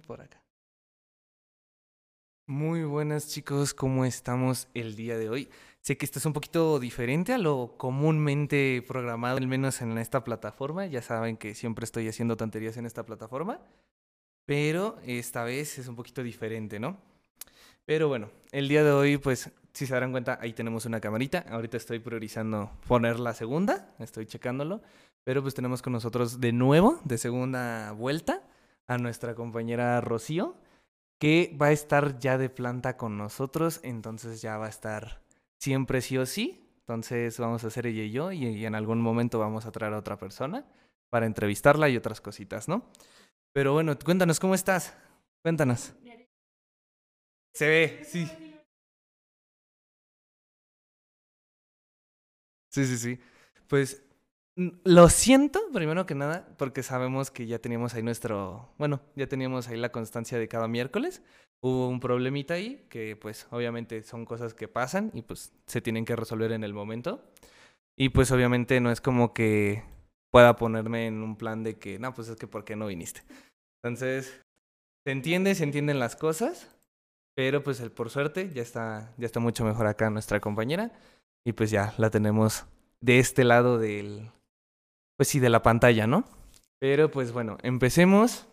por acá. Muy buenas chicos, ¿cómo estamos el día de hoy? Sé que esto es un poquito diferente a lo comúnmente programado, al menos en esta plataforma. Ya saben que siempre estoy haciendo tonterías en esta plataforma, pero esta vez es un poquito diferente, ¿no? Pero bueno, el día de hoy, pues, si se darán cuenta, ahí tenemos una camarita. Ahorita estoy priorizando poner la segunda, estoy checándolo. Pero pues tenemos con nosotros de nuevo, de segunda vuelta, a nuestra compañera Rocío, que va a estar ya de planta con nosotros. Entonces ya va a estar siempre sí o sí. Entonces vamos a hacer ella y yo, y en algún momento vamos a traer a otra persona para entrevistarla y otras cositas, ¿no? Pero bueno, cuéntanos, ¿cómo estás? Cuéntanos. Se ve, sí. Sí, sí, sí. Pues lo siento, primero que nada, porque sabemos que ya teníamos ahí bueno, ya teníamos ahí la constancia de cada miércoles. Hubo un problemita ahí que pues obviamente son cosas que pasan y pues se tienen que resolver en el momento. Y pues obviamente no es como que pueda ponerme en un plan de que, no, pues es que ¿por qué no viniste? Entonces, se entienden las cosas, pero pues por suerte ya está mucho mejor acá nuestra compañera y pues ya la tenemos de este lado pues sí, de la pantalla, ¿no? Pero pues bueno, empecemos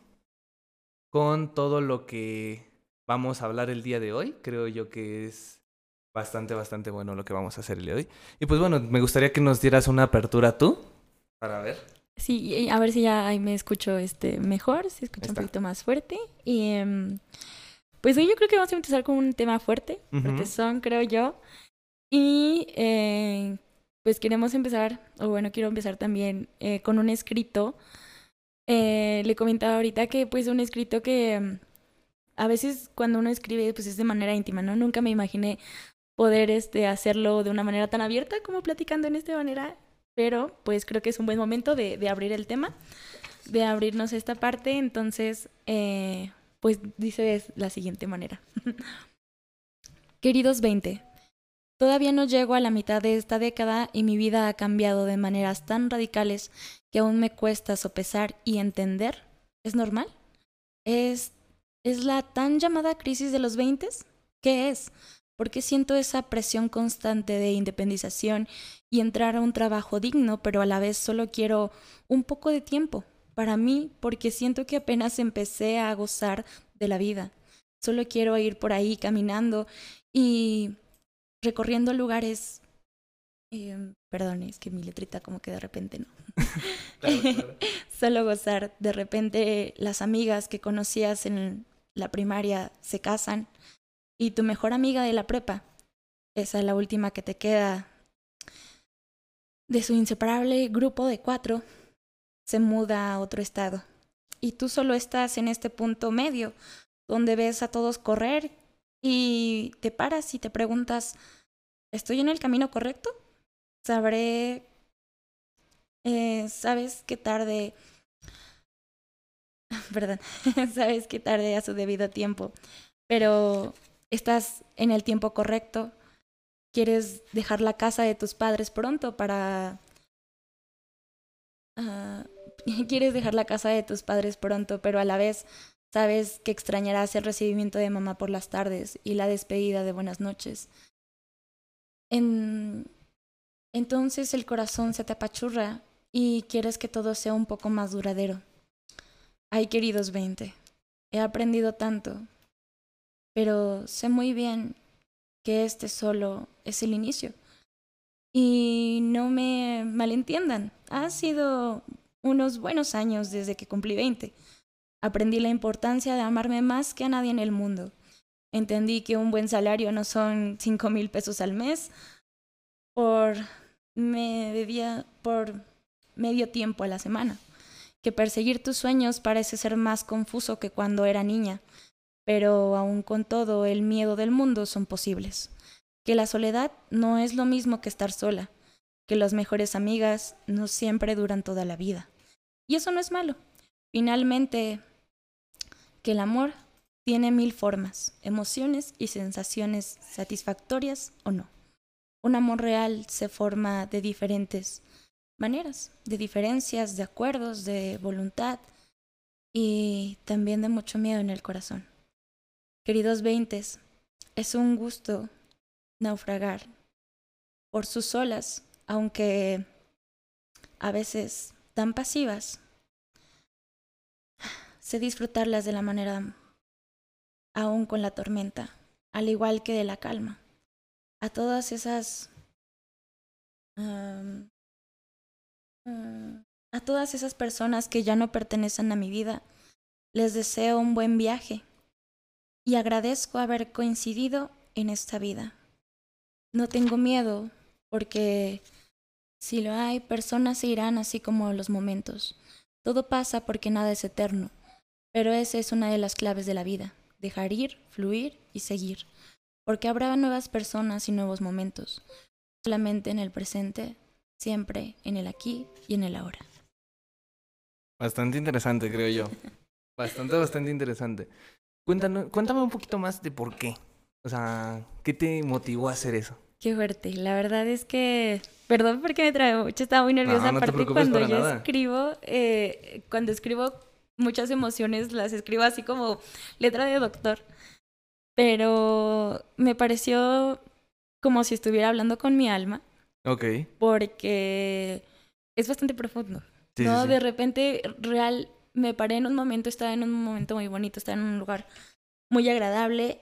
con todo lo que vamos a hablar el día de hoy. Creo yo que es bastante bueno lo que vamos a hacer el día de hoy. Y pues bueno, me gustaría que nos dieras una apertura tú, para ver. Sí, a ver si ya ahí me escucho mejor, si Ahí escucho un está. poquito más fuerte. Y pues hoy yo creo que vamos a empezar con un tema fuerte, Ujú. fuertezón, creo yo. Y pues queremos empezar, o bueno, quiero empezar también con un escrito. Le comentaba ahorita que pues un escrito que a veces cuando uno escribe pues es de manera íntima, ¿no? Nunca me imaginé poder hacerlo de una manera tan abierta como platicando en esta manera, pero pues creo que es un buen momento de abrir el tema, de abrirnos esta parte. Entonces, pues dice de la siguiente manera. Queridos 20, todavía no llego a la mitad de esta década y mi vida ha cambiado de maneras tan radicales que aún me cuesta sopesar y entender. ¿Es normal? ¿Es, es la tan llamada crisis de los 20? ¿Qué es? ¿Por qué siento esa presión constante de independización y entrar a un trabajo digno, pero a la vez solo quiero un poco de tiempo para mí, porque siento que apenas empecé a gozar de la vida? Solo quiero ir por ahí caminando y recorriendo lugares. Perdón, es que mi letrita como que de repente no. Claro, claro. Solo gozar. De repente las amigas que conocías en la primaria se casan y tu mejor amiga de la prepa, esa es la última que te queda de su inseparable grupo de 4, se muda a otro estado. Y tú solo estás en este punto medio, donde ves a todos correr y te paras y te preguntas, ¿estoy en el camino correcto? ¿Sabré? ¿Sabes qué tarde? Perdón, sabes qué tarde a su debido tiempo, pero estás en el tiempo correcto. Quieres dejar la casa de tus padres pronto para ah, quieres dejar la casa de tus padres pronto, pero a la vez sabes que extrañarás el recibimiento de mamá por las tardes y la despedida de buenas noches. En- Entonces el corazón se te apachurra y quieres que todo sea un poco más duradero. Ay, queridos 20, he aprendido tanto, pero sé muy bien que este solo es el inicio. Y no me malentiendan, ha sido unos buenos años desde que cumplí 20. Aprendí la importancia de amarme más que a nadie en el mundo. Entendí que un buen salario no son 5,000 pesos al mes por, por medio tiempo a la semana. Que perseguir tus sueños parece ser más confuso que cuando era niña, pero aún con todo el miedo del mundo son posibles. Que la soledad no es lo mismo que estar sola, que las mejores amigas no siempre duran toda la vida. Y eso no es malo. Finalmente, que el amor tiene 1000 formas, emociones y sensaciones satisfactorias o no. Un amor real se forma de diferentes maneras, de diferencias, de acuerdos, de voluntad. y también de mucho miedo en el corazón. Queridos veintes, es un gusto naufragar por sus olas, aunque a veces tan pasivas. Sé disfrutarlas de la manera aún con la tormenta, al igual que de la calma. A todas esas um, a todas esas personas que ya no pertenecen a mi vida, les deseo un buen viaje y agradezco haber coincidido en esta vida. No tengo miedo porque si lo hay, personas se irán así como los momentos. Todo pasa porque nada es eterno, pero esa es una de las claves de la vida, dejar ir, fluir y seguir, porque habrá nuevas personas y nuevos momentos, solamente en el presente, siempre en el aquí y en el ahora. Bastante interesante, creo yo. Bastante interesante. Cuéntame un poquito más de por qué. O sea, ¿qué te motivó a hacer eso? Qué fuerte. La verdad es que, perdón porque me trae mucho, estaba muy nerviosa. No, no te Aparte preocupes cuando para yo nada. cuando escribo muchas emociones, las escribo así como letra de doctor. Pero me pareció como si estuviera hablando con mi alma, Ok. porque es bastante profundo, Sí, sí, ¿no? sí. De repente, me paré en un momento, estaba en un momento muy bonito, estaba en un lugar muy agradable.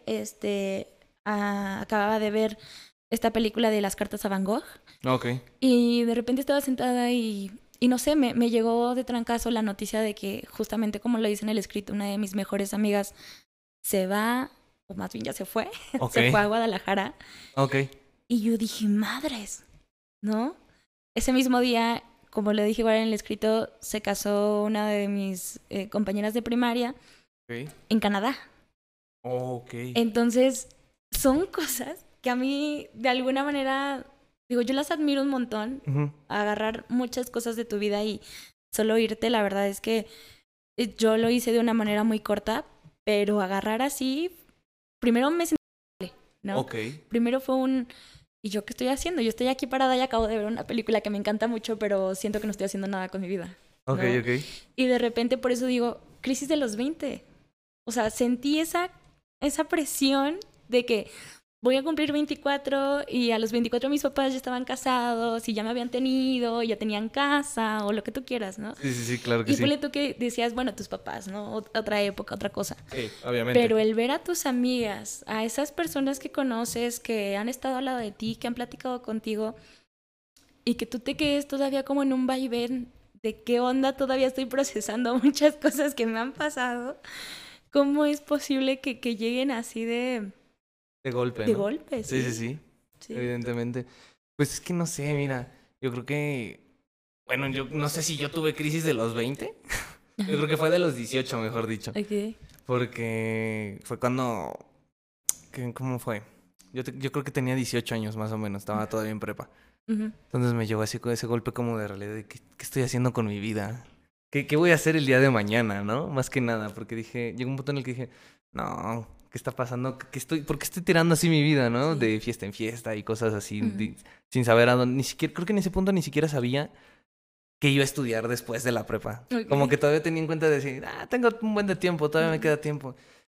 Acababa de ver esta película de las cartas a Van Gogh Ok. y de repente estaba sentada y no sé, me llegó de trancazo la noticia de que justamente como lo dice en el escrito, una de mis mejores amigas se va, o más bien ya se fue, Ok. se fue a Guadalajara Ok. y yo dije, madres, ¿no? Ese mismo día, como le dije igual en el escrito, se casó una de mis compañeras de primaria Ok. en Canadá. Ok. Entonces, son cosas que a mí, de alguna manera, digo, yo las admiro un montón, Ujú. agarrar muchas cosas de tu vida y solo irte, la verdad es que yo lo hice de una manera muy corta, pero agarrar así, primero me sentí, ¿no? Ok. Primero fue un, ¿y yo qué estoy haciendo? Yo estoy aquí parada y acabo de ver una película que me encanta mucho, pero siento que no estoy haciendo nada con mi vida, Ok, ¿no? ok. Y de repente por eso digo, crisis de los 20. O sea, sentí esa presión de que voy a cumplir 24 y a los 24 mis papás ya estaban casados y ya me habían tenido, ya tenían casa o lo que tú quieras, ¿no? Sí, sí, sí, claro que Y sí. ponle tú que decías, bueno, tus papás, ¿no? Otra época, otra cosa. Sí, obviamente. Pero el ver a tus amigas, a esas personas que conoces, que han estado al lado de ti, que han platicado contigo y que tú te quedes todavía como en un vaivén de qué onda, todavía estoy procesando muchas cosas que me han pasado. ¿Cómo es posible que lleguen así De golpe, de ¿no? golpe? Sí, sí, Sí, sí. sí. Evidentemente. Pues es que no sé, mira. Yo creo que. Bueno, yo no sé si yo tuve crisis de los 20. Yo creo que fue de los 18, mejor dicho. Ok. Porque fue cuando. ¿Cómo fue? Yo creo que tenía 18 años más o menos. Estaba todavía en prepa. Ujú. Entonces me llegó así con ese golpe como de realidad de qué estoy haciendo con mi vida. ¿Qué voy a hacer el día de mañana, no? Más que nada, porque dije, llegó un punto en el que dije, no, ¿qué está pasando? ¿Por qué estoy tirando así mi vida, no? Sí. De fiesta en fiesta y cosas así, Ujú. sin saber a dónde, ni siquiera, creo que en ese punto ni siquiera sabía que iba a estudiar después de la prepa. Como Ok. que todavía tenía en cuenta de decir, tengo un buen de tiempo, todavía me Ujú. queda tiempo.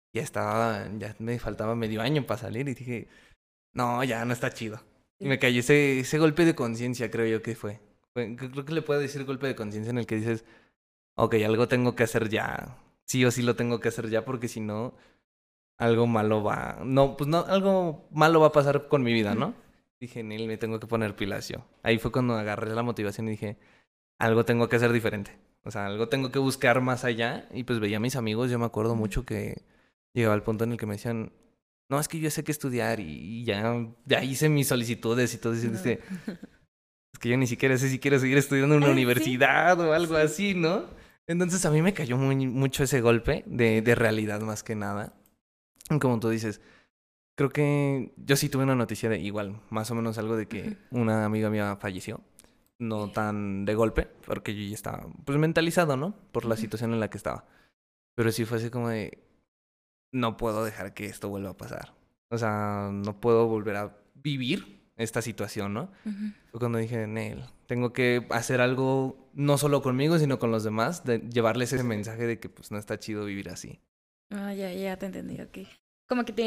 Ya me faltaba medio año para salir y dije, no, ya no está chido. Y Sí. me cayó ese golpe de conciencia, creo yo que fue. Creo que le puedo decir golpe de conciencia en el que dices, ok, algo tengo que hacer ya. Sí o sí lo tengo que hacer ya porque si no, algo malo va. No, pues no, algo malo va a pasar con mi vida, Ujú. ¿no? Dije, Neil, me tengo que poner pilas yo. Ahí fue cuando agarré la motivación y dije, algo tengo que hacer diferente. O sea, algo tengo que buscar más allá. Y pues veía a mis amigos, yo me acuerdo Ujú. mucho que llegaba al punto en el que me decían, no, es que yo sé que estudiar y ya hice mis solicitudes y todo eso. Y No. dije, es que yo ni siquiera sé si quiero seguir estudiando en una Sí, universidad o algo sí. así, ¿no? Entonces a mí me cayó mucho ese golpe de realidad más que nada. Como tú dices, creo que yo sí tuve una noticia de igual, más o menos algo de Ujú. que una amiga mía falleció. No Ok. tan de golpe, porque yo ya estaba pues mentalizado, ¿no? Por la Ujú. situación en la que estaba. Pero sí fue así como de, no puedo dejar que esto vuelva a pasar. O sea, no puedo volver a vivir esta situación, ¿no? Ujú. Fue cuando dije, Nel, tengo que hacer algo no solo conmigo, sino con los demás, de llevarles ese mensaje de que pues no está chido vivir así. Ah, ya te entendí, ok. Como que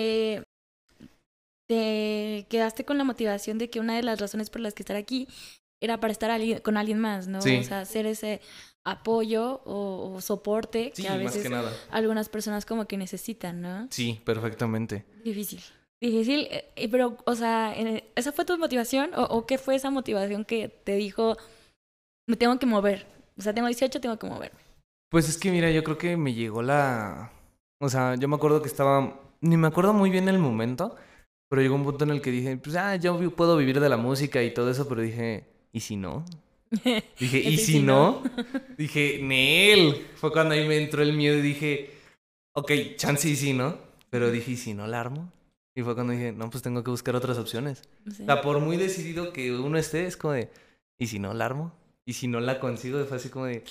te quedaste con la motivación de que una de las razones por las que estar aquí era para estar con alguien más, ¿no? O Sí, sea, hacer ese apoyo o soporte que a sí, más que veces nada. algunas personas como que necesitan, ¿no? Sí, perfectamente. Difícil. Difícil, pero, o sea, ¿esa fue tu motivación o qué fue esa motivación que te dijo, me tengo que mover? O sea, tengo 18, tengo que moverme. Pues es que mira, yo creo que me llegó la... O sea, yo me acuerdo que estaba... Ni me acuerdo muy bien el momento, pero llegó un punto en el que dije, pues yo puedo vivir de la música y todo eso, pero dije, ¿y si no? Dije, ¿y Ese si sí, ¿no? no? Dije, Nel. Fue cuando ahí me entró el miedo y dije, ok, chance y sí, ¿no? Pero dije, ¿y si no la armo? Y fue cuando dije, no, pues tengo que buscar otras opciones. O Sí. sea, por muy decidido que uno esté, es como de, ¿y si no la armo? ¿Y si no la consigo? Fue así como de,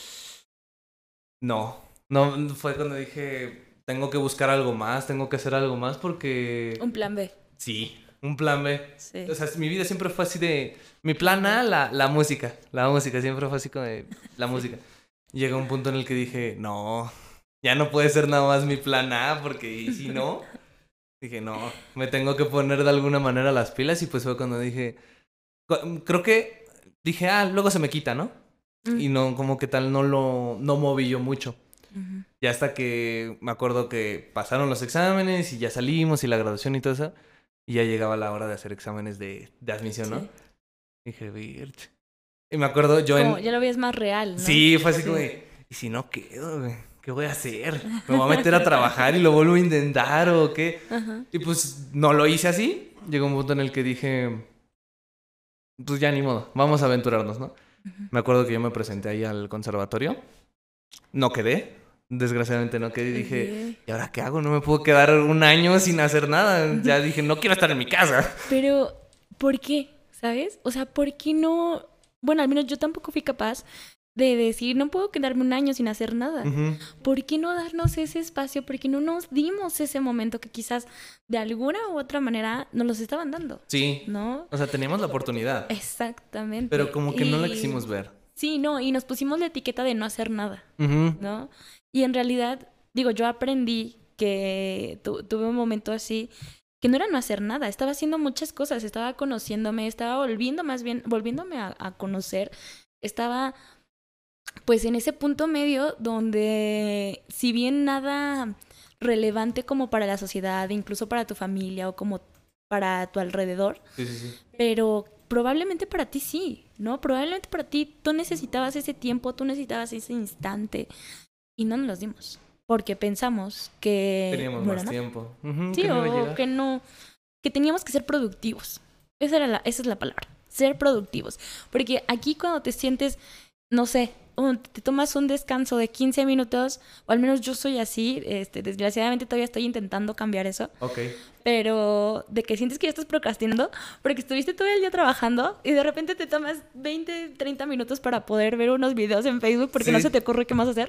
no. No, fue cuando dije, tengo que buscar algo más, tengo que hacer algo más porque... Un plan B. Sí, un plan B. Sí. O sea, mi vida siempre fue así de... Mi plan A, la música. La música, siempre fue así como de la música. Llegó un punto en el que dije, no, ya no puede ser nada más mi plan A, porque ¿y si no? Dije, no, me tengo que poner de alguna manera las pilas y pues fue cuando dije... Creo que dije, luego se me quita, ¿no? Y no, como que tal, no moví yo mucho. Ujú. Ya hasta que me acuerdo que pasaron los exámenes y ya salimos y la graduación y todo eso. Y ya llegaba la hora de hacer exámenes de admisión, ¿no? Sí. Dije, "Virch". Y me acuerdo yo Como en... ya lo veías más real, ¿no? Sí, fue así Sí. como de, ¿y si no quedo, güey? ¿Qué voy a hacer? ¿Me voy a meter a trabajar y lo vuelvo a intentar o qué? Ajá. Y pues no lo hice así. Llegó un punto en el que dije, pues ya ni modo, vamos a aventurarnos, ¿no? Ujú. Me acuerdo que yo me presenté ahí al conservatorio. No quedé. Desgraciadamente no quedé y dije, Ok. ¿y ahora qué hago? No me puedo quedar un año sin hacer nada. Ya dije, no quiero estar en mi casa. Pero, ¿por qué? ¿Sabes? O sea, ¿por qué no? Bueno, al menos yo tampoco fui capaz de decir, no puedo quedarme un año sin hacer nada. Ujú. ¿Por qué no darnos ese espacio? ¿Por qué no nos dimos ese momento que quizás de alguna u otra manera nos los estaban dando? Sí. ¿No? O sea, teníamos la oportunidad. Exactamente. Pero como que no la Y quisimos ver. sí, no, y nos pusimos la etiqueta de no hacer nada, Ujú. ¿no? Y en realidad, digo, yo aprendí que tuve un momento así que no era no hacer nada, estaba haciendo muchas cosas, estaba conociéndome, estaba volviéndome a conocer, estaba pues en ese punto medio donde si bien nada relevante como para la sociedad, incluso para tu familia o como para tu alrededor, Sí, sí, sí. pero probablemente para ti sí, ¿no? Probablemente para ti tú necesitabas ese tiempo, tú necesitabas ese instante y no nos los dimos. Porque pensamos que Teníamos no era más nada. tiempo. Ujú, Sí, que no iba a o llegar. que no, que teníamos que ser productivos. Esa es la palabra, ser productivos. Porque aquí cuando te sientes, no sé, te tomas un descanso de 15 minutos, o al menos yo soy así, desgraciadamente todavía estoy intentando cambiar eso, Ok. pero de que sientes que ya estás procrastinando porque estuviste todo el día trabajando y de repente te tomas 20, 30 minutos para poder ver unos videos en Facebook porque no Sí. se te ocurre qué más hacer.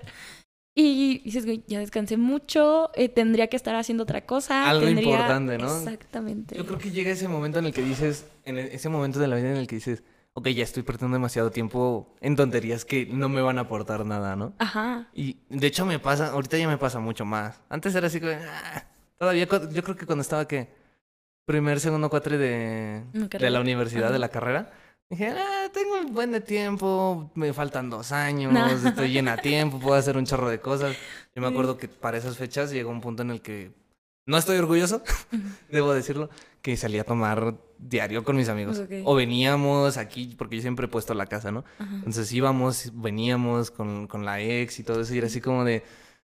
Y dices, güey, ya descansé mucho, tendría que estar haciendo otra cosa, Algo tendría... importante, ¿no? Exactamente. Yo creo que llega ese momento en el que dices, ese momento de la vida en el que dices, ok, ya estoy perdiendo demasiado tiempo en tonterías que no me van a aportar nada, ¿no? Ajá. Y de hecho me pasa, ahorita ya me pasa mucho más. Antes era así como, todavía, yo creo que cuando estaba que primer, segundo cuatri Una de la carrera. universidad, de Ajá. la carrera, dije, tengo un buen de tiempo, me faltan 2 años, Nah. estoy llena a tiempo, puedo hacer un chorro de cosas. Yo me Sí. acuerdo que para esas fechas llegó un punto en el que no estoy orgulloso, debo decirlo, que salía a tomar diario con mis amigos. Ok. O veníamos aquí, porque yo siempre he puesto la casa, ¿no? Ajá. Entonces íbamos, veníamos con la ex y todo eso, y era así como de...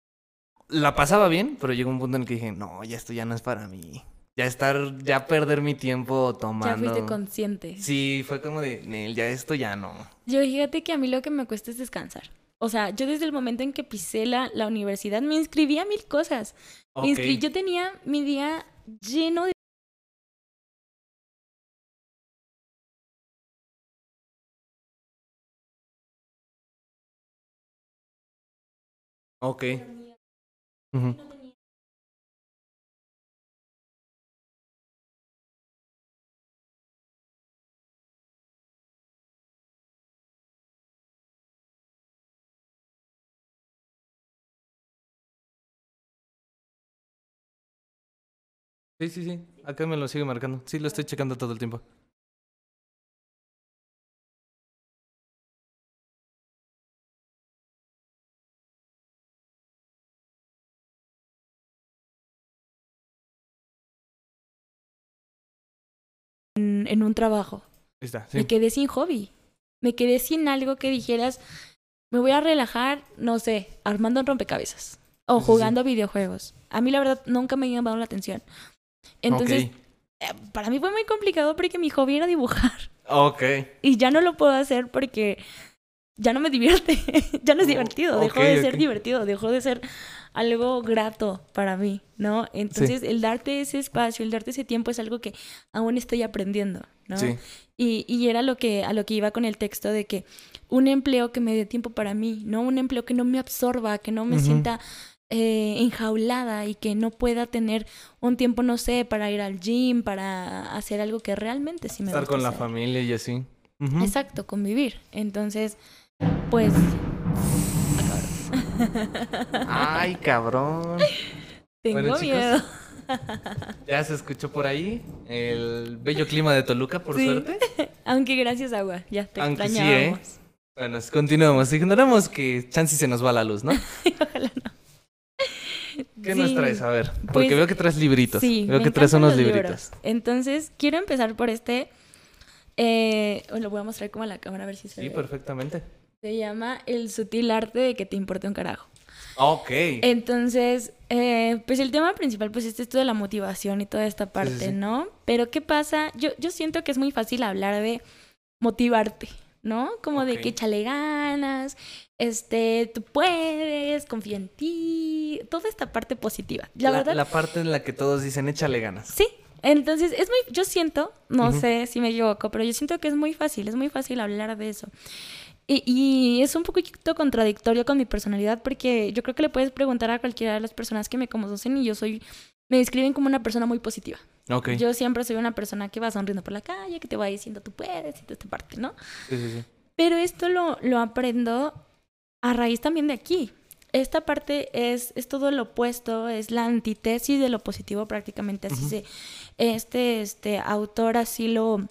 La pasaba bien, pero llegó un punto en el que dije, no, ya esto ya no es para mí. Ya perder mi tiempo Ya fuiste tomando. consciente. Sí, fue como de, Nel, ya esto ya no. Yo fíjate que a mí lo que me cuesta es descansar. O sea, yo desde el momento en que pisé la universidad me inscribí a 1000 cosas. Ok. Yo tenía mi día lleno de... Ok. Ujú. Sí, sí, sí. Acá me lo sigue marcando. Sí, lo estoy checando todo el tiempo. En un trabajo. Ahí está, Me sí. quedé sin hobby. Me quedé sin algo que dijeras, me voy a relajar, no sé, armando un rompecabezas o Sí, sí, sí. jugando videojuegos. A mí la verdad nunca me ha llamado la atención. Entonces, Ok. para mí fue muy complicado porque mi hobby era dibujar Ok. y ya no lo puedo hacer porque ya no me divierte, ya no es divertido, Ok, dejó de ser ok. divertido, dejó de ser algo grato para mí, ¿no? Sí, Entonces, el darte ese espacio, el darte ese tiempo es algo que aún estoy aprendiendo, ¿no? sí. Y era a lo que iba con el texto de que un empleo que me dé tiempo para mí, ¿no? Un empleo que no me absorba, que no me Ujú. sienta enjaulada y que no pueda tener un tiempo, no sé, para ir al gym, para hacer algo que realmente sí me Estar gusta con la hacer. familia y así. Ujú. Exacto, convivir. Entonces, pues... Ay, cabrón. Bueno, Tengo chicos, miedo. ya se escuchó por ahí el bello clima de Toluca, por Sí, suerte. aunque gracias agua, ya te Aunque sí, ¿eh? extrañábamos. Bueno, continuamos. Ignoramos que chance se nos va la luz, ¿no? Ojalá no. ¿Qué nos traes? Sí, A ver, porque pues veo que traes libritos. sí, Veo me que traes encantan unos los libros. libritos. Entonces, quiero empezar por este. Lo voy a mostrar como a la cámara a ver si se Sí, ve. perfectamente. Se llama El sutil arte de que te importe un carajo. Ok. Entonces, pues el tema principal, pues es esto de la motivación y toda esta Sí, sí, parte, sí. ¿no? Pero ¿qué pasa? Yo siento que es muy fácil hablar de motivarte, ¿no? Como Ok. de que échale ganas, tú puedes, confía en ti, toda esta parte positiva. La verdad, La parte en la que todos dicen échale ganas. sí. Entonces, yo siento, no Ujú. sé si me equivoco, pero yo siento que es muy fácil hablar de eso. Y es un poquito contradictorio con mi personalidad porque yo creo que le puedes preguntar a cualquiera de las personas que me conocen y me describen como una persona muy positiva. Ok. Yo siempre soy una persona que va sonriendo por la calle, que te va diciendo tú puedes y toda esta parte, ¿no? Sí, sí, sí. Pero esto lo aprendo a raíz también de aquí. Esta parte es todo lo opuesto, es la antítesis de lo positivo prácticamente, así Ujú. este autor así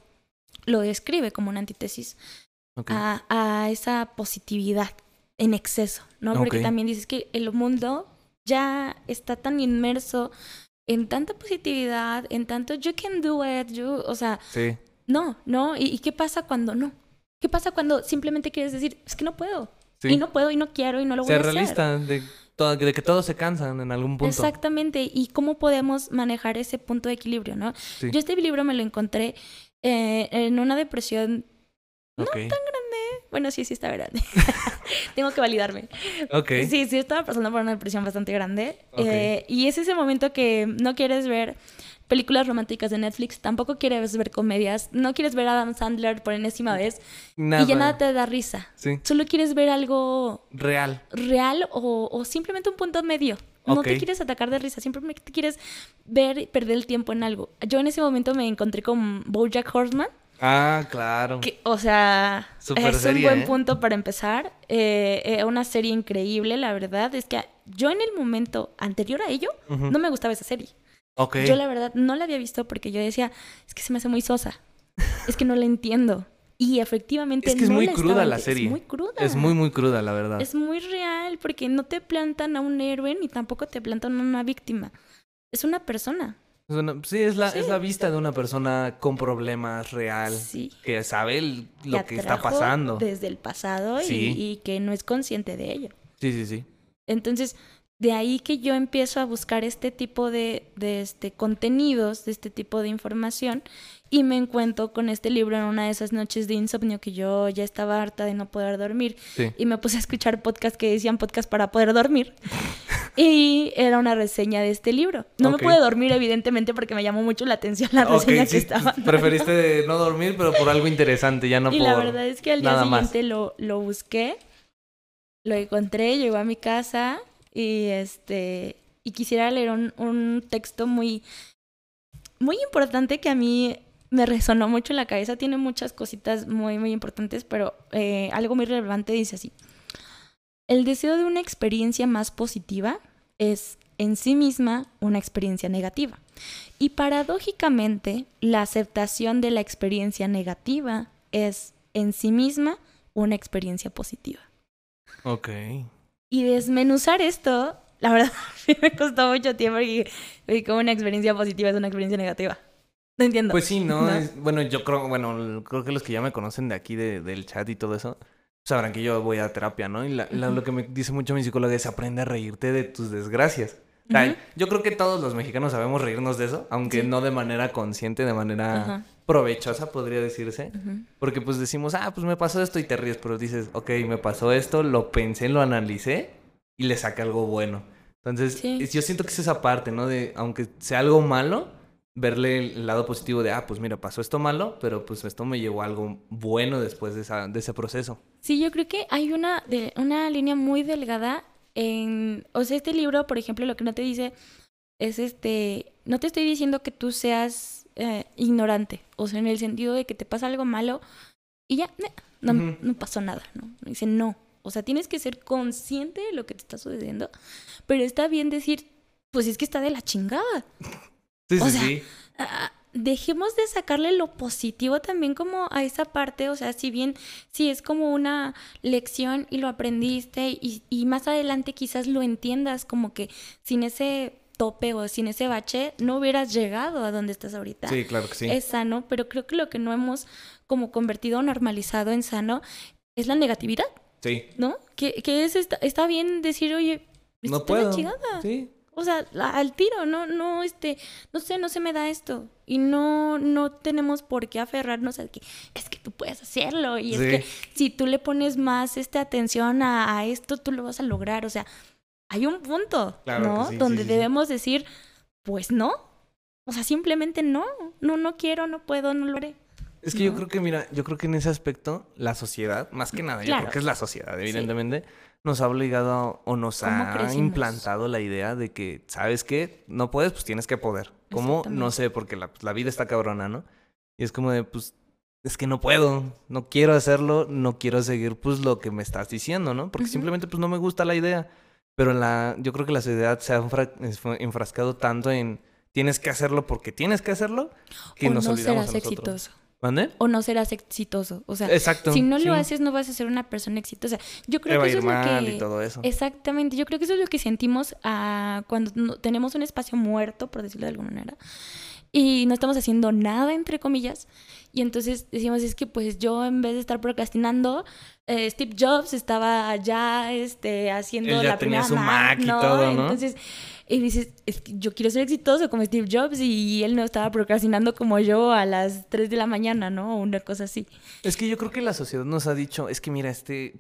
lo describe como una antítesis Ok. a esa positividad en exceso, ¿no? Ok. Porque también dices que el mundo ya está tan inmerso en tanta positividad, en tanto you can do it, o sea, Sí. no, ¿y qué pasa cuando no? ¿Qué pasa cuando simplemente quieres decir, es que no puedo? Y Sí. no puedo, y no quiero, y no lo voy a Ser hacer. realista de que todos se cansan en algún punto. Exactamente, y cómo podemos manejar ese punto de equilibrio, ¿no? Sí. Yo este libro me lo encontré en una depresión. Ok. Bueno, sí está grande. Tengo que validarme. Ok. Sí, estaba pasando por una depresión bastante grande. Ok. Y es ese momento que no quieres ver películas románticas de Netflix, tampoco quieres ver comedias, no quieres ver a Adam Sandler por enésima vez y ya nada Nada. te da risa. Sí. Solo quieres ver algo Real. real o simplemente un punto medio. No Ok. te quieres atacar de risa, simplemente quieres ver y perder el tiempo en algo. Yo en ese momento me encontré con BoJack Horseman. Ah, claro. Que, o sea, Super es un serie, buen ¿eh? punto para empezar. Una serie increíble, la verdad. Es que yo en el momento anterior a ello Ujú. no me gustaba esa serie. Ok. Yo la verdad no la había visto porque yo decía, es que se me hace muy sosa. Es que no la entiendo. Y efectivamente Es que es no muy la cruda estaba la serie. Es muy cruda. Es muy, muy cruda, la verdad. Es muy real porque no te plantan a un héroe ni tampoco te plantan a una víctima. Es una persona. Sí, Sí. es la vista de una persona con problemas real, Sí. que sabe Que lo que está atrajo pasando. desde el pasado Sí, y que no es consciente de ello. sí, sí, sí. Entonces, de ahí que yo empiezo a buscar este tipo de contenidos, de este tipo de información, y me encuentro con este libro en una de esas noches de insomnio que yo ya estaba harta de no poder dormir, Sí. y me puse a escuchar podcasts que decían podcast para poder dormir, y era una reseña de este libro. No me Ok. pude dormir, evidentemente, porque me llamó mucho la atención la Ok, reseña que sí, estaba dando. preferiste no dormir, pero por algo interesante, ya no Y por la verdad es que al día nada más. siguiente lo busqué, lo encontré, llegó a mi casa y y quisiera leer un texto muy, muy importante que a mí me resonó mucho en la cabeza. Tiene muchas cositas muy, muy importantes, pero algo muy relevante dice así. El deseo de una experiencia más positiva es en sí misma una experiencia negativa. Y paradójicamente, la aceptación de la experiencia negativa es en sí misma una experiencia positiva. Ok. Y desmenuzar esto, la verdad, me costó mucho tiempo porque como una experiencia positiva es una experiencia negativa. No entiendo. Pues sí, ¿no? ¿No? Bueno, yo creo que los que ya me conocen de aquí, del chat y todo eso, sabrán que yo voy a terapia, ¿no? Y lo que me dice mucho mi psicóloga es aprende a reírte de tus desgracias. O sea, yo creo que todos los mexicanos sabemos reírnos de eso, aunque no de manera consciente, de manera provechosa, podría decirse. Porque pues decimos, pues me pasó esto y te ríes, pero dices, ok, me pasó esto, lo pensé, lo analicé y le saqué algo bueno. Entonces, yo siento que es esa parte, ¿no? De, aunque sea algo malo, verle el lado positivo de, pues mira, pasó esto malo, pero pues esto me llevó a algo bueno después de ese proceso. Sí, yo creo que hay una línea muy delgada o sea, este libro, por ejemplo, lo que no te dice es no te estoy diciendo que tú seas ignorante, o sea, en el sentido de que te pasa algo malo y ya, no pasó nada, ¿no? Dice, no, o sea, tienes que ser consciente de lo que te está sucediendo, pero está bien decir, pues es que está de la chingada. Sí. Dejemos de sacarle lo positivo también como a esa parte, o sea, si bien sí es como una lección y lo aprendiste y más adelante quizás lo entiendas como que sin ese tope o sin ese bache no hubieras llegado a donde estás ahorita. Sí, claro que sí. Es sano, pero creo que lo que no hemos como convertido o normalizado en sano es la negatividad. Sí. ¿No? Que está bien decir, oye, no puedo. La chingada. Sí. O sea, al tiro, no sé, no se me da esto. Y no tenemos por qué aferrarnos a que es que tú puedes hacerlo. Y es que si tú le pones más atención a esto, tú lo vas a lograr. O sea, hay un punto, claro, ¿no? Sí, donde debemos decir, pues no. O sea, simplemente no quiero, no puedo, no lo haré. Es que yo creo que en ese aspecto, la sociedad, más que nada, yo creo que es la sociedad, evidentemente, nos ha obligado o nos ha implantado la idea de que, ¿sabes qué? No puedes, pues tienes que poder. ¿Cómo? No sé, porque la vida está cabrona, ¿no? Y es como de, pues, es que no puedo, no quiero hacerlo, no quiero seguir, pues, lo que me estás diciendo, ¿no? Porque simplemente, pues, no me gusta la idea. Pero yo creo que la sociedad se ha enfrascado tanto en tienes que hacerlo porque tienes que hacerlo, que nos olvidamos a nosotros. Exitoso. ¿Mande? O no serás exitoso. O sea, exacto, si no lo haces, no vas a ser una persona exitosa. Yo creo que eso es lo que... y todo eso. Exactamente. Yo creo que eso es lo que sentimos cuando tenemos un espacio muerto, por decirlo de alguna manera, y no estamos haciendo nada, entre comillas. Y entonces decimos, es que pues yo en vez de estar procrastinando, Steve Jobs estaba ya haciendo la primera Mac y todo, ¿no? Entonces... Y dices, es que yo quiero ser exitoso como Steve Jobs y él no estaba procrastinando como yo a las 3 de la mañana, ¿no? O una cosa así. Es que yo creo que la sociedad nos ha dicho, es que mira,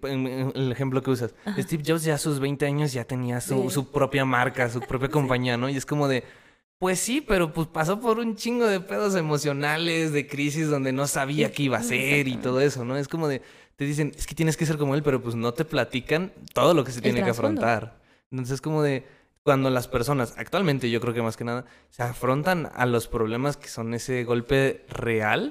el ejemplo que usas, Steve Jobs ya a sus 20 años ya tenía su propia marca, su propia compañía, ¿no? Y es como de, pues sí, pero pues pasó por un chingo de pedos emocionales, de crisis donde no sabía qué iba a hacer y todo eso, ¿no? Es como de, te dicen, es que tienes que ser como él, pero pues no te platican todo lo que se tiene que afrontar. Entonces es como de... Cuando las personas, actualmente yo creo que más que nada, se afrontan a los problemas que son ese golpe real,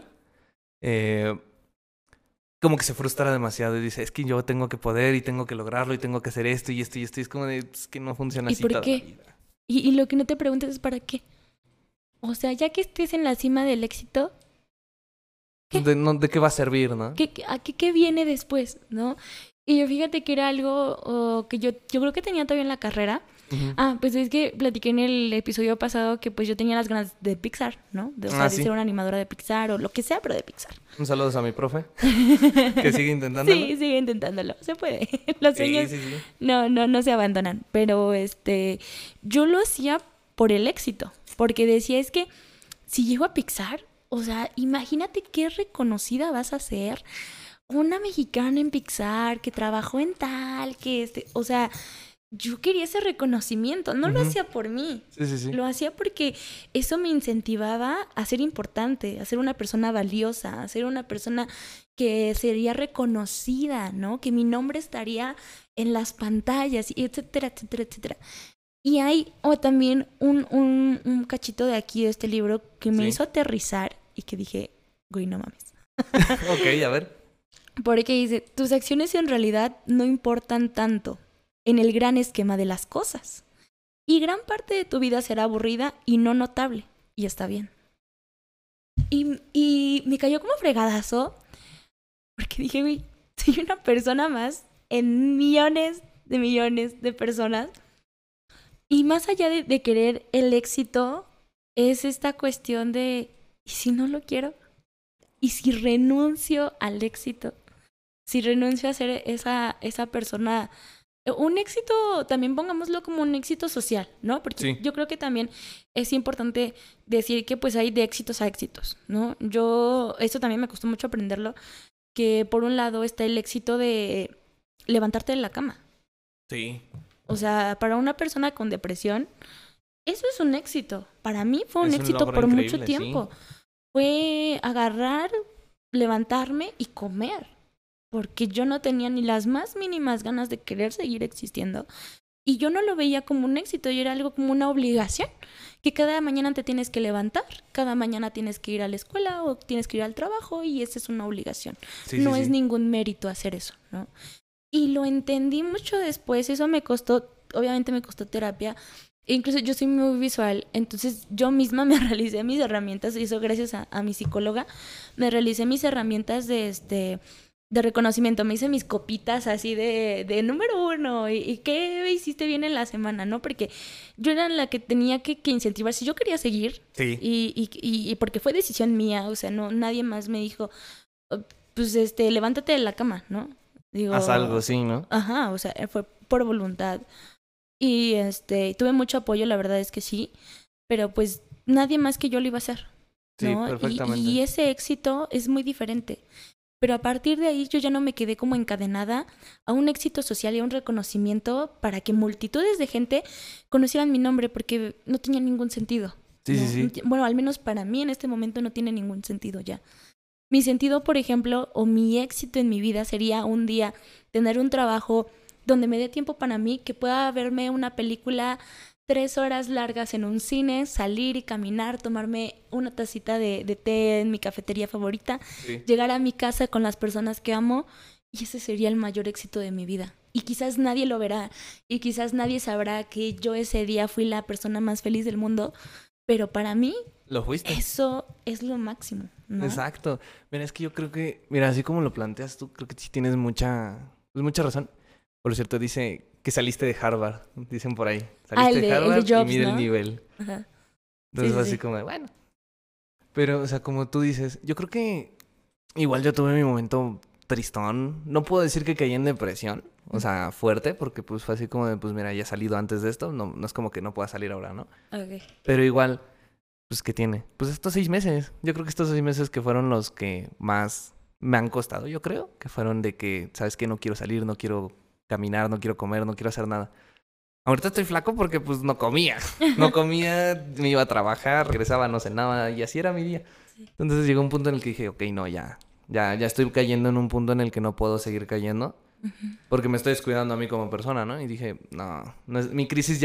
como que se frustra demasiado y dice, es que yo tengo que poder y tengo que lograrlo y tengo que hacer esto y esto y esto. Y es como de, es que no funciona así toda la vida. Y lo que no te preguntas es ¿para qué? O sea, ya que estés en la cima del éxito, ¿qué? ¿De qué va a servir, no? ¿Qué viene después, no? Y yo fíjate que era algo que yo creo que tenía todavía en la carrera. Pues es que platiqué en el episodio pasado que pues yo tenía las ganas de Pixar, ¿no? De ser una animadora de Pixar o lo que sea, pero de Pixar. Un saludo a mi profe, que sigue intentándolo. Sí, sigue intentándolo, se puede. Los sueños no se abandonan, pero yo lo hacía por el éxito, porque decía, es que si llego a Pixar, o sea, imagínate qué reconocida vas a ser una mexicana en Pixar que trabajó en tal, o sea... Yo quería ese reconocimiento, no lo hacía por mí, lo hacía porque eso me incentivaba a ser importante, a ser una persona valiosa, a ser una persona que sería reconocida, ¿no? Que mi nombre estaría en las pantallas, etcétera, etcétera, etcétera. Y hay también un cachito de aquí de este libro que me hizo aterrizar y que dije, güey, no mames. Ok, a ver. Porque dice, tus acciones en realidad no importan tanto en el gran esquema de las cosas. Y gran parte de tu vida será aburrida y no notable. y está bien. Y me cayó como fregadazo porque dije, güey, soy una persona más en millones de personas. Y más allá de querer el éxito, es esta cuestión de, ¿y si no lo quiero? ¿Y si renuncio al éxito? Si renuncio a ser esa persona, un éxito, también pongámoslo como un éxito social, ¿no? Porque Sí. yo creo que también es importante decir que pues hay de éxitos a éxitos, ¿no? Esto también me costó mucho aprenderlo, que por un lado está el éxito de levantarte de la cama. Sí. O sea, para una persona con depresión, eso es un éxito. Para mí fue un Es un éxito logro por mucho increíble, tiempo. sí. Fue agarrar, levantarme y comer. Porque yo no tenía ni las más mínimas ganas de querer seguir existiendo. Y yo no lo veía como un éxito, yo era algo como una obligación. Que cada mañana te tienes que levantar, cada mañana tienes que ir a la escuela o tienes que ir al trabajo y esa es una obligación. Sí, No sí, es sí. ningún mérito hacer eso, ¿no? Y lo entendí mucho después, eso me costó, obviamente me costó terapia. E incluso yo soy muy visual, entonces yo misma me realicé mis herramientas, y eso gracias a mi psicóloga, me realicé mis herramientas de reconocimiento, me hice mis copitas así de número 1 y qué hiciste bien en la semana, ¿no? Porque yo era la que tenía que incentivar, si yo quería seguir, Sí. y porque fue decisión mía, o sea, no, nadie más me dijo, "Oh, pues levántate de la cama", ¿no? Digo, Haz algo, sí, ¿no? ajá, o sea, fue por voluntad. Y tuve mucho apoyo, la verdad es que sí, pero pues nadie más que yo lo iba a hacer, Sí, ¿no? perfectamente. Y ese éxito es muy diferente. Pero a partir de ahí yo ya no me quedé como encadenada a un éxito social y a un reconocimiento para que multitudes de gente conocieran mi nombre, porque no tenía ningún sentido. Sí, sí, ¿No? sí. Bueno, al menos para mí en este momento no tiene ningún sentido ya. Mi sentido, por ejemplo, o mi éxito en mi vida sería un día tener un trabajo donde me dé tiempo para mí, que pueda verme una película 3 horas largas en un cine, salir y caminar, tomarme una tacita de té en mi cafetería favorita, Sí. llegar a mi casa con las personas que amo, y ese sería el mayor éxito de mi vida. Y quizás nadie lo verá, y quizás nadie sabrá que yo ese día fui la persona más feliz del mundo, pero para mí Lo fuiste. eso es lo máximo, ¿no? Exacto. Mira, es que yo creo que, mira, así como lo planteas tú, creo que sí tienes mucha razón. Por cierto, dice que saliste de Harvard, dicen por ahí. Saliste El de el Harvard de y Jobs, mide el ¿no? nivel. Ajá. Entonces fue Sí. así como de, bueno. Pero, o sea, como tú dices, yo creo que igual yo tuve mi momento tristón. No puedo decir que caí en depresión, o sea, fuerte, porque pues fue así como de, pues mira, ya he salido antes de esto, no es como que no pueda salir ahora, ¿no? Ok. Pero igual, pues, ¿qué tiene? Pues estos 6 meses. Yo creo que estos 6 meses que fueron los que más me han costado, yo creo. Que fueron de que, ¿sabes qué? No quiero salir, no quiero caminar, no quiero comer, no quiero hacer nada. Ahorita estoy flaco porque pues no comía. No comía, me iba a trabajar, regresaba, no cenaba y así era mi día. Sí. Entonces llegó un punto en el que dije, ok, no, ya estoy cayendo en un punto en el que no puedo seguir cayendo. Ujú. Porque me estoy descuidando a mí como persona, ¿no? Y dije, no es, mi crisis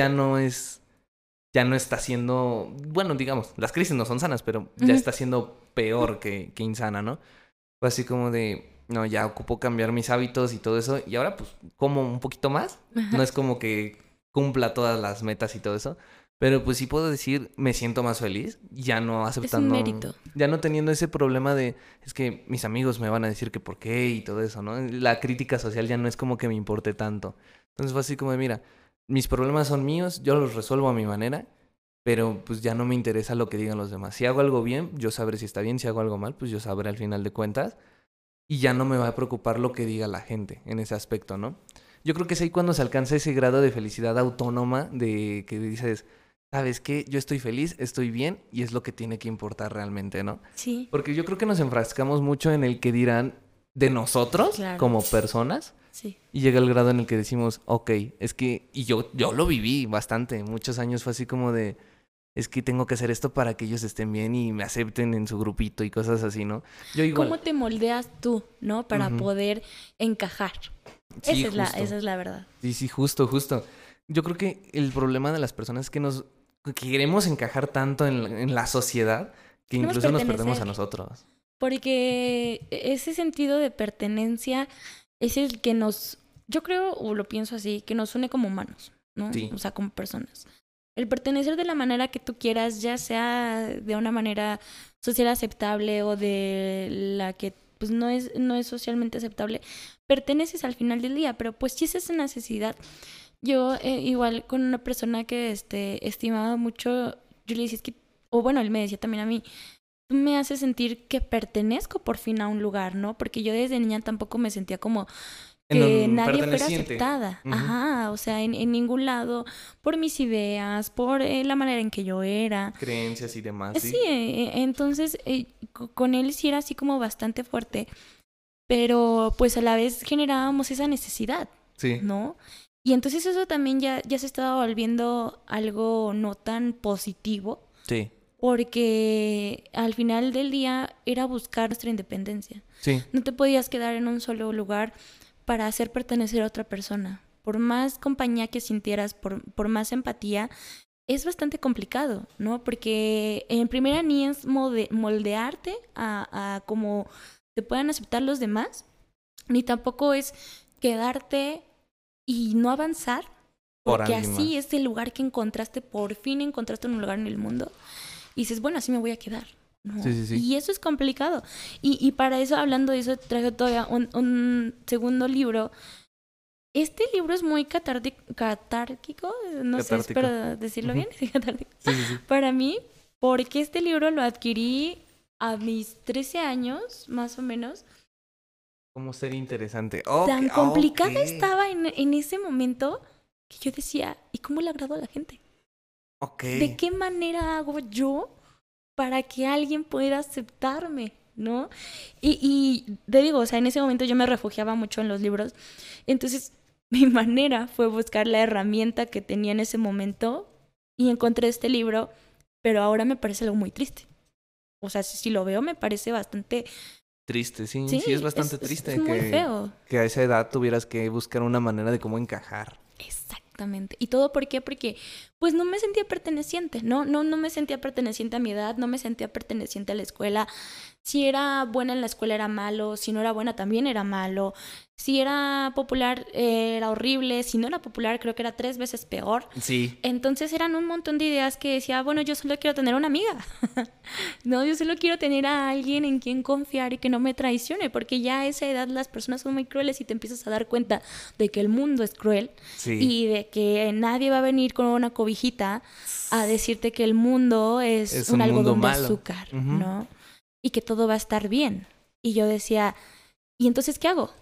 ya no está siendo, bueno, digamos, las crisis no son sanas, pero ya Ujú. está siendo peor que insana, ¿no? Fue así como de, no, ya ocupo cambiar mis hábitos y todo eso, y ahora pues como un poquito más, Ajá. no es como que cumpla todas las metas y todo eso, pero pues sí puedo decir, me siento más feliz, ya no Es un aceptando, mérito. ya no teniendo ese problema de, es que mis amigos me van a decir que por qué y todo eso, ¿no? La crítica social ya no es como que me importe tanto. Entonces fue así como de, mira, mis problemas son míos, yo los resuelvo a mi manera, pero pues ya no me interesa lo que digan los demás. Si hago algo bien, yo sabré si está bien, si hago algo mal, pues yo sabré al final de cuentas y ya no me va a preocupar lo que diga la gente en ese aspecto, ¿no? Yo creo que es ahí cuando se alcanza ese grado de felicidad autónoma de que dices, ¿sabes qué? Yo estoy feliz, estoy bien y es lo que tiene que importar realmente, ¿no? Sí, Porque yo creo que nos enfrascamos mucho en el que dirán de nosotros claro. como personas Sí. y llega el grado en el que decimos, ok, es que, y yo lo viví bastante, muchos años fue así como de, es que tengo que hacer esto para que ellos estén bien y me acepten en su grupito y cosas así, ¿no? Yo igual. ¿Cómo te moldeas tú, no? Para Ujú. poder encajar. Sí, Esa justo. es la verdad. Sí, justo. Yo creo que el problema de las personas es que queremos encajar tanto en la sociedad que Queremos incluso nos perdemos a pertenecer. nosotros. Porque ese sentido de pertenencia es el que nos, yo creo, o lo pienso así, que nos une como humanos, ¿no? Sí. O sea, como personas. El pertenecer de la manera que tú quieras, ya sea de una manera social aceptable o de la que pues no es socialmente aceptable, perteneces al final del día, pero pues si es esa necesidad. Yo igual con una persona que estimaba mucho, yo le decía es que, o bueno, él me decía también a mí, tú me haces sentir que pertenezco por fin a un lugar, ¿no? Porque yo desde niña tampoco me sentía como En que un nadie fuera perteneciente. aceptada. Ujú. Ajá, o sea, en ningún lado, por mis ideas, por la manera en que yo era. Creencias y demás, Sí, sí. entonces con él sí era así como bastante fuerte, pero pues a la vez generábamos esa necesidad, Sí. ¿no? Y entonces eso también ya se estaba volviendo algo no tan positivo, Sí. porque al final del día era buscar nuestra independencia. Sí. No te podías quedar en un solo lugar para hacer pertenecer a otra persona. Por más compañía que sintieras, por más empatía, es bastante complicado, ¿no? Porque en primera ni es moldearte a cómo te puedan aceptar los demás, ni tampoco es quedarte y no avanzar, Por porque alguien así más. es el lugar que encontraste, por fin encontraste un lugar en el mundo. Y dices, bueno, así me voy a quedar, ¿no? Sí, sí, sí. Y eso es complicado. Y para eso, hablando de eso, traigo todavía un segundo libro. Este libro es muy catárquico, no sé, Catártico. espero decirlo bien, sí, catártico. Sí, sí, sí. Para mí, porque este libro lo adquirí a mis 13 años, más o menos. ¿Cómo ser interesante? Ok, Tan complicada ok. estaba en ese momento que yo decía, ¿y cómo le agrado a la gente? Ok. ¿De qué manera hago yo para que alguien pueda aceptarme, ¿no? Y te digo, o sea, en ese momento yo me refugiaba mucho en los libros. Entonces, mi manera fue buscar la herramienta que tenía en ese momento y encontré este libro, pero ahora me parece algo muy triste. O sea, si lo veo me parece bastante... Triste, sí. Sí, Sí, es bastante es triste muy feo. que a esa edad tuvieras que buscar una manera de cómo encajar. Exactamente. ¿Y todo por qué? Porque pues no me sentía perteneciente, no me sentía perteneciente a mi edad, no me sentía perteneciente a la escuela. Si era buena en la escuela era malo, si no era buena también era malo. Si era popular era horrible, si no era popular creo que era 3 veces peor. Sí. Entonces eran un montón de ideas que decía, bueno, yo solo quiero tener una amiga. No, yo solo quiero tener a alguien en quien confiar y que no me traicione, porque ya a esa edad las personas son muy crueles y te empiezas a dar cuenta de que el mundo es cruel Sí. y de que nadie va a venir con una cobijita a decirte que el mundo es un un mundo algodón de malo. azúcar, Ujú. ¿no? Y que todo va a estar bien. Y yo decía, ¿y entonces qué hago?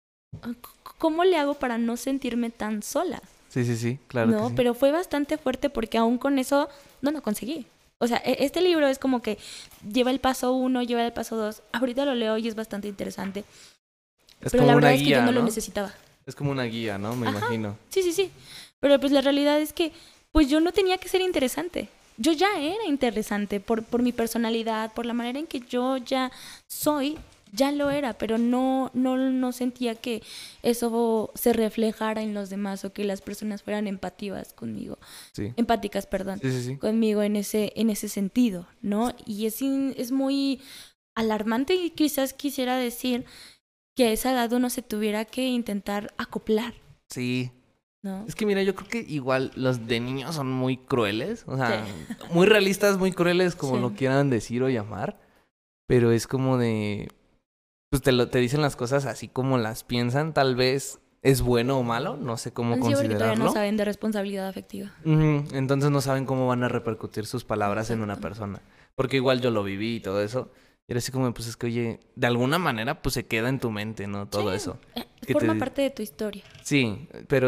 ¿Cómo le hago para no sentirme tan sola? Sí, sí, sí, claro No, que sí. pero fue bastante fuerte porque aún con eso no lo conseguí. O sea, este libro es como que lleva el paso 1, lleva el paso 2. Ahorita lo leo y es bastante interesante. Es Pero como la una verdad es que yo guía, no lo ¿no? necesitaba. Es como una guía, ¿no? Me Ajá. imagino. Sí, sí, sí. Pero pues la realidad es que pues yo no tenía que ser interesante. Yo ya era interesante por mi personalidad, por la manera en que yo ya soy, ya lo era, pero no sentía que eso se reflejara en los demás o que las personas fueran empáticas conmigo. Sí. Empáticas, perdón, Sí, sí, sí. conmigo en ese sentido, ¿no? Y es muy alarmante y quizás quisiera decir que a esa edad uno se tuviera que intentar acoplar, Sí. ¿no? Es que mira, yo creo que igual los de niños son muy crueles, o sea, muy realistas, muy crueles, como Sí. lo quieran decir o llamar, pero es como de, pues te dicen las cosas así como las piensan, tal vez es bueno o malo, no sé cómo Sí, porque todavía considerarlo. no saben de responsabilidad afectiva. Ujú. Entonces no saben cómo van a repercutir sus palabras en una Exacto. persona, porque igual yo lo viví y todo eso, y era así como, pues es que oye, de alguna manera pues se queda en tu mente, ¿no? Todo Sí, eso. Que forma te- parte de tu historia. Sí, pero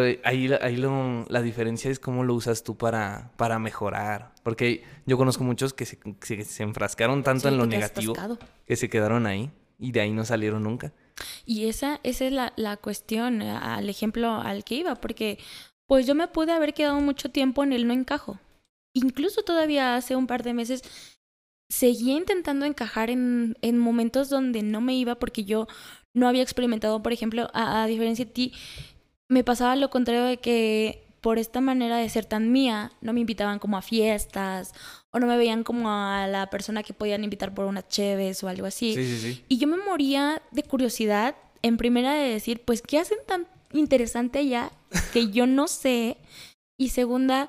la diferencia es cómo lo usas tú para mejorar. Porque yo conozco muchos que se enfrascaron tanto Sí, en lo te quedas negativo atascado. que se quedaron ahí y de ahí no salieron nunca. Y esa es la cuestión, al ejemplo al que iba, porque pues yo me pude haber quedado mucho tiempo en el no encajo. Incluso todavía hace un par de meses seguía intentando encajar en momentos donde no me iba porque yo no había experimentado, por ejemplo, a diferencia de ti, me pasaba lo contrario de que por esta manera de ser tan mía, no me invitaban como a fiestas o no me veían como a la persona que podían invitar por unas cheves o algo así. Sí, sí, sí. Y yo me moría de curiosidad, en primera de decir, pues, ¿qué hacen tan interesante allá que yo no sé? Y segunda,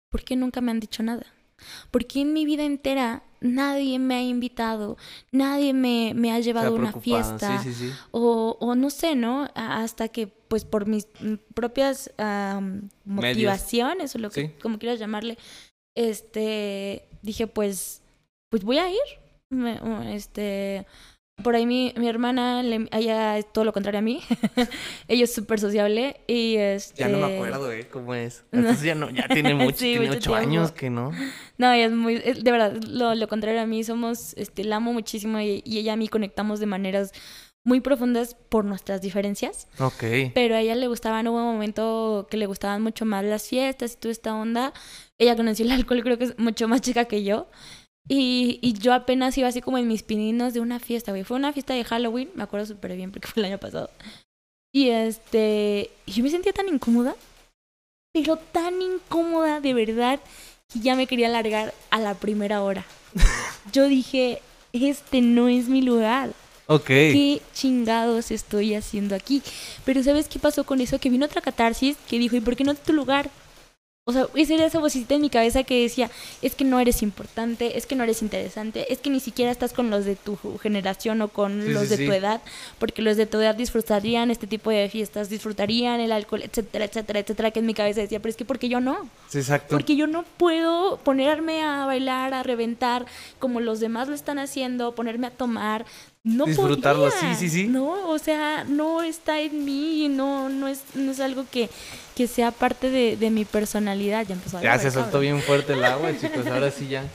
¿por qué nunca me han dicho nada? ¿Por qué en mi vida entera nadie me ha invitado, nadie me ha llevado a una fiesta? Sí. O no sé, ¿no? Hasta que, pues, por mis propias motivaciones, o lo que, como quieras llamarle, dije, pues voy a ir. Por ahí mi hermana, ella es todo lo contrario a mí. Ella es súper sociable y Ya no me acuerdo, ¿cómo es? Entonces ya tiene mucho, sí, tiene mucho 8 tiempo. años que no. No, ella es muy, de verdad, lo contrario a mí. Somos, la amo muchísimo y ella y a mí conectamos de maneras muy profundas por nuestras diferencias. Ok. Pero a ella le gustaban, hubo un momento que le gustaban mucho más las fiestas y toda esta onda. Ella conoció el alcohol, creo que es mucho más chica que yo. Y yo apenas iba así como en mis pininos de una fiesta, güey. Fue una fiesta de Halloween, me acuerdo súper bien porque fue el año pasado. Y yo me sentía tan incómoda, pero tan incómoda de verdad, que ya me quería largar a la primera hora. Yo dije, no es mi lugar. Ok. ¿Qué chingados estoy haciendo aquí? Pero ¿sabes qué pasó con eso? Que vino otra catarsis que dijo, ¿y por qué no es tu lugar? O sea, esa era esa vocecita en mi cabeza que decía, es que no eres importante, es que no eres interesante, es que ni siquiera estás con los de tu generación o con los de tu edad, porque los de tu edad disfrutarían este tipo de fiestas, disfrutarían el alcohol, etcétera, etcétera, etcétera, que en mi cabeza decía, pero es que porque yo no. Sí, exacto. Porque yo no puedo ponerme a bailar, a reventar, como los demás lo están haciendo, ponerme a tomar. No disfrutarlo, podía. sí. No, o sea, no está en mí, no es algo que sea parte de mi personalidad. Ya empezó a Ya se soltó bien fuerte el agua, chicos, ahora sí ya.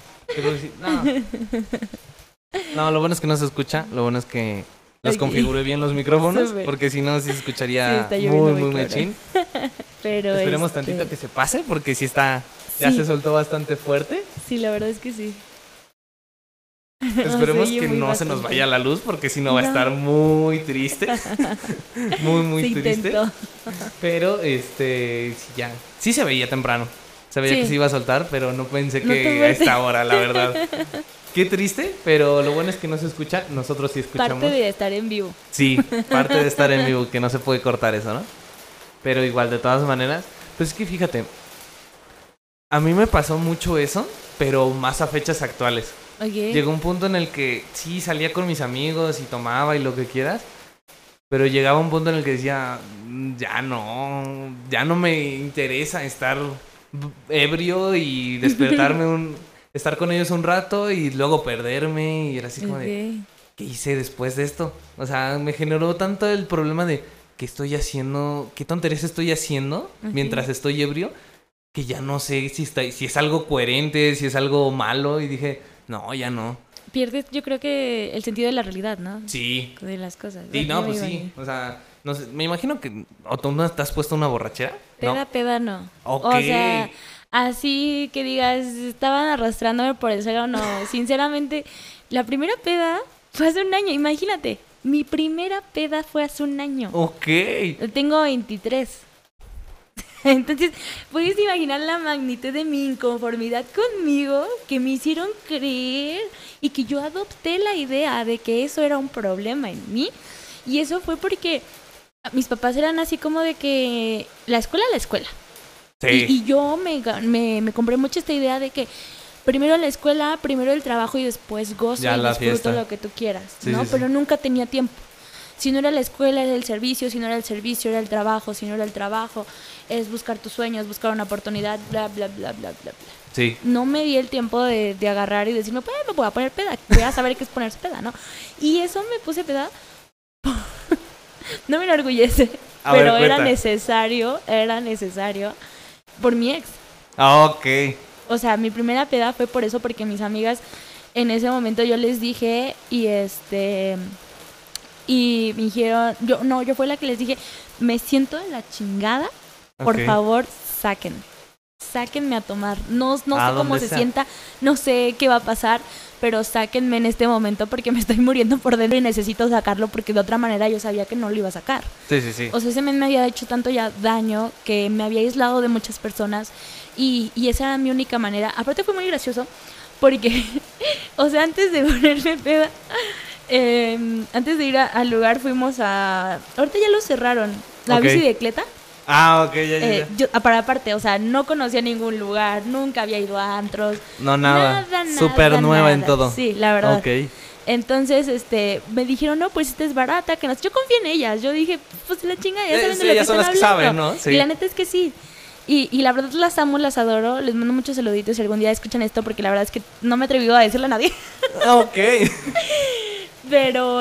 No, lo bueno es que no se escucha, lo bueno es que los configuré bien los micrófonos, porque si no, sí se escucharía muy machín. Pero esperemos tantito que se pase, porque sí está, ya se soltó bastante fuerte. Sí, la verdad es que sí. Esperemos que no se nos vaya la luz, porque si no va a estar muy triste. muy triste. Intentó. Pero sí se veía temprano. Se veía que se iba a soltar, pero no pensé que a esta hora, la verdad. Qué triste, pero lo bueno es que no se escucha. Nosotros sí escuchamos. Parte de estar en vivo. Sí, parte de estar en vivo, que no se puede cortar eso, ¿no? Pero igual, de todas maneras, pues es que fíjate, a mí me pasó mucho eso, pero más a fechas actuales. Okay. Llegó un punto en el que sí salía con mis amigos y tomaba y lo que quieras, pero llegaba un punto en el que decía, ya no me interesa estar ebrio y despertarme estar con ellos un rato y luego perderme, y era así como de, ¿qué hice después de esto? O sea, me generó tanto el problema de ¿qué estoy haciendo? ¿Qué tonterías estoy haciendo mientras estoy ebrio? Que ya no sé si es algo coherente, si es algo malo, y dije, no, ya no. Pierdes, yo creo que el sentido de la realidad, ¿no? Sí. De las cosas. Sí, no, pues sí. O sea, no sé, me imagino que... ¿O tú no estás puesto una borrachera? Peda no. Ok. O sea, así que digas, estaban arrastrándome por el suelo, no. Sinceramente, la primera peda fue hace un año, imagínate. Mi primera peda fue hace un año. Ok. Tengo 23. Entonces, puedes imaginar la magnitud de mi inconformidad conmigo, que me hicieron creer y que yo adopté la idea de que eso era un problema en mí. Y eso fue porque mis papás eran así como de que la escuela. Sí. Y yo me compré mucho esta idea de que primero la escuela, primero el trabajo y después gozo y disfruto fiesta. Lo que tú quieras, sí, ¿no? Sí, pero nunca tenía tiempo. Si no era la escuela, era el servicio. Si no era el servicio, era el trabajo. Si no era el trabajo, es buscar tus sueños, buscar una oportunidad, bla, bla, bla, bla, bla, bla. Sí. No me di el tiempo de agarrar y decirme, pues me voy a poner peda. Voy a saber qué es ponerse peda, ¿no? Y eso me puse peda. No me enorgullece, pero era necesario por mi ex. Ok. O sea, mi primera peda fue por eso, porque mis amigas en ese momento yo les dije y me dijeron, yo fue la que les dije, me siento de la chingada, por favor, sáquenme a tomar. No sé cómo se sienta, no sé qué va a pasar, pero sáquenme en este momento porque me estoy muriendo por dentro y necesito sacarlo, porque de otra manera yo sabía que no lo iba a sacar. Sí. O sea, ese men me había hecho tanto ya daño que me había aislado de muchas personas y esa era mi única manera. Aparte fue muy gracioso porque, o sea, antes de ponerme peda, antes de ir al lugar fuimos a... Ahorita ya lo cerraron. La bicicleta. Ah, ok, ya. Para aparte, o sea, no conocía ningún lugar, nunca había ido a antros. No, nada. Nada, Súper nueva en nada. todo. Sí, la verdad. Ok. Entonces, me dijeron, no, pues esta es barata, que no. Yo confié en ellas. Yo dije, pues la chinga, ya saben de lo que ellas son están las que hablando. saben, ¿no? Sí. Y la neta es que sí. Y la verdad las amo, las adoro. Les mando muchos saluditos si algún día escuchan esto, porque la verdad es que no me he atrevido a decirle a nadie. Ok. Pero,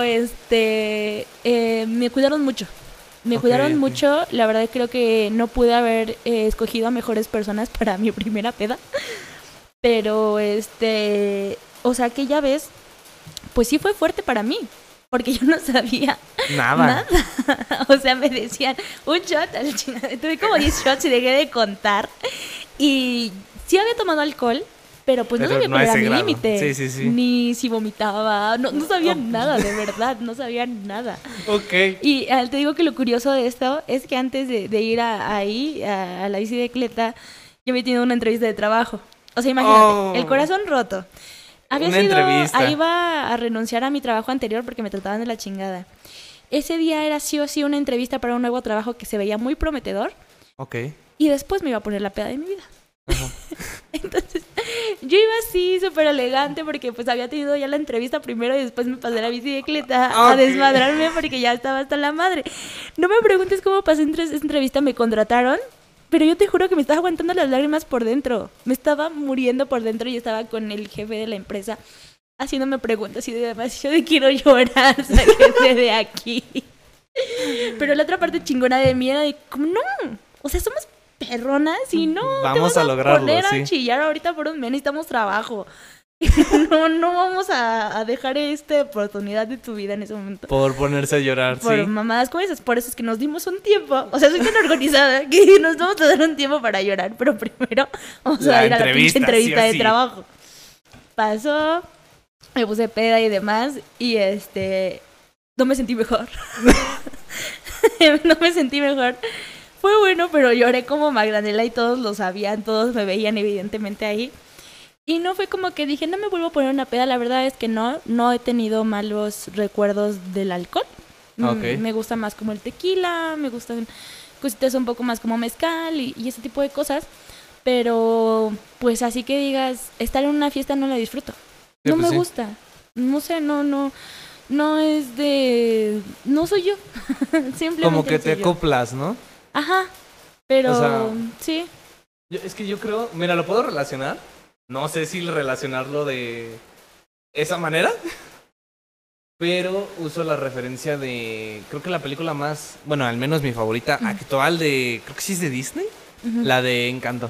me cuidaron mucho. Me cuidaron mucho. La verdad creo que no pude haber escogido a mejores personas para mi primera peda. Pero, o sea, aquella vez, pues sí fue fuerte para mí. Porque yo no sabía nada. O sea, me decían, un shot, al chingada. Tuve como 10 shots y dejé de contar. Y sí había tomado alcohol, pero pues no sabía cuál era mi límite. Sí. Ni si vomitaba. No sabía nada, de verdad. No sabía nada. Ok. Y te digo que lo curioso de esto es que antes de ir a la bicicleta, yo había tenido una entrevista de trabajo. O sea, imagínate, el corazón roto. Iba a renunciar a mi trabajo anterior porque me trataban de la chingada. Ese día era sí o sí una entrevista para un nuevo trabajo que se veía muy prometedor. Ok. Y después me iba a poner la peda de mi vida. Entonces, yo iba así súper elegante porque pues había tenido ya la entrevista primero y después me pasé la bicicleta a desmadrarme porque ya estaba hasta la madre. No me preguntes cómo pasé entre esa entrevista, me contrataron. Pero yo te juro que me estaba aguantando las lágrimas por dentro. Me estaba muriendo por dentro y estaba con el jefe de la empresa haciéndome preguntas y demás. Yo quiero llorar, sáquenme de aquí. Pero la otra parte chingona de mí era de, ¿cómo no? O sea, somos perronas y no vamos te vas a lograrlo, poner sí. a chillar ahorita por un mes, necesitamos trabajo. No vamos a dejar esta oportunidad de tu vida en ese momento. Por ponerse a llorar, por mamadas como esas. Por eso es que nos dimos un tiempo. O sea, soy tan organizada que nos vamos a dar un tiempo para llorar. Pero primero vamos a ir a la pinche entrevista de trabajo. Pasó, me puse peda y demás. Y no me sentí mejor. No me sentí mejor. Fue bueno, pero lloré como Magdalena y todos lo sabían. Todos me veían evidentemente ahí. Y no fue como que dije, no me vuelvo a poner una peda. La verdad es que no he tenido malos recuerdos del alcohol. Okay. Me gusta más como el tequila, me gustan cositas un poco más como mezcal y ese tipo de cosas. Pero, pues así que digas, estar en una fiesta no la disfruto. Sí, no me gusta. No sé, no es de... No soy yo. Simplemente como que te yo. acoplas, ¿no? Ajá, pero o sea, sí. Es que yo creo, mira, ¿lo puedo relacionar? No sé si relacionarlo de esa manera, pero uso la referencia de, creo que la película más, bueno, al menos mi favorita actual de, creo que sí es de Disney, la de Encanto.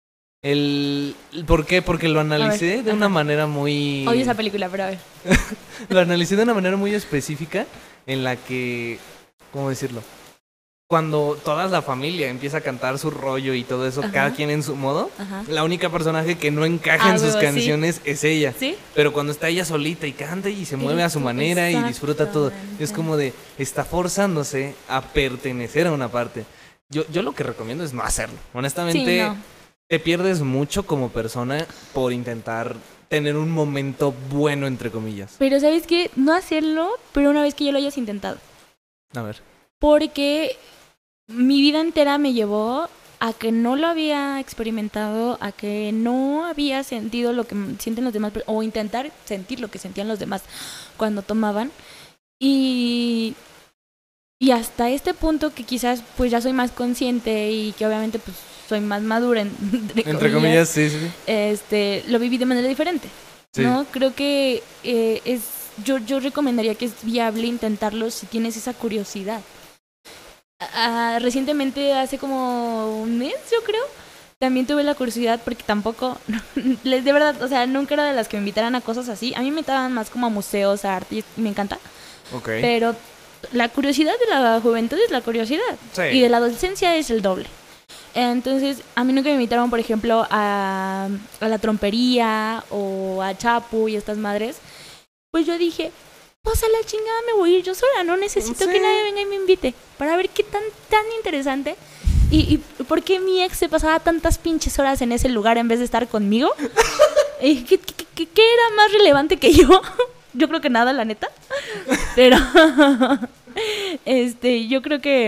¿Por qué? Porque lo analicé de una manera muy... Odio esa película, pero a ver. Lo analicé de una manera muy específica en la que, ¿cómo decirlo? Cuando toda la familia empieza a cantar su rollo y todo eso, cada quien en su modo, la única personaje que no encaja en sus canciones es ella. ¿Sí? Pero cuando está ella solita y canta y se mueve a su manera y disfruta todo, es como de, está forzándose a pertenecer a una parte. Yo lo que recomiendo es no hacerlo. Honestamente, te pierdes mucho como persona por intentar tener un momento bueno, entre comillas. Pero ¿sabes qué? No hacerlo, pero una vez que ya lo hayas intentado. A ver. Porque mi vida entera me llevó a que no lo había experimentado, a que no había sentido lo que sienten los demás, o intentar sentir lo que sentían los demás cuando tomaban. Y hasta este punto que quizás pues ya soy más consciente y que obviamente pues soy más madura, entre comillas, sí. Lo viví de manera diferente, ¿no? Creo que yo recomendaría que es viable intentarlo si tienes esa curiosidad. Recientemente, hace como un mes, yo creo, también tuve la curiosidad porque tampoco, de verdad, o sea, nunca era de las que me invitaran a cosas así. A mí me invitaban más como a museos, a arte, y me encanta. Okay. Pero la curiosidad de la juventud es la curiosidad. Sí. Y de la adolescencia es el doble. Entonces, a mí nunca me invitaron, por ejemplo, a la trompería o a Chapu y estas madres. Pues yo dije, pues a la chingada me voy a ir yo sola, no necesito que nadie venga y me invite para ver qué tan interesante y por qué mi ex se pasaba tantas pinches horas en ese lugar en vez de estar conmigo. ¿Qué era más relevante que yo? Yo creo que nada, la neta. Pero yo creo que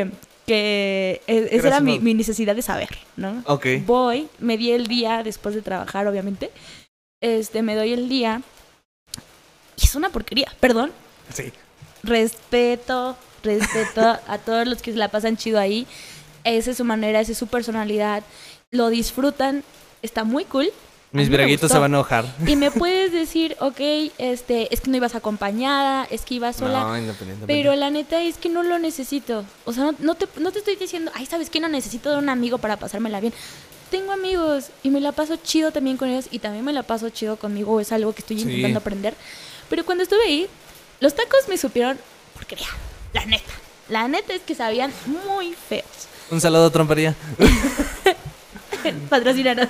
esa era mi necesidad de saber, ¿no? Ok. Me di el día después de trabajar, obviamente. Me doy el día y es una porquería, perdón. Sí. Respeto a todos los que se la pasan chido ahí. Esa es su manera, esa es su personalidad. Lo disfrutan, está muy cool. Mis braguitos se van a enojar. Y me puedes decir, ok, es que no ibas acompañada, es que ibas sola. No, independientemente. Pero la neta es que no lo necesito. O sea, no te estoy diciendo, ay, ¿sabes qué? No necesito de un amigo para pasármela bien. Tengo amigos y me la paso chido también con ellos y también me la paso chido conmigo. Es algo que estoy intentando aprender. Pero cuando estuve ahí, los tacos me supieron porquería. La neta. La neta es que sabían muy feos. Un saludo a Trompería. Patrocínanos.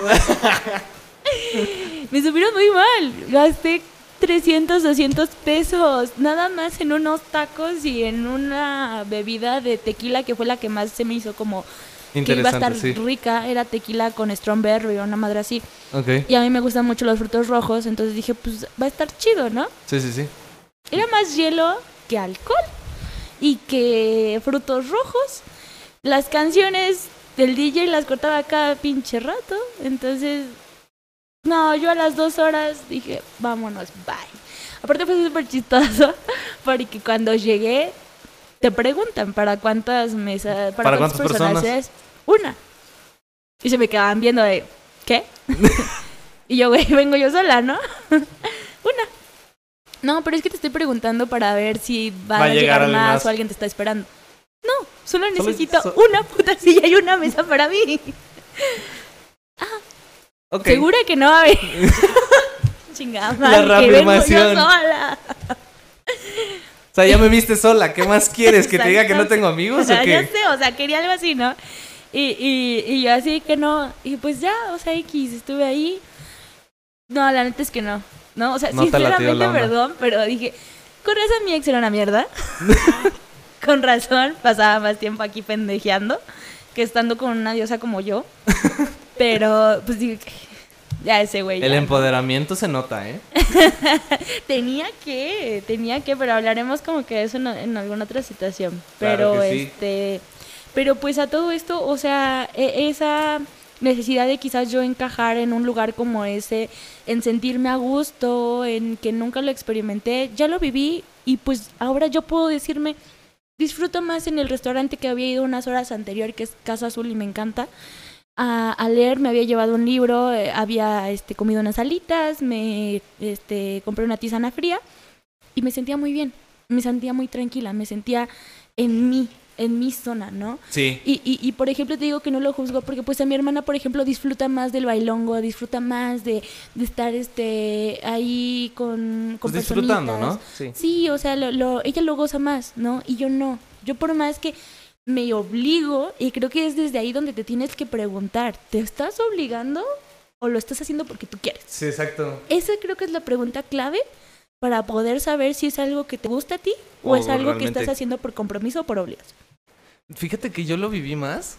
Me supieron muy mal. Gasté 300, 200 pesos nada más en unos tacos y en una bebida de tequila que fue la que más se me hizo como que iba a estar rica. Era tequila con strawberry o una madre así. Okay. Y a mí me gustan mucho los frutos rojos, entonces dije, pues va a estar chido, ¿no? Sí. Era más hielo que alcohol y que frutos rojos. Las canciones del DJ las cortaba cada pinche rato, entonces no, yo a las 2 horas dije, vámonos, bye. Aparte fue súper chistoso porque cuando llegué te preguntan para cuántas mesas, para cuántas personas es. Una. Y se me quedaban viendo de, ¿qué? Y yo, güey, vengo yo sola, ¿no? Una. No, pero es que te estoy preguntando para ver si va a llegar más o alguien te está esperando. No, solo necesito una puta silla y una mesa para mí. Okay. ¿Segura que no va a haber? Chingada madre, la que vengo yo reafirmación. sola. O sea, ya me viste sola. ¿Qué más quieres? ¿Que te diga que no tengo amigos o qué? Ya sé, o sea, quería algo así, ¿no? Y yo así que no. Y pues ya, o sea, X, estuve ahí. No, la neta es que no. No, o sea, no sinceramente, perdón, pero dije, con razón mi ex era una mierda. Con razón, pasaba más tiempo aquí pendejeando que estando con una diosa como yo. Pero, pues dije, ya ese güey. El empoderamiento se nota, ¿eh? tenía que, pero hablaremos como que de eso en alguna otra situación. Claro Pero, que sí. Pero pues a todo esto, o sea, esa necesidad de quizás yo encajar en un lugar como ese, en sentirme a gusto, en que nunca lo experimenté, ya lo viví y pues ahora yo puedo decirme, disfruto más en el restaurante que había ido unas horas anterior, que es Casa Azul y me encanta, a leer. Me había llevado un libro, había comido unas alitas, me compré una tisana fría y me sentía muy bien, me sentía muy tranquila, me sentía en mi zona, ¿no? Sí. Y por ejemplo te digo que no lo juzgo porque pues a mi hermana, por ejemplo, disfruta más del bailongo, disfruta más de estar ahí con pues personitas. disfrutando, ¿no? Sí, o sea, ella lo goza más, ¿no? Y yo no. Yo por más que me obligo, y creo que es desde ahí donde te tienes que preguntar, ¿te estás obligando o lo estás haciendo porque tú quieres? Sí, exacto. Esa creo que es la pregunta clave para poder saber si es algo que te gusta a ti o es algo realmente que estás haciendo por compromiso o por obligación. Fíjate que yo lo viví más,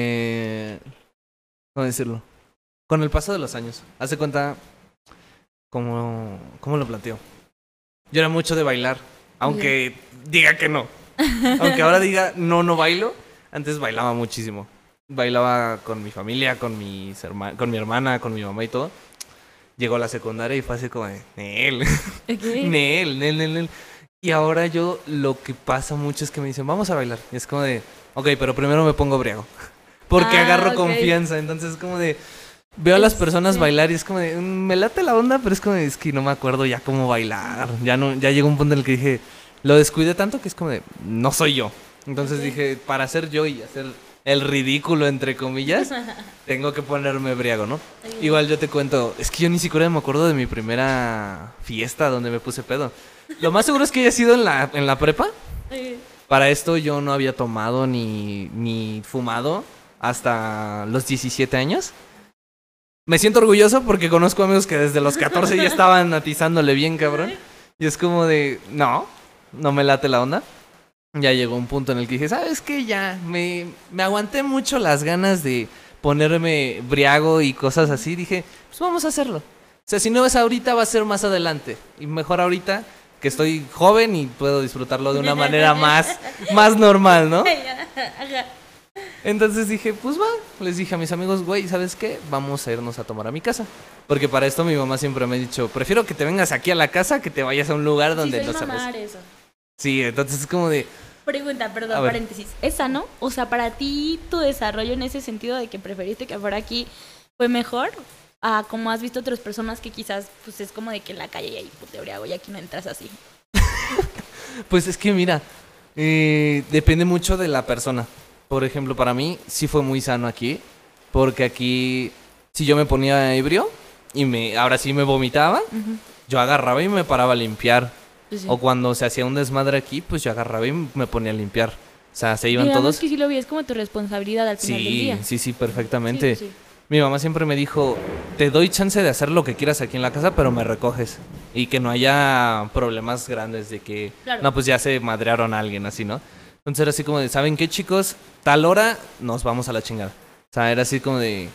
¿cómo decirlo? Con el paso de los años. Hace cuenta, ¿cómo lo planteo? Yo era mucho de bailar, aunque diga que no. Aunque ahora diga no bailo, antes bailaba muchísimo. Bailaba con mi familia, con mi hermana, con mi mamá y todo. Llegó la secundaria y fue así como de, Nel. Y ahora yo lo que pasa mucho es que me dicen, vamos a bailar. Y es como de, ok, pero primero me pongo briago. Porque agarro confianza. Entonces es como de, veo a las personas bailar y es como de, me late la onda, pero es como de, es que no me acuerdo ya cómo bailar. Ya llegó un punto en el que dije, lo descuidé tanto que es como de, no soy yo. Entonces dije, para ser yo y hacer el ridículo, entre comillas, tengo que ponerme briago, ¿no? Igual yo te cuento, es que yo ni siquiera me acuerdo de mi primera fiesta donde me puse pedo. Lo más seguro es que haya sido en la prepa. Para esto yo no había tomado ni fumado hasta los 17 años. Me siento orgulloso porque conozco amigos que desde los 14 ya estaban atizándole bien, cabrón. Y es como de, no me late la onda. Ya llegó un punto en el que dije, ¿sabes qué? Ya me aguanté mucho las ganas de ponerme briago y cosas así. Dije, pues vamos a hacerlo. O sea, si no es ahorita, va a ser más adelante. Y mejor ahorita, que estoy joven y puedo disfrutarlo de una manera más normal, ¿no? Ajá. Entonces dije, pues va. Les dije a mis amigos, güey, ¿sabes qué? Vamos a irnos a tomar a mi casa. Porque para esto mi mamá siempre me ha dicho, prefiero que te vengas aquí a la casa que te vayas a un lugar donde Sí, no soy sabes. mamar eso. Sí, entonces es como de, Pregunta, A perdón, ver. paréntesis. ¿Es sano? O sea, para ti, tu desarrollo en ese sentido de que preferiste que fuera aquí fue mejor a como has visto otras personas que quizás, pues es como de que en la calle y ahí putebriago y aquí no entras así. pues es que mira, depende mucho de la persona. Por ejemplo, para mí sí fue muy sano aquí, porque aquí si yo me ponía ebrio y ahora sí me vomitaba, yo agarraba y me paraba a limpiar. Pues sí. O cuando se hacía un desmadre aquí, pues yo agarraba y me ponía a limpiar. O sea, se iban Digamos todos. que sí lo vi, es como tu responsabilidad al final del día. Sí, perfectamente. Sí, sí. Mi mamá siempre me dijo, te doy chance de hacer lo que quieras aquí en la casa, pero me recoges. Y que no haya problemas grandes de que, Claro. no, pues ya se madrearon a alguien, así, ¿no? Entonces era así como de, ¿saben qué, chicos? Tal hora nos vamos a la chingada. O sea, era así como de,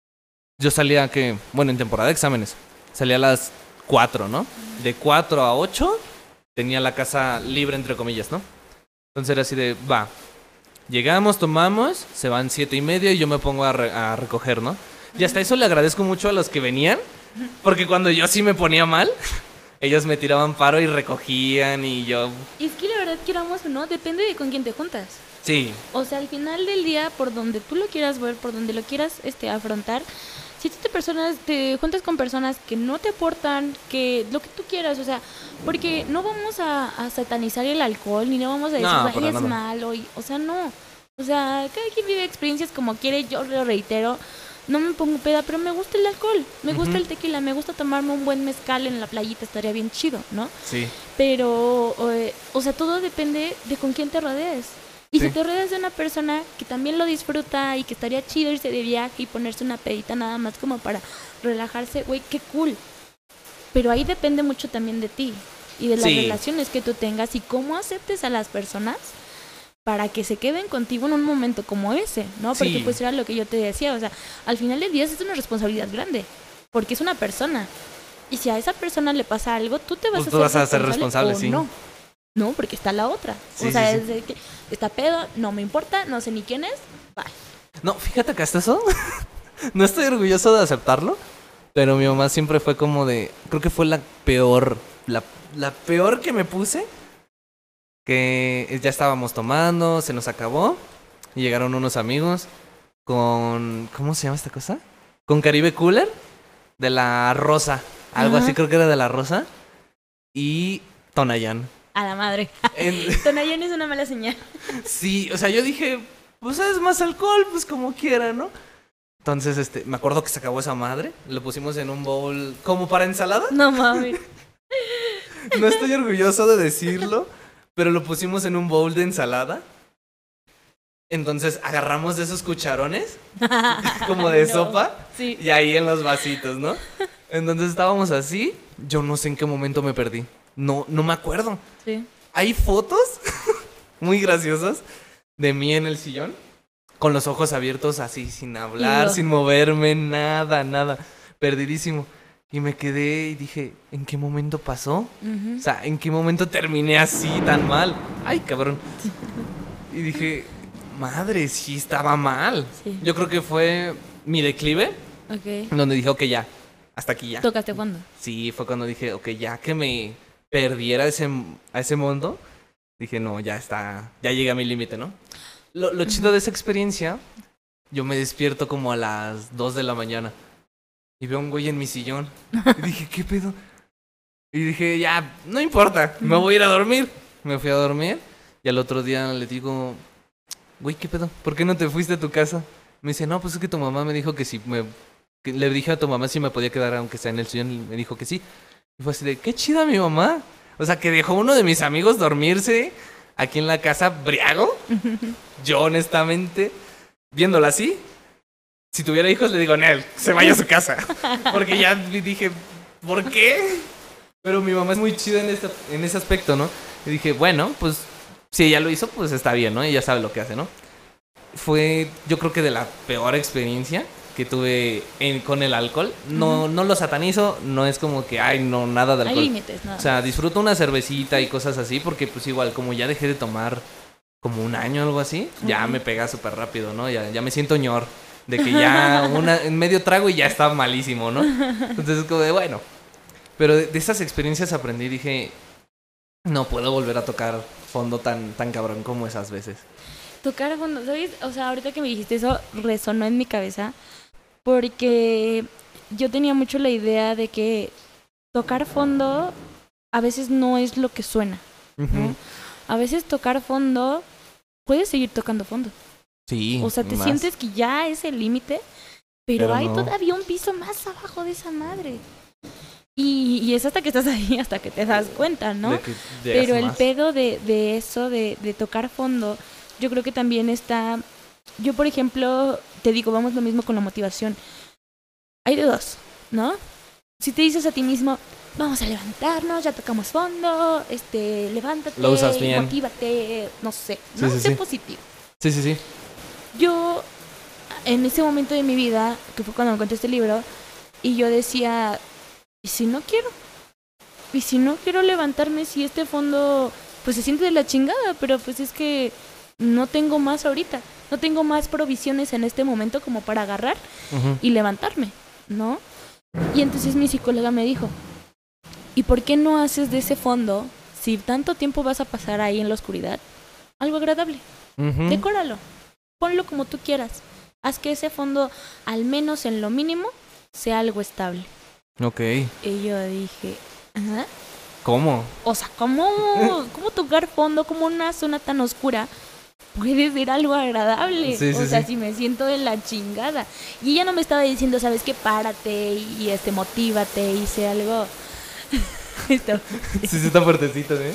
yo salía que, bueno, en temporada de exámenes, salía a las 4, ¿no? De 4 a 8 tenía la casa libre, entre comillas, ¿no? Entonces era así de, va, llegamos, tomamos, se van 7:30 y yo me pongo a recoger, ¿no? Y hasta eso le agradezco mucho a los que venían, porque cuando yo sí me ponía mal, ellos me tiraban paro y recogían y yo, Y es que la verdad, queramos o no, depende de con quién te juntas. sí, O sea, al final del día, por donde tú lo quieras ver, por donde lo quieras afrontar, si tú te juntas con personas que no te aportan, que lo que tú quieras, o sea, porque no vamos a satanizar el alcohol, ni no vamos a decir, No, "Ay, para es nada. malo", o sea, no. O sea, cada quien vive experiencias como quiere, yo lo reitero, no me pongo peda, pero me gusta el alcohol, me gusta Ujú. el tequila, me gusta tomarme un buen mezcal en la playita, estaría bien chido, ¿no? sí, Pero, o sea, todo depende de con quién te rodees. Y Sí. si te rodeas de una persona que también lo disfruta y que estaría chido irse de viaje y ponerse una pedita nada más como para relajarse, güey, qué cool. Pero ahí depende mucho también de ti y de las Sí. relaciones que tú tengas y cómo aceptes a las personas para que se queden contigo en un momento como ese, ¿no? Porque Sí. pues era lo que yo te decía, o sea, al final del día es una responsabilidad grande, porque es una persona. Y si a esa persona le pasa algo, tú te vas Pues a tú vas a ser responsable, o sí. no. No, porque está la otra. Sí, o sea, sí, es de que está pedo, no me importa, no sé ni quién es, bye. No, fíjate que hasta eso, no estoy orgulloso de aceptarlo, pero mi mamá siempre fue como de, creo que fue la peor que me puse, que ya estábamos tomando, se nos acabó, y llegaron unos amigos con, ¿cómo se llama esta cosa? Con Caribe Cooler, de la Rosa, algo Ajá. así creo que era de la Rosa, y Tonayán. A la madre. En- Tonayán es una mala señal. Sí, o sea, yo dije, pues es más alcohol, pues como quiera, ¿no? Entonces, me acuerdo que se acabó esa madre, lo pusimos en un bowl como para ensalada. No mames. No estoy orgulloso de decirlo, pero lo pusimos en un bowl de ensalada. Entonces agarramos de esos cucharones, como de No. sopa, Sí. y ahí en los vasitos, ¿no? Entonces estábamos así, yo no sé en qué momento me perdí. No me acuerdo. Sí. Hay fotos muy graciosas de mí en el sillón, con los ojos abiertos así, sin hablar, Yo. sin moverme, nada, perdidísimo. Y me quedé y dije, ¿en qué momento pasó? Ujú. O sea, ¿en qué momento terminé así tan mal? Ay, cabrón. Y dije, madre, sí estaba mal. Sí. Yo creo que fue mi declive, Ok. donde dije, ok, ya, hasta aquí ya. Tocaste fondo. Sí, fue cuando dije, ok, ya que me perdiera a ese mundo, dije, no, ya está, ya llegué a mi límite, ¿no? Lo chido de esa experiencia, yo me despierto como a las 2 de la mañana y veo a un güey en mi sillón. Y dije, ¿qué pedo? Y dije, ya, no importa, me voy a ir a dormir. Me fui a dormir y al otro día le digo, güey, ¿qué pedo? ¿Por qué no te fuiste a tu casa? Me dice, no, pues es que tu mamá me dijo que si que le dije a tu mamá si me podía quedar aunque sea en el sillón y me dijo que sí. Y fue así de, qué chida mi mamá. O sea, que dejó uno de mis amigos dormirse aquí en la casa briago. Yo, honestamente, viéndola así, si tuviera hijos, le digo, Nel, se vaya a su casa. Porque ya dije, ¿por qué? Pero mi mamá es muy chida en ese aspecto, ¿no? Y dije, bueno, pues si ella lo hizo, pues está bien, ¿no? Ella sabe lo que hace, ¿no? Fue, yo creo que de la peor experiencia que tuve con el alcohol. No lo satanizo, no es como que, ay, no, nada de Hay alcohol. límites, ¿no? O sea, disfruto una cervecita y cosas así porque pues igual como ya dejé de tomar como un año, algo así, ya me pega súper rápido, ¿no? Ya me siento ñor. De que ya en medio trago y ya está malísimo, ¿no? Entonces es como de, bueno. Pero de esas experiencias aprendí, dije, no puedo volver a tocar fondo tan cabrón como esas veces. Tocar fondo, ¿sabes? O sea, ahorita que me dijiste eso, resonó en mi cabeza. Porque yo tenía mucho la idea de que tocar fondo a veces no es lo que suena, ¿no? A veces tocar fondo, puedes seguir tocando fondo. Sí. O sea, te sientes que ya es el límite, pero hay no. todavía un piso más abajo de esa madre. Y es hasta que estás ahí, hasta que te das cuenta, ¿no? Pero el pedo de eso, de tocar fondo, yo creo que también está... Yo, por ejemplo, te digo, vamos lo mismo con la motivación. Hay de dos, ¿no? Si te dices a ti mismo, vamos a levantarnos, ya tocamos fondo, levántate, lo usas bien, motívate, no sé, ¿no? Sí, Sé positivo. Sí. Yo, en ese momento de mi vida, que fue cuando me encontré este libro, y yo decía, ¿y si no quiero? ¿Y si no quiero levantarme si este fondo, pues se siente de la chingada, pero pues es que no tengo más ahorita, no tengo más provisiones en este momento como para agarrar y levantarme, ¿no? Y entonces mi psicóloga me dijo, ¿y por qué no haces de ese fondo, si tanto tiempo vas a pasar ahí en la oscuridad, algo agradable? Decóralo, ponlo como tú quieras. Haz que ese fondo, al menos en lo mínimo, sea algo estable. Ok. Y yo dije, ¿ah? ¿Cómo? O sea, ¿cómo tocar fondo, como una zona tan oscura puede ser algo agradable? O sea, si me siento de la chingada. Y ella no me estaba diciendo, ¿sabes qué? Párate y motívate y sé algo. Sí, está fuertecito, ¿eh?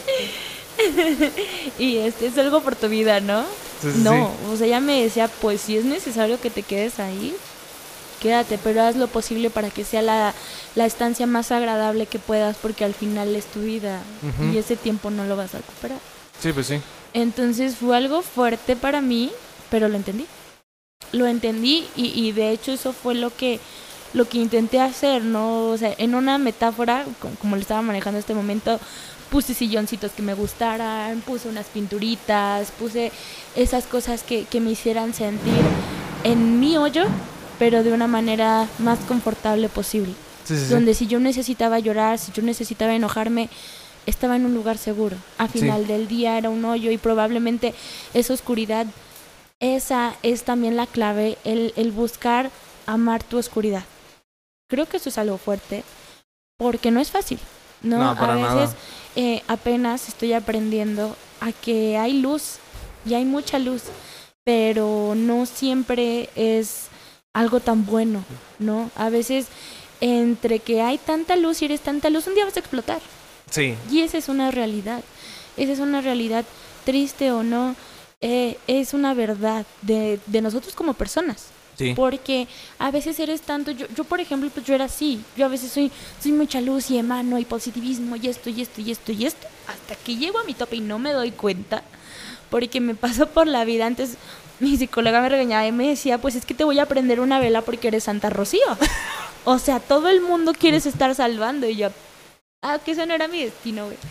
Y es algo por tu vida, ¿no? No, o sea, ella me decía, pues si es necesario que te quedes ahí, quédate, pero haz lo posible para que sea la estancia más agradable que puedas, porque al final es tu vida y ese tiempo no lo vas a recuperar. Sí, pues sí. Entonces fue algo fuerte para mí, pero lo entendí. Lo entendí y de hecho eso fue lo que intenté hacer, ¿no? O sea, en una metáfora, como lo estaba manejando en este momento, puse silloncitos que me gustaran, puse unas pinturitas, puse esas cosas que me hicieran sentir en mi hoyo, pero de una manera más confortable posible. Donde si yo necesitaba llorar, si yo necesitaba enojarme, estaba en un lugar seguro. Al final del día era un hoyo y probablemente esa oscuridad, esa es también la clave, el buscar amar tu oscuridad. Creo que eso es algo fuerte, porque no es fácil, ¿no? No, para a veces apenas estoy aprendiendo a que hay luz, y hay mucha luz, pero no siempre es algo tan bueno, ¿no? A veces entre que hay tanta luz y eres tanta luz, un día vas a explotar. Sí. Y esa es una realidad. Esa es una realidad, triste o no, es una verdad de nosotros como personas. Sí. Porque a veces eres tanto, yo por ejemplo, pues yo era así. Yo a veces soy mucha luz y emano y positivismo y esto, hasta que llego a mi tope y no me doy cuenta, porque me paso por la vida. Antes mi psicóloga me regañaba y me decía, pues es que te voy a prender una vela porque eres Santa Rocío. O sea, todo el mundo quieres estar salvando. Y yo, que eso no era mi destino, güey.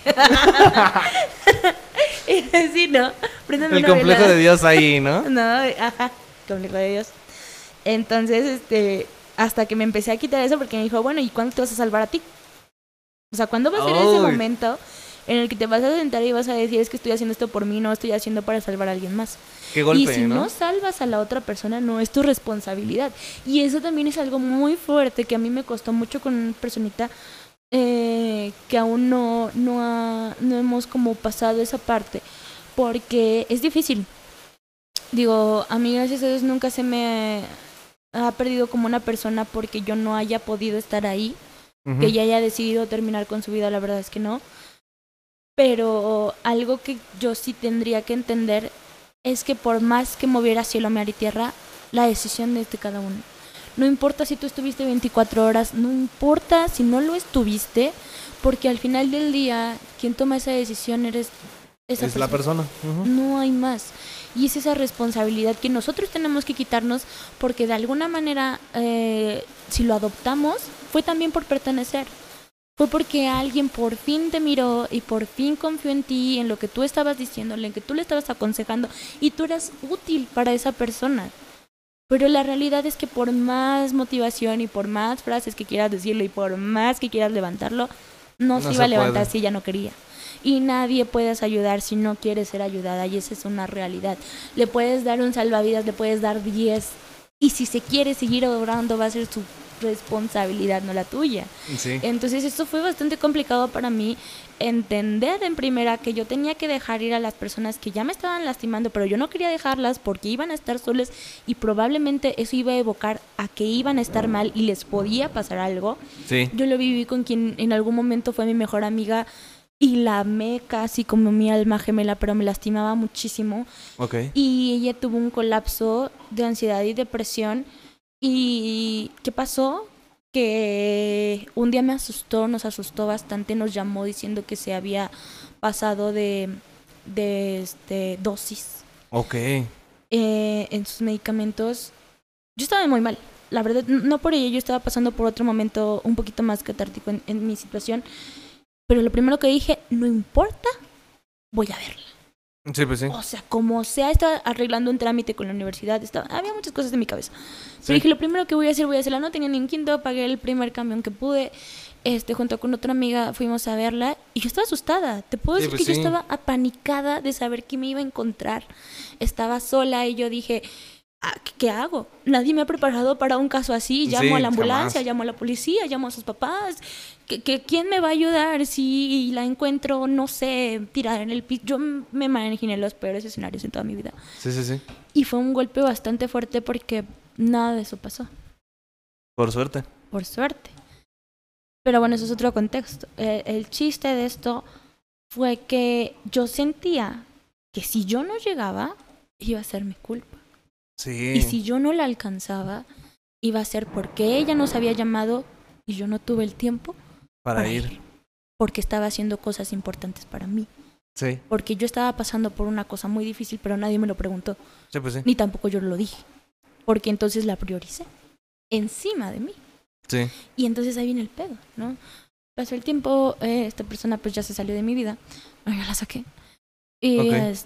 Sí, ¿no? Préndeme el complejo de Dios ahí, ¿no? No, complejo de Dios. Entonces, hasta que me empecé a quitar eso, porque me dijo, bueno, ¿y cuándo te vas a salvar a ti? O sea, ¿cuándo va a ser ese momento en el que te vas a sentar y vas a decir, es que estoy haciendo esto por mí, no estoy haciendo para salvar a alguien más? Qué golpe, y si no salvas a la otra persona, no es tu responsabilidad. Y eso también es algo muy fuerte que a mí me costó mucho con una personita que aún no hemos como pasado esa parte, porque es difícil. Digo, a mí gracias a Dios nunca se me ha perdido como una persona porque yo no haya podido estar ahí, que ella haya decidido terminar con su vida, la verdad es que no. Pero algo que yo sí tendría que entender es que por más que moviera cielo, mar y tierra, la decisión es de cada uno. No importa si tú estuviste 24 horas, no importa si no lo estuviste, porque al final del día, quien toma esa decisión es la persona. No hay más. Y es esa responsabilidad que nosotros tenemos que quitarnos, porque de alguna manera, si lo adoptamos, fue también por pertenecer. fue porque alguien por fin te miró y por fin confió en ti, en lo que tú estabas diciéndole, en que tú le estabas aconsejando y tú eras útil para esa persona. Pero la realidad es que por más motivación y por más frases que quieras decirle y por más que quieras levantarlo, no se iba a levantar si ella no quería. Y nadie puedes ayudar si no quieres ser ayudada, y esa es una realidad. Le puedes dar un salvavidas, le puedes dar 10, y si se quiere seguir orando va a ser su responsabilidad, no la tuya. Sí. Entonces esto fue bastante complicado para mí, entender en primera que yo tenía que dejar ir a las personas que ya me estaban lastimando, pero yo no quería dejarlas porque iban a estar solas y probablemente eso iba a evocar a que iban a estar mal y les podía pasar algo. Sí. Yo lo viví con quien en algún momento fue mi mejor amiga y la amé casi como mi alma gemela, pero me lastimaba muchísimo. Okay. Y ella tuvo un colapso de ansiedad y depresión. ¿Y qué pasó? Que un día nos asustó bastante, nos llamó diciendo que se había pasado de dosis Okay. en sus medicamentos. Yo estaba muy mal, la verdad, no por ello, yo estaba pasando por otro momento un poquito más catártico en mi situación, pero lo primero que dije, no importa, voy a verla. Sí, pues sí. O sea, como sea, estaba arreglando un trámite con la universidad, había muchas cosas en mi cabeza. Sí. Pero dije, lo primero que voy a hacerla. No tenía ni un quinto, pagué el primer camión que pude. Junto con otra amiga fuimos a verla y yo estaba asustada. Te puedo decir pues que yo estaba apanicada de saber qué me iba a encontrar. Estaba sola y yo dije, ¿qué hago? Nadie me ha preparado para un caso así. Llamo a la ambulancia, llamo a la policía, llamo a sus papás. ¿Quién me va a ayudar si la encuentro, no sé, tirada en el piso? Yo me imaginé los peores escenarios en toda mi vida. Sí, sí, sí. Y fue un golpe bastante fuerte porque nada de eso pasó. Por suerte. Por suerte. Pero bueno, eso es otro contexto. El chiste de esto fue que yo sentía que si yo no llegaba, iba a ser mi culpa. Sí. Y si yo no la alcanzaba, iba a ser porque ella nos había llamado y yo no tuve el tiempo para ir. Porque estaba haciendo cosas importantes para mí. Sí. Porque yo estaba pasando por una cosa muy difícil, pero nadie me lo preguntó. Sí, pues sí. Ni tampoco yo lo dije. Porque entonces la prioricé encima de mí. Sí. Y entonces ahí viene el pedo, ¿no? Pasó el tiempo, esta persona pues ya se salió de mi vida. Bueno, ya la saqué. Y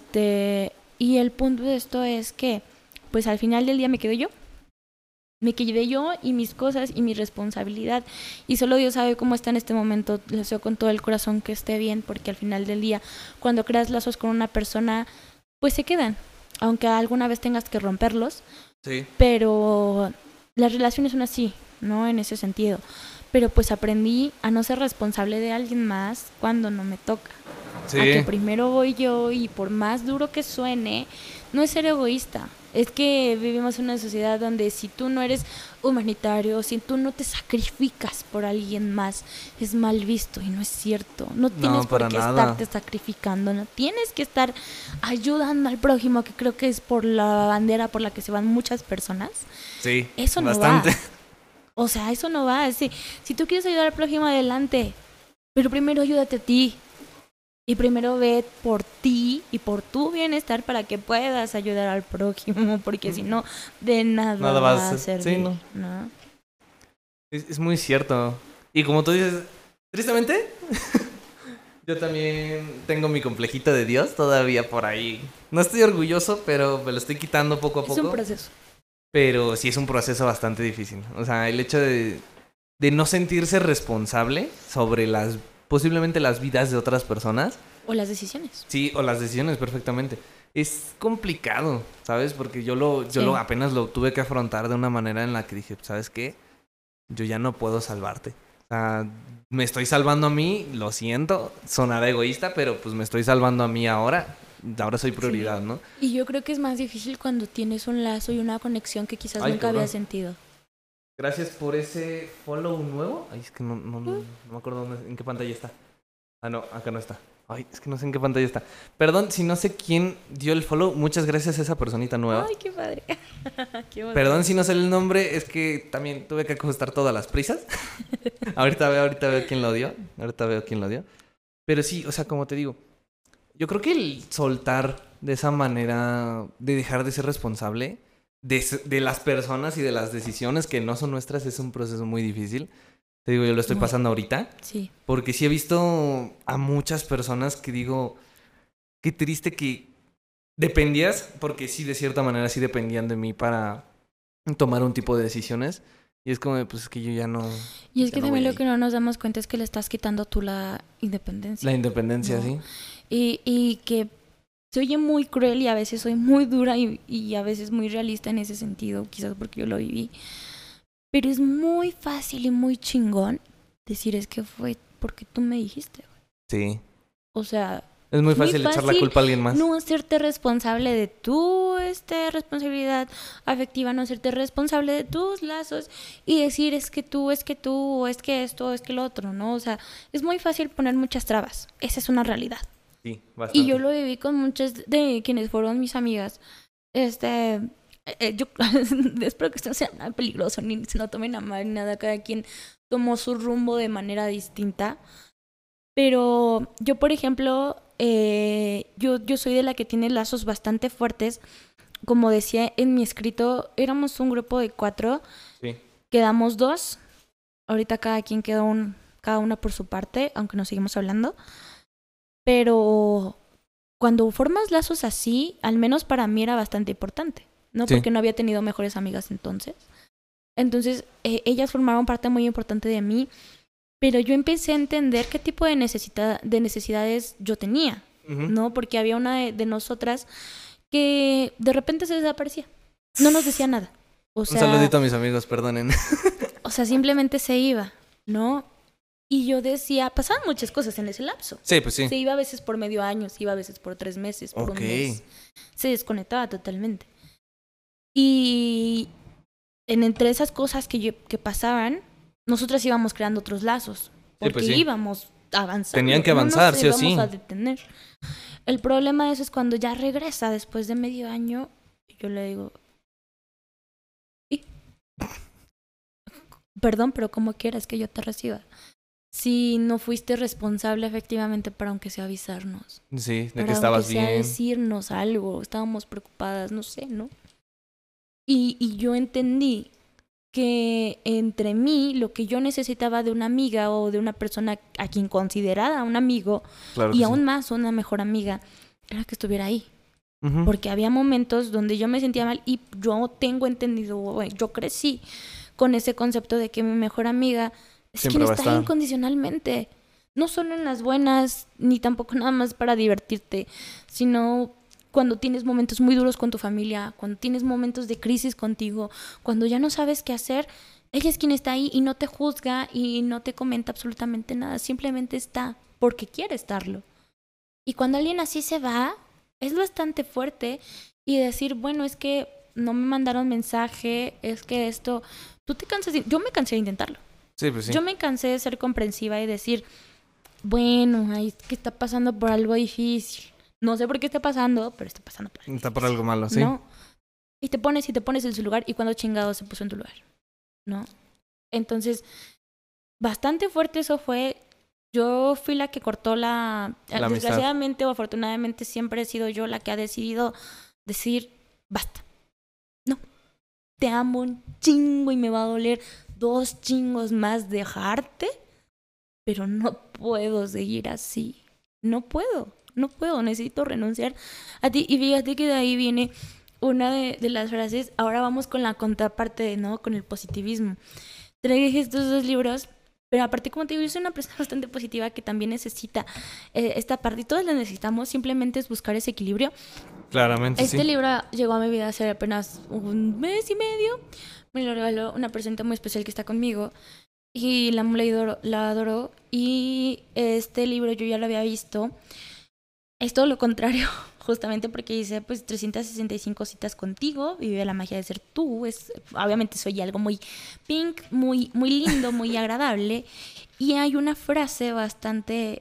y el punto de esto es que pues al final del día me quedé yo. Me quedé yo y mis cosas y mi responsabilidad. Y solo Dios sabe cómo está en este momento. Le deseo con todo el corazón que esté bien, porque al final del día, cuando creas lazos con una persona, pues se quedan. Aunque alguna vez tengas que romperlos. Sí. Pero las relaciones son así, ¿no? En ese sentido. Pero pues aprendí a no ser responsable de alguien más cuando no me toca. Sí. A que primero voy yo y por más duro que suene, no es ser egoísta. Es que vivimos en una sociedad donde si tú no eres humanitario, si tú no te sacrificas por alguien más, es mal visto y no es cierto. No tienes por qué estarte sacrificando, no tienes que estar ayudando al prójimo, que creo que es por la bandera por la que se van muchas personas. Sí, eso no bastante. Va. O sea, eso no va. Si tú quieres ayudar al prójimo, adelante. Pero primero ayúdate a ti. Y primero ve por ti y por tu bienestar para que puedas ayudar al prójimo, porque si no, de nada va a servir. Sí, ¿no? Es muy cierto. Y como tú dices, tristemente, yo también tengo mi complejito de Dios todavía por ahí. No estoy orgulloso, pero me lo estoy quitando poco a poco. Es un proceso. Pero sí es un proceso bastante difícil. O sea, el hecho de no sentirse responsable sobre posiblemente las vidas de otras personas. O las decisiones. Sí, o las decisiones, perfectamente. Es complicado, ¿sabes? Porque yo apenas lo tuve que afrontar de una manera en la que dije, ¿sabes qué? Yo ya no puedo salvarte. O sea, me estoy salvando a mí, lo siento, sonará egoísta, pero pues me estoy salvando a mí ahora. Ahora soy prioridad, sí. ¿No? Y yo creo que es más difícil cuando tienes un lazo y una conexión que quizás nunca había sentido. Gracias por ese follow nuevo. Ay, es que no me acuerdo en qué pantalla está. Ah, no, acá no está. Ay, es que no sé en qué pantalla está. Perdón si no sé quién dio el follow. Muchas gracias a esa personita nueva. Ay, qué padre. Qué Perdón si no sé el nombre. Es que también tuve que ajustar todas las prisas. ahorita veo quién lo dio. Pero sí, o sea, como te digo, yo creo que el soltar de esa manera, de dejar de ser responsable de las personas y de las decisiones que no son nuestras, es un proceso muy difícil. Te digo, yo lo estoy pasando ahorita. Sí. Porque sí he visto a muchas personas que digo, qué triste que dependías, porque sí, de cierta manera sí dependían de mí para tomar un tipo de decisiones. Y es como, pues es que yo ya no... Y es ya que no también voy lo ahí. que no nos damos cuenta es que le estás quitando tú la independencia. La independencia, No. sí. Y que se oye muy cruel y a veces soy muy dura y a veces muy realista en ese sentido, quizás porque yo lo viví. Pero es muy fácil y muy chingón decir es que fue porque tú me dijiste. Sí. O sea, Es muy es muy fácil echar la fácil culpa a alguien más. no hacerte responsable de tu responsabilidad afectiva, no hacerte responsable de tus lazos y decir es que tú, o es que esto, es que lo otro, ¿no? O sea, es muy fácil poner muchas trabas. Esa es una realidad. Sí, Y bastante. yo lo viví con muchas de quienes fueron mis amigas. Yo espero que esto no sea nada peligroso ni se lo tomen a mal, nada. Cada quien tomó su rumbo de manera distinta. Pero yo, por ejemplo, yo soy de la que tiene lazos bastante fuertes. Como decía en mi escrito, éramos un grupo de 4. Sí. Quedamos 2. Ahorita cada quien queda cada una por su parte, aunque nos seguimos hablando. Pero cuando formas lazos así, al menos para mí era bastante importante, ¿no? Sí. Porque no había tenido mejores amigas entonces. Entonces, ellas formaron parte muy importante de mí, pero yo empecé a entender qué tipo de necesidades yo tenía, Ujú. ¿no? Porque había una de nosotras que de repente se desaparecía. No nos decía nada. O sea, Un saludito a mis amigos, perdonen. o sea, simplemente se iba, ¿no? Y yo decía, pasaban muchas cosas en ese lapso. Sí, pues sí. Se iba a veces por medio año, se iba a veces por 3 meses, por Ok. un mes. Se desconectaba totalmente. Y entre esas cosas que pasaban, nosotras íbamos creando otros lazos. Porque pues sí. íbamos avanzando. Tenían que avanzar, no sí o nos sí. íbamos a detener. El problema de eso es cuando ya regresa después de medio año. Yo le digo, ¿y? Perdón, pero ¿cómo quieres que yo te reciba? Si no fuiste responsable efectivamente para aunque sea avisarnos. Sí, de Para que estabas aunque sea bien. decirnos algo, estábamos preocupadas, no sé, ¿no? Y yo entendí que entre mí, lo que yo necesitaba de una amiga o de una persona a quien considerara un amigo, Claro y que aún sí. más una mejor amiga, era que estuviera ahí. Ujú. Porque había momentos donde yo me sentía mal y yo tengo entendido, bueno, yo crecí con ese concepto de que mi mejor amiga es Siempre quien va a está ahí estar. incondicionalmente. No solo en las buenas, ni tampoco nada más para divertirte, sino cuando tienes momentos muy duros con tu familia, cuando tienes momentos de crisis contigo, cuando ya no sabes qué hacer, ella es quien está ahí y no te juzga y no te comenta absolutamente nada, simplemente está porque quiere estarlo. Y cuando alguien así se va, es bastante fuerte y decir, bueno, es que no me mandaron mensaje, es que esto, tú te cansas, yo me cansé de intentarlo. Sí, pues sí. Yo me cansé de ser comprensiva y decir, bueno, ay, es que está pasando por algo difícil. No sé por qué está pasando, pero está pasando por algo Está por difícil, algo malo, sí. ¿no? Y te pones en su lugar y cuando chingado se puso en tu lugar, ¿no? Entonces, bastante fuerte eso fue. Yo fui la que cortó La amistad. Desgraciadamente o afortunadamente siempre he sido yo la que ha decidido decir, basta. No, te amo un chingo y me va a doler 2 chingos más dejarte, pero no puedo seguir así. No puedo, necesito renunciar a ti. Y fíjate que de ahí viene una de las frases. Ahora vamos con la contraparte, ¿no? Con el positivismo. Traje estos 2 libros, pero aparte, como te digo, yo soy una persona bastante positiva que también necesita esta parte. Y todos la necesitamos, simplemente es buscar ese equilibrio. Claramente, Este sí. libro llegó a mi vida hace apenas 1 mes y medio. Me lo regaló una persona muy especial que está conmigo. Y la adoró. Y este libro yo ya lo había visto. Es todo lo contrario, justamente porque dice, pues, 365 citas contigo, vive la magia de ser tú. Obviamente soy algo muy pink, muy, muy lindo, muy agradable. Y hay una frase bastante,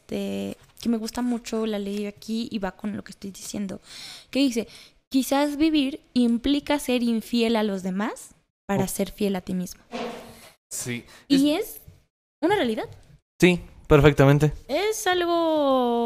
que me gusta mucho, la leí aquí y va con lo que estoy diciendo, que dice, quizás vivir implica ser infiel a los demás para ser fiel a ti mismo. Sí. Y es una realidad. Sí, perfectamente. Es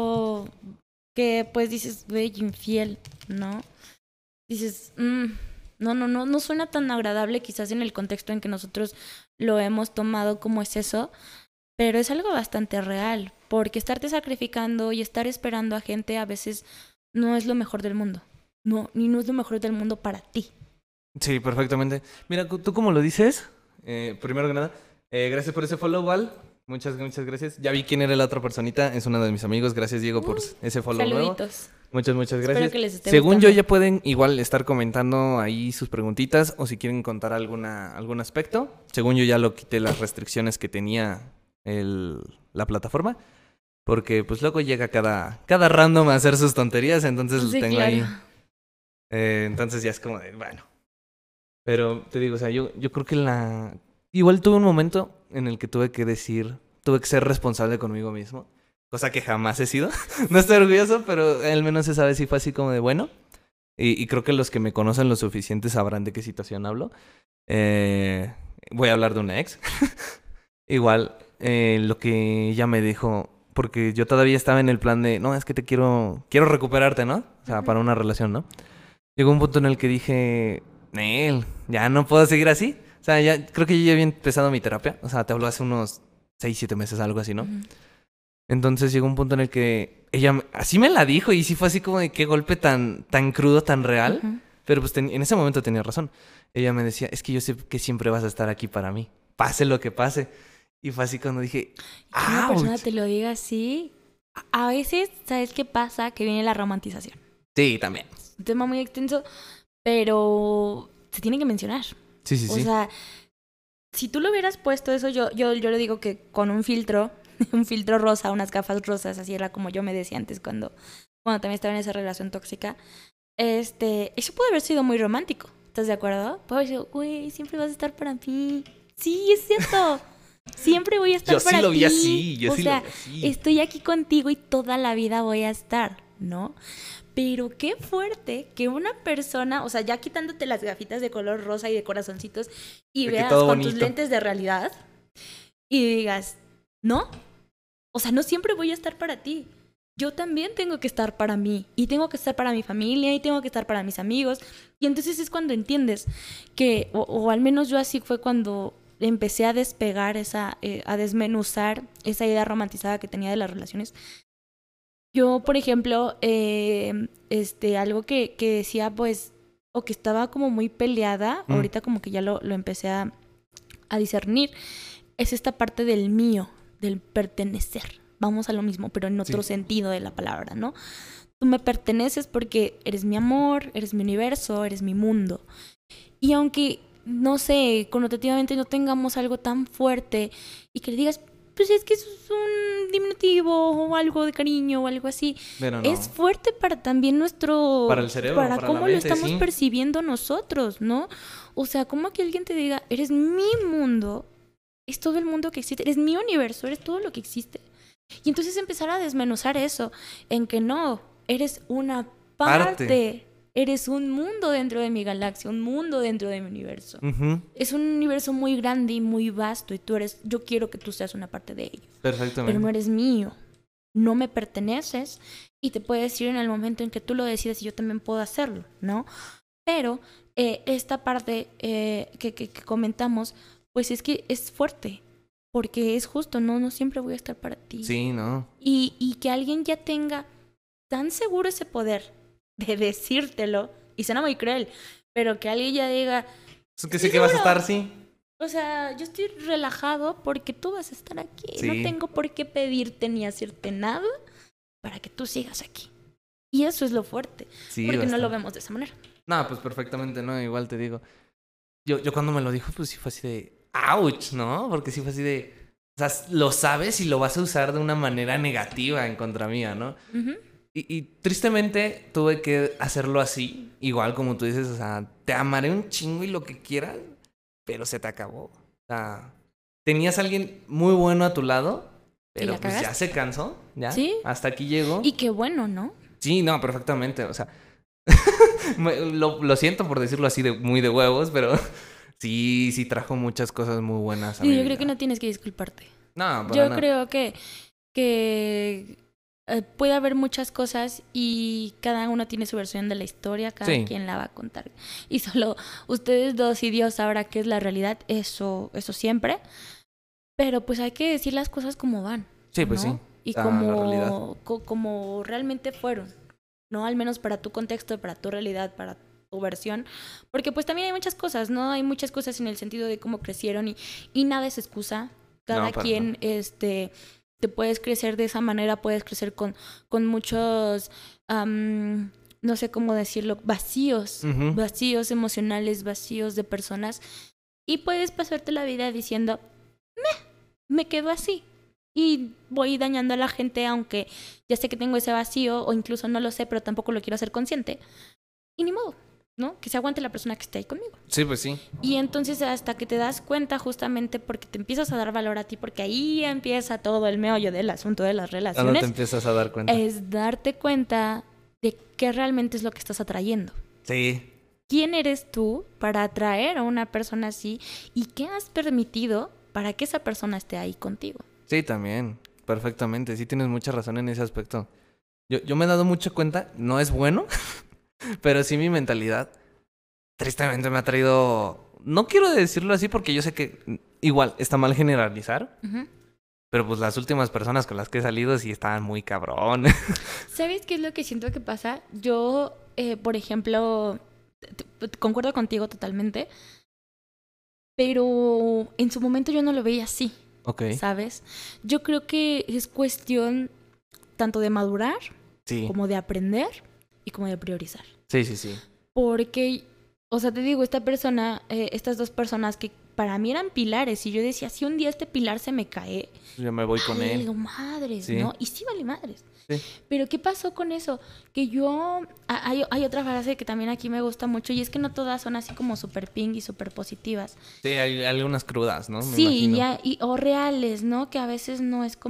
algo que pues dices, güey, infiel, ¿no? Dices, No suena tan agradable quizás en el contexto en que nosotros lo hemos tomado como es eso, pero es algo bastante real, porque estarte sacrificando y estar esperando a gente a veces no es lo mejor del mundo. No, ni no es lo mejor del mundo para ti. Sí, perfectamente. Mira, tú como lo dices, primero que nada, gracias por ese follow, Val. Muchas gracias. Ya vi quién era la otra personita, es uno de mis amigos. Gracias, Diego, por ese follow nuevo. Saluditos. Muchas gracias. Espero que les esté Según gustando. yo, ya pueden igual estar comentando ahí sus preguntitas o si quieren contar algún aspecto. Según yo, ya lo quité las restricciones que tenía la plataforma. Porque pues luego llega cada random a hacer sus tonterías, entonces lo Sí, tengo claro. ahí. Entonces ya es como de, bueno. Pero te digo, o sea, yo creo que igual tuve un momento en el que tuve que ser responsable conmigo mismo. Cosa que jamás he sido. No estoy orgulloso, pero al menos esa vez sí fue así como de bueno. Y creo que los que me conocen lo suficiente sabrán de qué situación hablo. Voy a hablar de una ex. Igual, lo que ella me dijo, porque yo todavía estaba en el plan de, no, es que quiero recuperarte, ¿no? O sea, para una relación, ¿no? Llegó un punto en el que dije, Nel, ya no puedo seguir así. O sea, ya creo que yo ya había empezado mi terapia. O sea, te hablo hace unos 6, 7 meses, algo así, ¿no? Ujú. Entonces llegó un punto en el que ella así me la dijo y sí fue así como de qué golpe tan crudo, tan real. Ujú. Pero pues en ese momento tenía razón. Ella me decía, es que yo sé que siempre vas a estar aquí para mí. Pase lo que pase. Y fue así cuando dije, Que una persona ¡ouch! te lo diga así, a veces, ¿sabes qué pasa? Que viene la romantización. Sí, también. Un tema muy extenso, pero se tiene que mencionar. Sí, sí, O sí. sea, si tú lo hubieras puesto eso, yo le digo que con un filtro, un filtro rosa, unas gafas rosas, así era como yo me decía antes cuando también estaba en esa relación tóxica, eso puede haber sido muy romántico. ¿Estás de acuerdo? Puede haber sido, güey, siempre vas a estar para mí. Sí, es cierto. Siempre voy a estar Yo sí para lo ti. vi así, yo O sí sea, lo vi así. estoy aquí contigo y toda la vida voy a estar, ¿no? Pero qué fuerte que una persona, o sea, ya quitándote las gafitas de color rosa y de corazoncitos y De que veas todo con tus bonito. lentes de realidad y digas, no, o sea, no siempre voy a estar para ti. Yo también tengo que estar para mí y tengo que estar para mi familia y tengo que estar para mis amigos. Y entonces es cuando entiendes que, o al menos yo así fue cuando empecé a despegar a desmenuzar esa idea romantizada que tenía de las relaciones. Yo, por ejemplo, algo que decía, pues, o que estaba como muy peleada, ahorita como que ya lo empecé a discernir, es esta parte del mío, del pertenecer. Vamos a lo mismo, pero en otro sentido de la palabra, ¿no? Tú me perteneces porque eres mi amor, eres mi universo, eres mi mundo. Y aunque, no sé, connotativamente no tengamos algo tan fuerte y que le digas, pues es que eso es un diminutivo o algo de cariño o algo así. Pero no. Es fuerte para también nuestro... Para el cerebro, para cómo la mente, lo estamos sí. percibiendo nosotros, ¿no? O sea, como que alguien te diga, eres mi mundo, es todo el mundo que existe, eres mi universo, eres todo lo que existe. Y entonces empezar a desmenuzar eso, en que no, eres una parte. Eres un mundo dentro de mi galaxia, un mundo dentro de mi universo. Uh-huh. Es un universo muy grande y muy vasto y yo quiero que tú seas una parte de ello. Perfectamente. Pero no eres mío, no me perteneces y te puedes ir en el momento en que tú lo decides y yo también puedo hacerlo, ¿no? Pero esta parte que comentamos, pues es que es fuerte, porque es justo, no siempre voy a estar para ti. Sí, no. Y que alguien ya tenga tan seguro ese poder de decírtelo, y suena muy cruel, pero que alguien ya diga... Es que sé que vas a estar, sí. O sea, yo estoy relajado porque tú vas a estar aquí. Sí. No tengo por qué pedirte ni hacerte nada para que tú sigas aquí. Y eso es lo fuerte, Sí, porque bastante. no lo vemos de esa manera. No, pues perfectamente, ¿no? Igual te digo. Yo cuando me lo dijo, pues sí fue así de... ¡Ouch! ¿No? Porque sí fue así de... O sea, lo sabes y lo vas a usar de una manera negativa en contra mía, ¿no? Uh-huh. Y tristemente tuve que hacerlo así. Igual como tú dices, o sea, te amaré un chingo y lo que quieras, pero se te acabó. O sea, tenías a alguien muy bueno a tu lado, pero la pues ya cagaste. se cansó, ¿ya? Sí. Hasta aquí llegó. Y qué bueno, ¿no? Sí, no, perfectamente. O sea, lo siento por decirlo así muy de huevos, pero sí trajo muchas cosas muy buenas a mi Sí, yo vida. creo que no tienes que disculparte. No, para Yo nada. creo que puede haber muchas cosas y cada uno tiene su versión de la historia, cada Sí. quien la va a contar. Y solo ustedes dos y Dios sabrá qué es la realidad, eso siempre. Pero pues hay que decir las cosas como van. Sí, pues ¿no? sí. Y La realidad. como realmente fueron, ¿no? Al menos para tu contexto, para tu realidad, para tu versión. Porque pues también hay muchas cosas, ¿no? Hay muchas cosas en el sentido de cómo crecieron y nada es excusa. Cada No, para quien, te puedes crecer de esa manera, puedes crecer con muchos, no sé cómo decirlo, vacíos, Ujú. vacíos emocionales, vacíos de personas. Y puedes pasarte la vida diciendo, me quedo así. Y voy dañando a la gente, aunque ya sé que tengo ese vacío, o incluso no lo sé, pero tampoco lo quiero hacer consciente. Y ni modo, ¿no? Que se aguante la persona que esté ahí conmigo. Sí, pues sí. Y entonces hasta que te das cuenta justamente porque te empiezas a dar valor a ti, porque ahí empieza todo el meollo del asunto de las Cuando te relaciones, empiezas a dar cuenta. es darte cuenta de qué realmente es lo que estás atrayendo. Sí. ¿Quién eres tú para atraer a una persona así? ¿Y qué has permitido para que esa persona esté ahí contigo? Sí, también. Perfectamente. Sí tienes mucha razón en ese aspecto. Yo me he dado mucha cuenta, no es bueno, pero sí mi mentalidad tristemente me ha traído... No quiero decirlo así porque yo sé que igual está mal generalizar, Ujú. pero pues las últimas personas con las que he salido sí estaban muy cabrón. ¿Sabes qué es lo que siento que pasa? Yo, por ejemplo, concuerdo contigo totalmente, pero en su momento yo no lo veía así, Ok. ¿sabes? Yo creo que es cuestión tanto de madurar Sí. como de aprender y como de priorizar. Sí, sí, sí. Porque, o sea, te digo, estas dos personas que para mí eran pilares y yo decía, si un día este pilar se me cae, Yo me voy con vale él. madres, Sí. ¿no? Y sí vale madres. Sí. Pero ¿qué pasó con eso? Que yo... Hay otra frase que también aquí me gusta mucho y es que no todas son así como súper ping y súper positivas. Sí, hay algunas crudas, ¿no? Me Sí, imagino. o reales, ¿no? Que a veces no es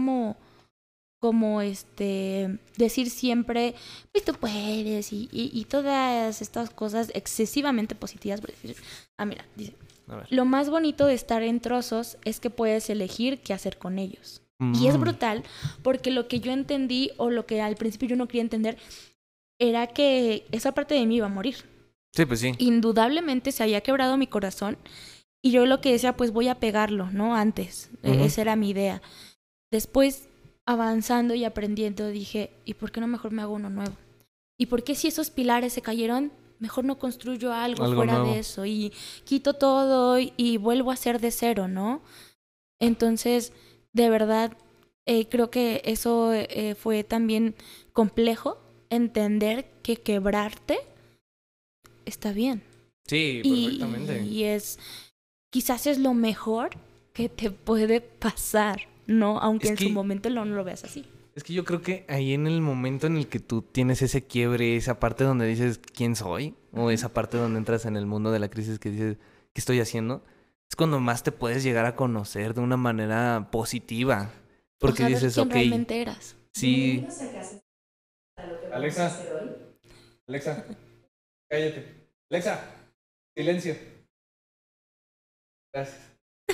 como decir siempre, pues tú puedes y todas estas cosas excesivamente positivas. Por decir, mira, dice, A ver. lo más bonito de estar en trozos es que puedes elegir qué hacer con ellos. Y es brutal porque lo que yo entendí o lo que al principio yo no quería entender era que esa parte de mí iba a morir. Sí, pues sí. Indudablemente se había quebrado mi corazón y yo lo que decía, pues voy a pegarlo, ¿no? Antes, esa era mi idea. Después, avanzando y aprendiendo, dije, ¿y por qué no mejor me hago uno nuevo? ¿Y por qué si esos pilares se cayeron, mejor no construyo algo fuera nuevo. de eso? Y quito todo y vuelvo a ser de cero, ¿no? Entonces, de verdad, creo que eso fue también complejo, entender que quebrarte está bien. Sí, perfectamente. Y quizás es lo mejor que te puede pasar, ¿no? Aunque Es en su momento no lo veas así. Es que yo creo que ahí en el momento en el que tú tienes ese quiebre, esa parte donde dices quién soy, o esa parte donde entras en el mundo de la crisis que dices, ¿qué estoy haciendo? Es cuando más te puedes llegar a conocer de una manera positiva. Porque o saber dices, quién ok, realmente eras. sí. Alexa, Alexa, cállate. Alexa, silencio. Gracias.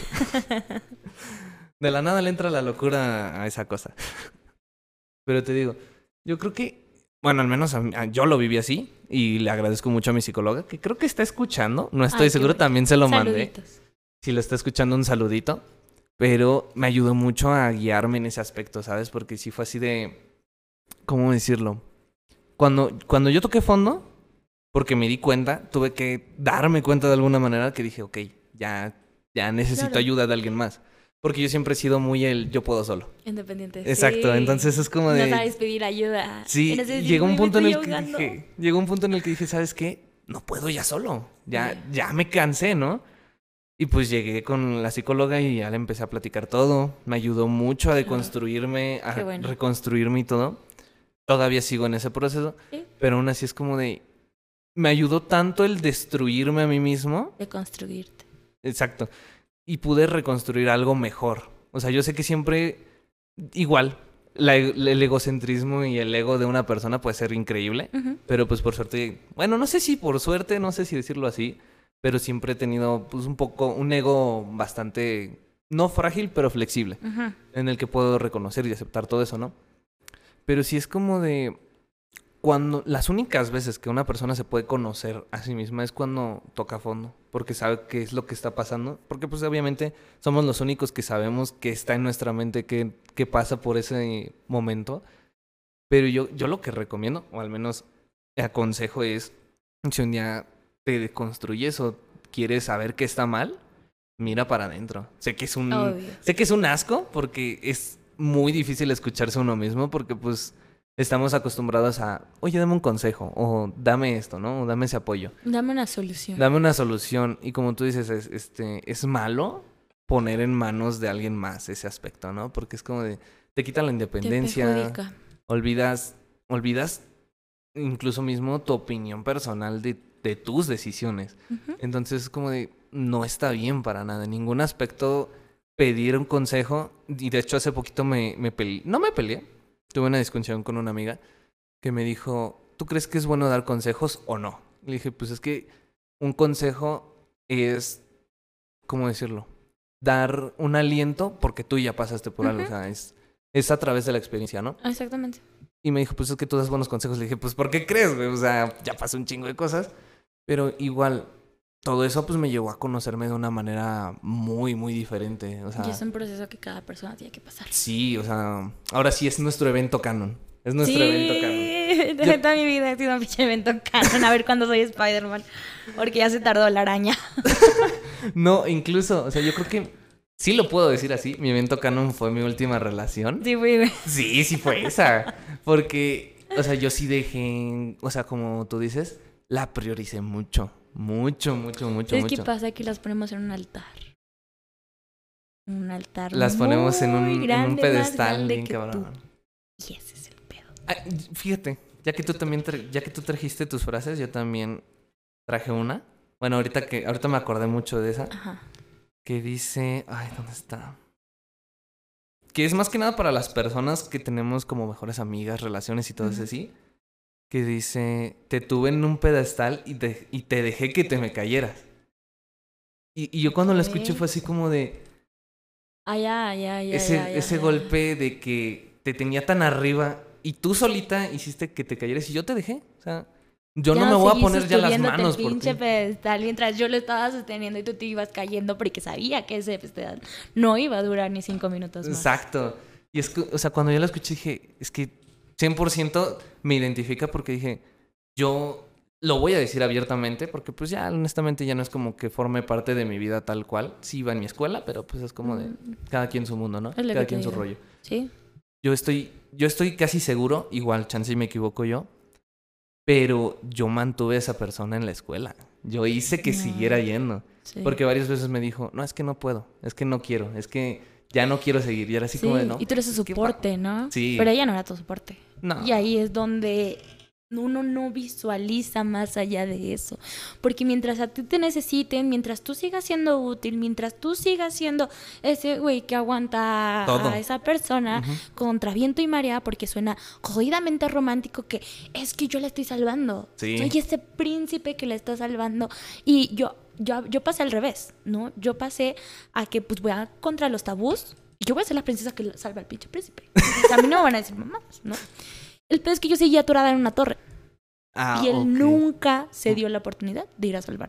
De la nada le entra la locura a esa cosa. Pero te digo, yo creo que, bueno, al menos yo lo viví así y le agradezco mucho a mi psicóloga, que creo que está escuchando, no estoy Ay, qué seguro, bonito. también se lo mandé. Saluditos. Si lo está escuchando, un saludito. Pero me ayudó mucho a guiarme en ese aspecto, ¿sabes? Porque sí fue así de, ¿cómo decirlo? Cuando yo toqué fondo, porque me di cuenta, tuve que darme cuenta de alguna manera que dije, ok, ya necesito Claro. ayuda de alguien más. Porque yo siempre he sido muy yo puedo solo. Independiente. Exacto, Sí. entonces es como de... No sabes pedir ayuda. Sí, Y llegó un punto en el que ahogando. llegó un punto en el que dije, ¿sabes qué? No puedo ya solo. Ya me cansé, ¿no? Y pues llegué con la psicóloga y ya le empecé a platicar todo. Me ayudó mucho a deconstruirme, a Qué bueno. reconstruirme y todo. Todavía sigo en ese proceso, Sí. pero aún así es como de... Me ayudó tanto el destruirme a mí mismo. De construirte. Exacto. Y pude reconstruir algo mejor. O sea, yo sé que siempre... Igual, el egocentrismo y el ego de una persona puede ser increíble, Ujú. pero pues por suerte, bueno, no sé si por suerte, no sé si decirlo así, pero siempre he tenido pues un ego bastante, no frágil, pero flexible, Ujú. en el que puedo reconocer y aceptar todo eso, ¿no? Pero sí es como de... Cuando las únicas veces que una persona se puede conocer a sí misma es cuando toca fondo, porque sabe qué es lo que está pasando, porque pues obviamente somos los únicos que sabemos que está en nuestra mente, que pasa por ese momento. Pero yo lo que recomiendo, o al menos aconsejo es, si un día te deconstruyes o quieres saber qué está mal, mira para adentro. Obvio. Sé que es un asco, porque es muy difícil escucharse a uno mismo, porque pues estamos acostumbrados a, oye, dame un consejo, o dame esto, ¿no? O dame ese apoyo. Dame una solución. Dame una solución. Y como tú dices, es malo poner en manos de alguien más ese aspecto, ¿no? Porque es como de, te quita la Te independencia, perjudica. olvidas incluso mismo tu opinión personal de tus decisiones. Ujú. Entonces es como de, no está bien para nada, en ningún aspecto pedir un consejo. Y de hecho hace poquito no me peleé, tuve una discusión con una amiga que me dijo, ¿tú crees que es bueno dar consejos o no? Le dije, pues es que un consejo es, ¿cómo decirlo? Dar un aliento porque tú ya pasaste por algo, o Ujú. sea, es a través de la experiencia, ¿no? Exactamente. Y me dijo, pues es que tú das buenos consejos. Le dije, pues ¿por qué crees, güey? O sea, ya pasó un chingo de cosas. Pero igual, todo eso pues me llevó a conocerme de una manera muy, muy diferente. O Y sea, es un proceso que cada persona tiene que pasar. sí, o sea, ahora sí es nuestro evento canon. Es nuestro Sí, evento canon. de toda mi vida he sido un pinche evento canon. A ver cuándo soy Spider-Man. Porque ya se tardó la araña. No, incluso, o sea, yo creo que sí lo puedo decir así. Mi evento canon fue mi última relación. Sí, güey. Sí fue esa. Porque, o sea, yo sí dejé, o sea, como tú dices, la prioricé mucho. Mucho, mucho, mucho, ¿Sabes qué mucho. pasa? Que las ponemos en un altar. Un altar Las ponemos en muy en un grande, más pedestal grande bien que cabrón. tú. Y ese es el pedo. Ah, fíjate, ya que tú también ya que tú trajiste tus frases, yo también traje una. Bueno, ahorita me acordé mucho de esa. Ajá. Que dice, ay, ¿dónde está? Que es más que nada para las personas que tenemos como mejores amigas, relaciones y todo eso así. Que dice, te tuve en un pedestal y te dejé que te me cayeras. Y yo cuando la escuché fue así como de, Ya. ese golpe de que te tenía tan arriba y tú solita hiciste que te cayeras y yo te dejé. O sea, yo no me voy a poner ya las manos por ti. pinche pedestal mientras yo lo estaba sosteniendo y tú te ibas cayendo porque sabía que ese pedestal no iba a durar ni 5 minutos más. Exacto. Y es que, o sea, cuando yo la escuché dije, es que 100% me identifica porque dije, yo lo voy a decir abiertamente porque pues ya honestamente ya no es como que forme parte de mi vida tal cual. Sí iba en mi escuela, pero pues es como de cada quien su mundo, ¿no? Es lo Cada que te quien su digo. rollo. Sí. Yo estoy casi seguro, igual, chance y me equivoco yo, pero yo mantuve a esa persona en la escuela. Yo hice que No. siguiera yendo. Sí. Porque varias veces me dijo, no, es que no puedo, es que no quiero, es que ya no quiero seguir. Y era así Sí, como de, no. y tú eres su es que soporte, ¿no? Sí. Pero ella no era tu soporte. No. Y ahí es donde uno no visualiza más allá de eso. Porque mientras a ti te necesiten, mientras tú sigas siendo útil, mientras tú sigas siendo ese güey que aguanta Todo. a esa persona contra viento y marea, porque suena jodidamente romántico que es que yo la estoy salvando. Sí. Soy ese príncipe que la está salvando. Y yo pasé al revés, ¿no? Yo pasé a que pues voy a contra los tabús y yo voy a ser la princesa que salva al pinche príncipe. O sea, a mí no me van a decir mamás, ¿no? El peor es que yo seguía atorada en una torre. Y él nunca se dio la oportunidad de ir a salvar.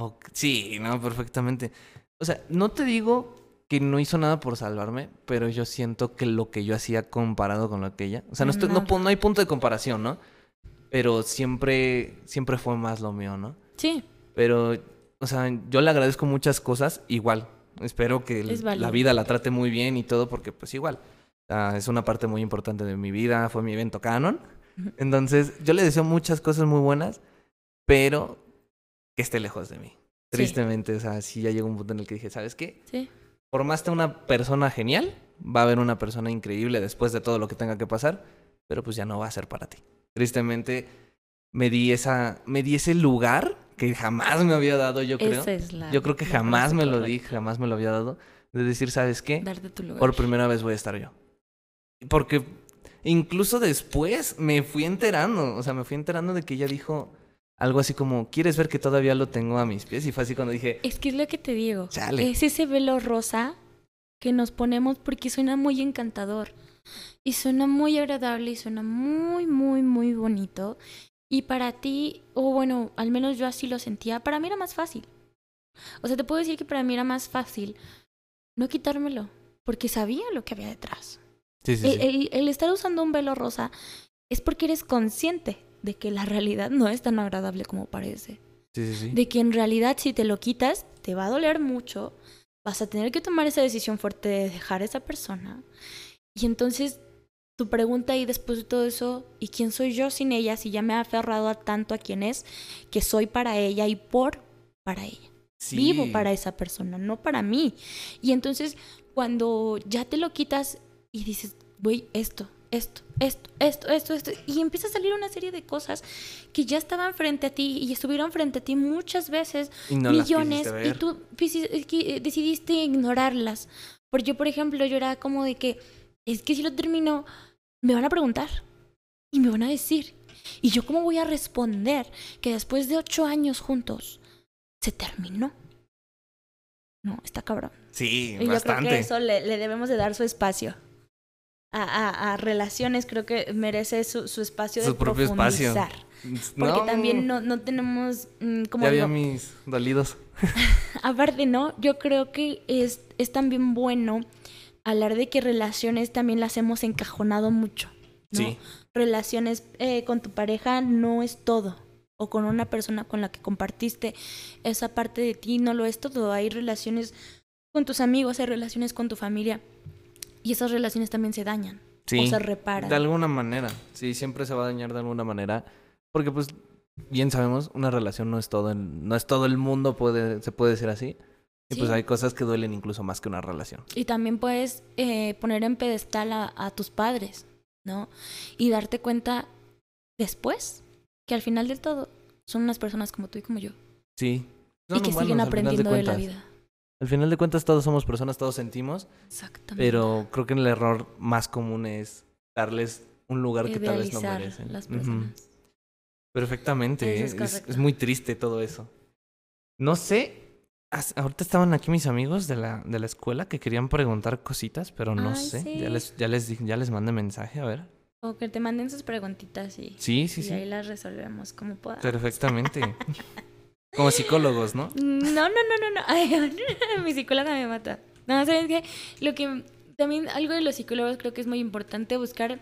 Sí, no, perfectamente. O sea, no te digo que no hizo nada por salvarme, pero yo siento que lo que yo hacía comparado con lo que ella... O sea, no hay punto de comparación, ¿no? Pero siempre fue más lo mío, ¿no? Sí. Pero, o sea, yo le agradezco muchas cosas, igual. Espero que la vida la trate muy bien y todo, porque pues igual. Es una parte muy importante de mi vida, fue mi evento canon. Entonces, yo le deseo muchas cosas muy buenas, pero que esté lejos de mí. Tristemente, o sea, sí ya llegó un punto en el que dije, ¿sabes qué? Sí. Formaste una persona genial, va a haber una persona increíble después de todo lo que tenga que pasar, pero pues ya no va a ser para ti. Tristemente, me di ese lugar que jamás me había dado, yo creo. Yo creo que jamás me lo di, jamás me lo había dado, de decir, ¿sabes qué? Darte tu lugar. Por primera vez voy a estar yo. Porque incluso después me fui enterando de que ella dijo algo así como, ¿quieres ver que todavía lo tengo a mis pies? Y fue así cuando dije... Es que es lo que te digo. Chale. Es ese velo rosa que nos ponemos porque suena muy encantador. Y suena muy agradable y suena muy, muy, muy bonito. Y para ti, o bueno, al menos yo así lo sentía, para mí era más fácil. O sea, te puedo decir que para mí era más fácil no quitármelo, porque sabía lo que había detrás. Sí, sí, sí. El estar usando un velo rosa es porque eres consciente de que la realidad no es tan agradable como parece. Sí, sí, sí. De que en realidad si te lo quitas, te va a doler mucho, vas a tener que tomar esa decisión fuerte de dejar a esa persona. Y entonces tu pregunta ahí después de todo eso, ¿y quién soy yo sin ella? Si ya me he aferrado a tanto a quien es, que soy para ella y para ella. Sí. Vivo para esa persona, no para mí. Y entonces cuando ya te lo quitas y dices, güey, esto, y empieza a salir una serie de cosas que ya estaban frente a ti y estuvieron frente a ti muchas veces, Y no millones, las quisiste ver. y tú decidiste ignorarlas. Porque yo, por ejemplo, yo era como de que, es que si lo termino, me van a preguntar y me van a decir. ¿Y yo cómo voy a responder que después de 8 años juntos se terminó? No, está cabrón. Sí, Y yo bastante. creo que eso le debemos de dar su espacio. A relaciones creo que merece su espacio Su de propio espacio. profundizar. Porque también no tenemos como ya había digo, mis dolidos. aparte, ¿no? Yo creo que es también bueno hablar de que relaciones también las hemos encajonado mucho, ¿no? Sí. Relaciones con tu pareja no es todo. O con una persona con la que compartiste esa parte de ti no lo es todo. Hay relaciones con tus amigos, hay relaciones con tu familia. Y esas relaciones también se dañan. Sí, o se reparan. De alguna manera. Sí, siempre se va a dañar de alguna manera. Porque pues, bien sabemos, una relación no es todo el mundo, se puede decir así. Y Sí. pues hay cosas que duelen incluso más que una relación. Y también puedes poner en pedestal a tus padres, ¿no? Y darte cuenta después que al final del todo son unas personas como tú y como yo. Sí. Y que siguen aprendiendo de la vida. Al final de cuentas todos somos personas, todos sentimos. Exactamente. Pero creo que el error más común es darles un lugar que tal vez no Idealizar merecen. las personas. Perfectamente. Eso es correcto. Es muy triste todo eso. No sé. Ahorita estaban aquí mis amigos de la escuela que querían preguntar cositas, pero no Ay, sé. sí. Ya les mandé mensaje, a ver. O que te manden sus preguntitas y Sí. ahí las resolvemos como podamos. Perfectamente. Como psicólogos, ¿no? No. Ay, mi psicóloga me mata. No, ¿sabes qué? Lo que también algo de los psicólogos creo que es muy importante buscar.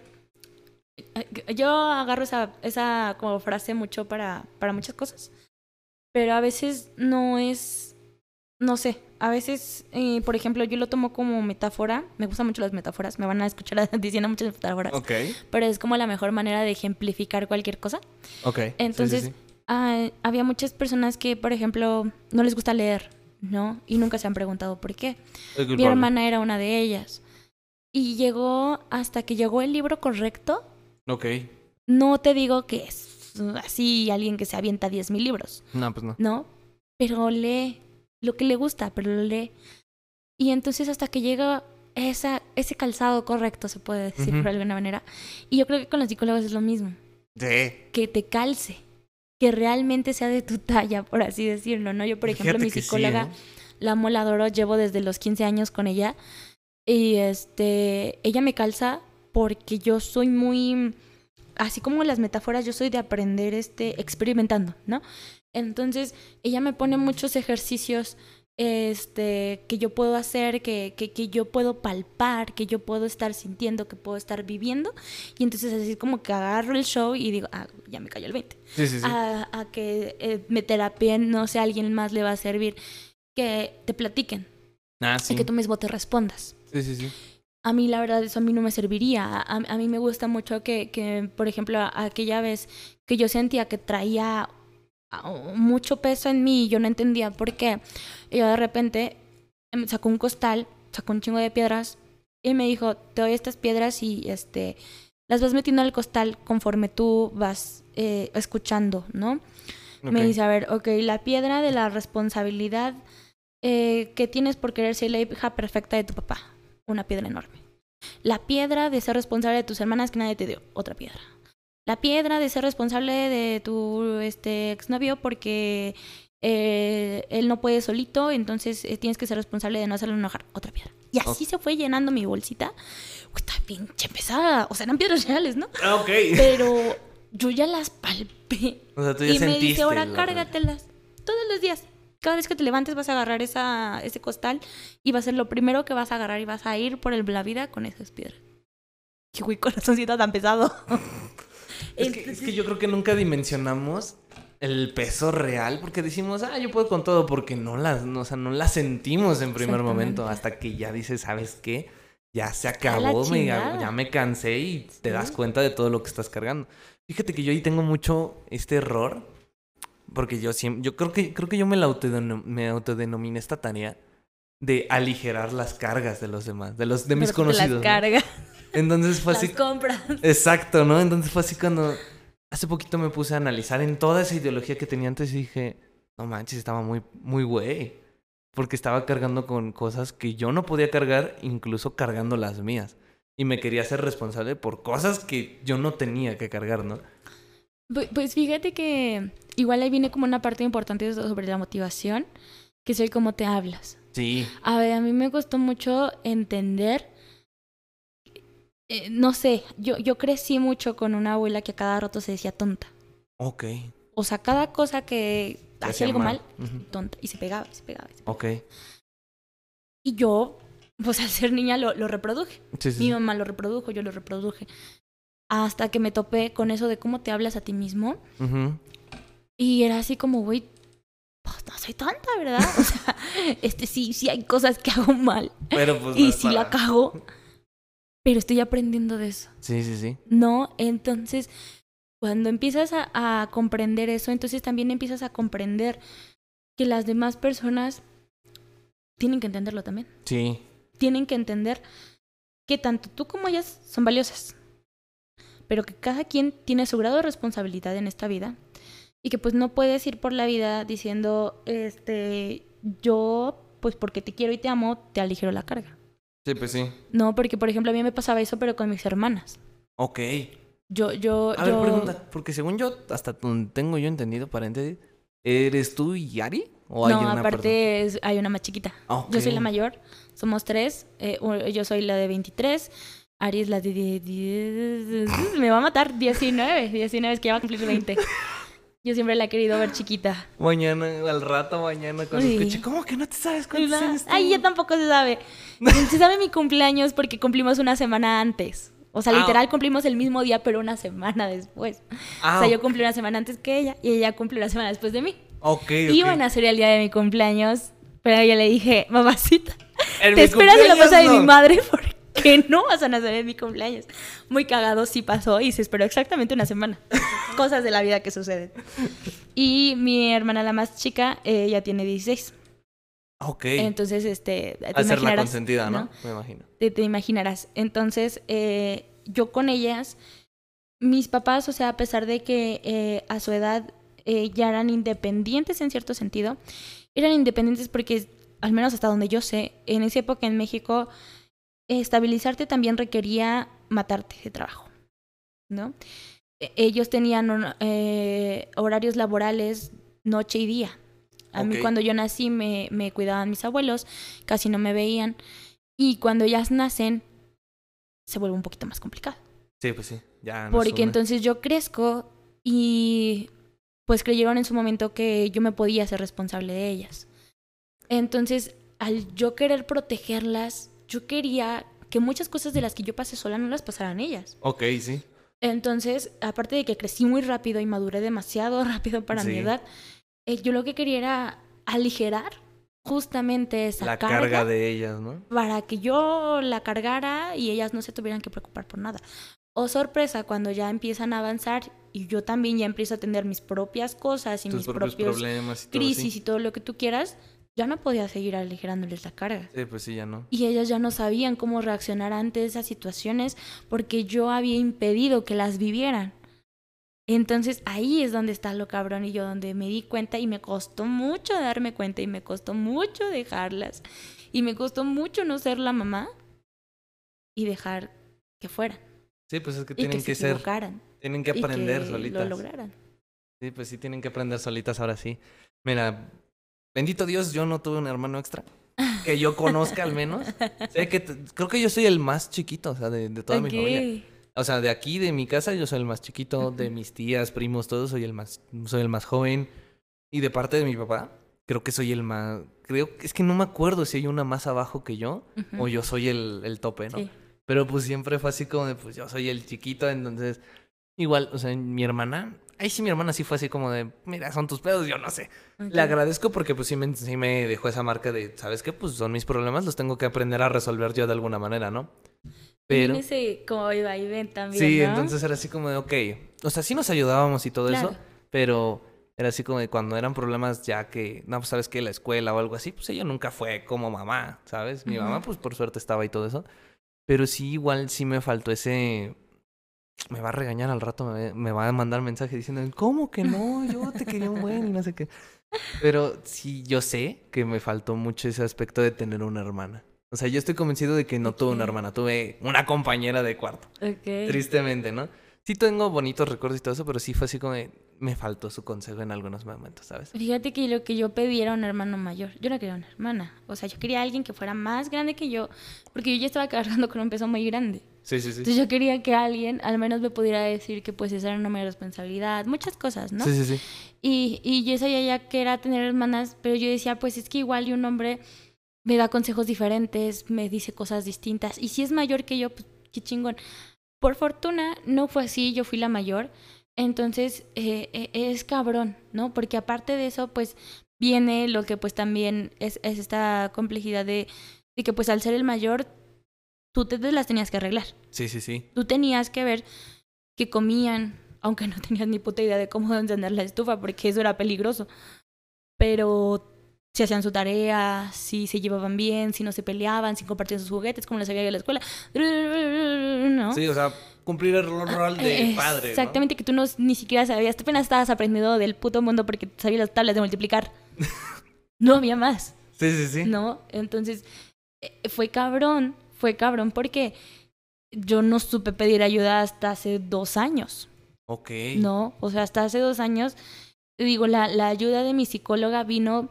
Yo agarro esa como frase mucho para muchas cosas, pero a veces no es, no sé, a veces, por ejemplo, yo lo tomo como metáfora, me gustan mucho las metáforas, me van a escuchar diciendo muchas metáforas, Ok. pero es como la mejor manera de ejemplificar cualquier cosa. Ok. Entonces, Sí. había muchas personas que, por ejemplo, no les gusta leer, ¿no? Y nunca se han preguntado por qué. Mi hermana era una de ellas. Y hasta que llegó el libro correcto. Ok. No te digo que es así alguien que se avienta 10,000 libros. No, pues no. No, pero lee lo que le gusta, pero lo lee. Y entonces hasta que llega ese calzado correcto, se puede decir por alguna manera. Y yo creo que con los psicólogos es lo mismo. Sí. Que te calce. Que realmente sea de tu talla, por así decirlo, ¿no? Yo, por ejemplo, mi psicóloga, la amo, la adoro, llevo desde los 15 años con ella. Y ella me calza porque yo soy muy, así como las metáforas, yo soy de aprender experimentando, ¿no? Entonces, ella me pone muchos ejercicios que yo puedo hacer, que yo puedo palpar, que yo puedo estar sintiendo, que puedo estar viviendo. Y entonces así como que agarro el show y digo, ya me cayó el 20. Sí. A que me terapien, no sé, a alguien más le va a servir. Que te platiquen. Sí. Y que tú mismo te respondas. Sí. A mí, la verdad, eso a mí no me serviría. A mí me gusta mucho que, por ejemplo, aquella vez que yo sentía que traía mucho peso en mí y yo no entendía por qué. Y yo de repente sacó un costal, sacó un chingo de piedras y me dijo, te doy estas piedras y las vas metiendo al costal conforme tú vas escuchando, ¿no? Okay. Me dice, a ver, la piedra de la responsabilidad que tienes por querer ser la hija perfecta de tu papá. Una piedra enorme. La piedra de ser responsable de tus hermanas que nadie te dio. Otra piedra. La piedra de ser responsable de tu exnovio porque él no puede solito, entonces tienes que ser responsable de no hacerlo enojar. Otra piedra. Y así se fue llenando mi bolsita. Está pinche pesada. O sea, eran piedras reales, ¿no? Ah, ok. Pero yo ya las palpé. O sea, tú ya y me sentiste dice, ahora la- cárgatelas. Todos los días. Cada vez que te levantes vas a agarrar ese costal y va a ser lo primero que vas a agarrar y vas a ir por la vida con esas piedras. Qué güey, corazoncito tan pesado. Es que yo creo que nunca dimensionamos el peso real porque decimos, yo puedo con todo porque no las sentimos en primer momento hasta que ya dices, ¿sabes qué? Ya se acabó, ya me cansé y te das cuenta de todo lo que estás cargando. Fíjate que yo ahí tengo mucho este error porque yo creo que yo me autodenominé esta tarea de aligerar las cargas de los demás, de mis conocidos. Las cargas. ¿No? Entonces fue así. Las compras. Exacto, ¿no? Entonces fue así cuando hace poquito me puse a analizar en toda esa ideología que tenía antes y dije, no manches, estaba muy, muy güey. Porque estaba cargando con cosas que yo no podía cargar, incluso cargando las mías. Y me quería hacer responsable por cosas que yo no tenía que cargar, ¿no? Pues fíjate que igual ahí viene como una parte importante sobre la motivación, que es el cómo te hablas. Sí. A ver, a mí me costó mucho entender, no sé, yo crecí mucho con una abuela que a cada rato se decía tonta. Ok. O sea, cada cosa que hacía algo mal, tonta. Y se pegaba, y se pegaba, y se pegaba. Ok. Y yo, pues al ser niña lo reproduje. Sí. Mi mamá lo reprodujo, yo lo reproduje. Hasta que me topé con eso de cómo te hablas a ti mismo. Y era así como, güey, pues no soy tonta, ¿verdad? O sea, sí hay cosas que hago mal. Pero pues y sí la cago. Pero estoy aprendiendo de eso. Sí. ¿No? Entonces, cuando empiezas a comprender eso, entonces también empiezas a comprender que las demás personas tienen que entenderlo también. Sí. Tienen que entender que tanto tú como ellas son valiosas. Pero que cada quien tiene su grado de responsabilidad en esta vida. Y que pues no puedes ir por la vida diciendo, yo, pues porque te quiero y te amo, te aligero la carga. Sí, pues sí. No, porque por ejemplo a mí me pasaba eso, pero con mis hermanas. Ok. A ver, pregunta, porque según yo, hasta donde tengo yo entendido, paréntesis, ¿eres tú y Ari? ¿O hay no, una aparte hay una más chiquita. Okay. Yo soy la mayor, somos 3, yo soy la de 23, Ari es la de 10, me va a matar, 19, es que ya va a cumplir 20. Yo siempre la he querido ver chiquita. Mañana, al rato, mañana, cuando escuche, ¿cómo que no te sabes cuántos años tengo? Ay, ya tampoco se sabe. Se sabe mi cumpleaños porque cumplimos una semana antes. O sea, literal cumplimos el mismo día, pero una semana después. O sea, yo cumplí una semana antes que ella y ella cumplió una semana después de mí. Iban a ser el día de mi cumpleaños, pero yo le dije, mamacita, te esperas en la casa de mi madre porque no vas a nacer en mi cumpleaños. Muy cagado, sí pasó y se esperó exactamente una semana. Cosas de la vida que suceden. Y mi hermana, la más chica, ella tiene 16. Ok. Entonces, te hacer la consentida, ¿no? Me imagino. Te imaginarás. Entonces, yo con ellas, mis papás, o sea, a pesar de que a su edad ya eran independientes en cierto sentido, eran independientes porque, al menos hasta donde yo sé, en esa época en México, estabilizarte también requería matarte de trabajo, ¿no? Ellos tenían horarios laborales noche y día. A mí cuando yo nací me cuidaban mis abuelos, casi no me veían. Y cuando ellas nacen, se vuelve un poquito más complicado. Sí, pues sí. Ya porque entonces yo crezco y pues creyeron en su momento que yo me podía ser responsable de ellas. Entonces, al yo querer protegerlas, yo quería que muchas cosas de las que yo pasé sola no las pasaran ellas. Ok, sí. Entonces, aparte de que crecí muy rápido y maduré demasiado rápido para mi edad, yo lo que quería era aligerar justamente esa carga de ellas, ¿no? Para que yo la cargara y ellas no se tuvieran que preocupar por nada. Oh, sorpresa, cuando ya empiezan a avanzar y yo también ya empiezo a tener mis propias cosas y mis propios problemas y crisis y todo lo que tú quieras, ya no podía seguir aligerándoles la carga. Sí, pues sí, ya no. Y ellas ya no sabían cómo reaccionar ante esas situaciones porque yo había impedido que las vivieran. Entonces ahí es donde está lo cabrón y yo donde me di cuenta y me costó mucho darme cuenta y me costó mucho dejarlas y me costó mucho no ser la mamá y dejar que fueran. Sí, pues es que tienen que ser, tienen que aprender y que solitas. Lo lograran. Sí, pues sí tienen que aprender solitas ahora sí. Mira, bendito Dios, yo no tuve un hermano extra. que yo conozca al menos. Sé que creo que yo soy el más chiquito, o sea, de toda mi familia. O sea, de aquí, de mi casa, yo soy el más chiquito. De mis tías, primos, todos, soy el más joven. Y de parte de mi papá, creo que soy el más... Es que no me acuerdo si hay una más abajo que yo o yo soy el tope, ¿no? Sí. Pero pues siempre fue así como de, pues yo soy el chiquito, entonces... Igual, o sea, mi hermana... Ahí sí mi hermana sí fue así como de, mira, son tus pedos, yo no sé. Le agradezco porque pues sí me dejó esa marca de, ¿sabes qué? Pues son mis problemas, los tengo que aprender a resolver yo de alguna manera, ¿no? Pero... Pero... Y ese como iba y ven también, Sí, ¿no? entonces era así como de, ok. O sea, sí nos ayudábamos y todo Claro. eso, pero era así como de cuando eran problemas ya que, no, pues sabes que la escuela o algo así, pues ella nunca fue como mamá, ¿sabes? Mi mamá, pues por suerte estaba y todo eso. Pero sí, igual sí me faltó ese... Me va a regañar al rato, me va a mandar mensaje diciendo, ¿cómo que no? Yo te quería un buen y no sé qué. Pero sí, yo sé que me faltó mucho ese aspecto de tener una hermana. O sea, yo estoy convencido de que no tuve una hermana, tuve una compañera de cuarto. Tristemente, ¿no? Sí tengo bonitos recuerdos y todo eso, pero sí fue así como de, me faltó su consejo en algunos momentos, ¿sabes? Fíjate que lo que yo pedí era un hermano mayor. Yo no quería una hermana. O sea, yo quería alguien que fuera más grande que yo, porque yo ya estaba cargando con un peso muy grande. Sí, sí, sí. Entonces yo quería que alguien al menos me pudiera decir que pues esa era una mi responsabilidad, muchas cosas, ¿no? Sí, sí, sí. Y yo sabía ya que era tener hermanas, pero yo decía, pues es que igual y un hombre me da consejos diferentes, me dice cosas distintas. Y si es mayor que yo, pues qué chingón. Por fortuna no fue así, yo fui la mayor. Entonces es cabrón, ¿no? Porque aparte de eso, pues viene lo que pues también es esta complejidad de que pues al ser el mayor, tú te las tenías que arreglar. Sí, sí, sí. Tú tenías que ver qué comían, aunque no tenías ni puta idea de cómo encender la estufa, porque eso era peligroso. Pero si hacían su tarea, si se llevaban bien, si no se peleaban, si compartían sus juguetes, como les había ido a la escuela, ¿no? Sí, o sea, cumplir el rol de padre, Exactamente, ¿no? Que tú ni siquiera sabías, tú apenas estabas aprendiendo del puto mundo porque sabías las tablas de multiplicar. No había más. Sí, sí, sí. ¿No? Entonces, fue cabrón porque yo no supe pedir ayuda hasta hace 2 años. Ok. No, o sea, hasta hace 2 años, digo, la ayuda de mi psicóloga vino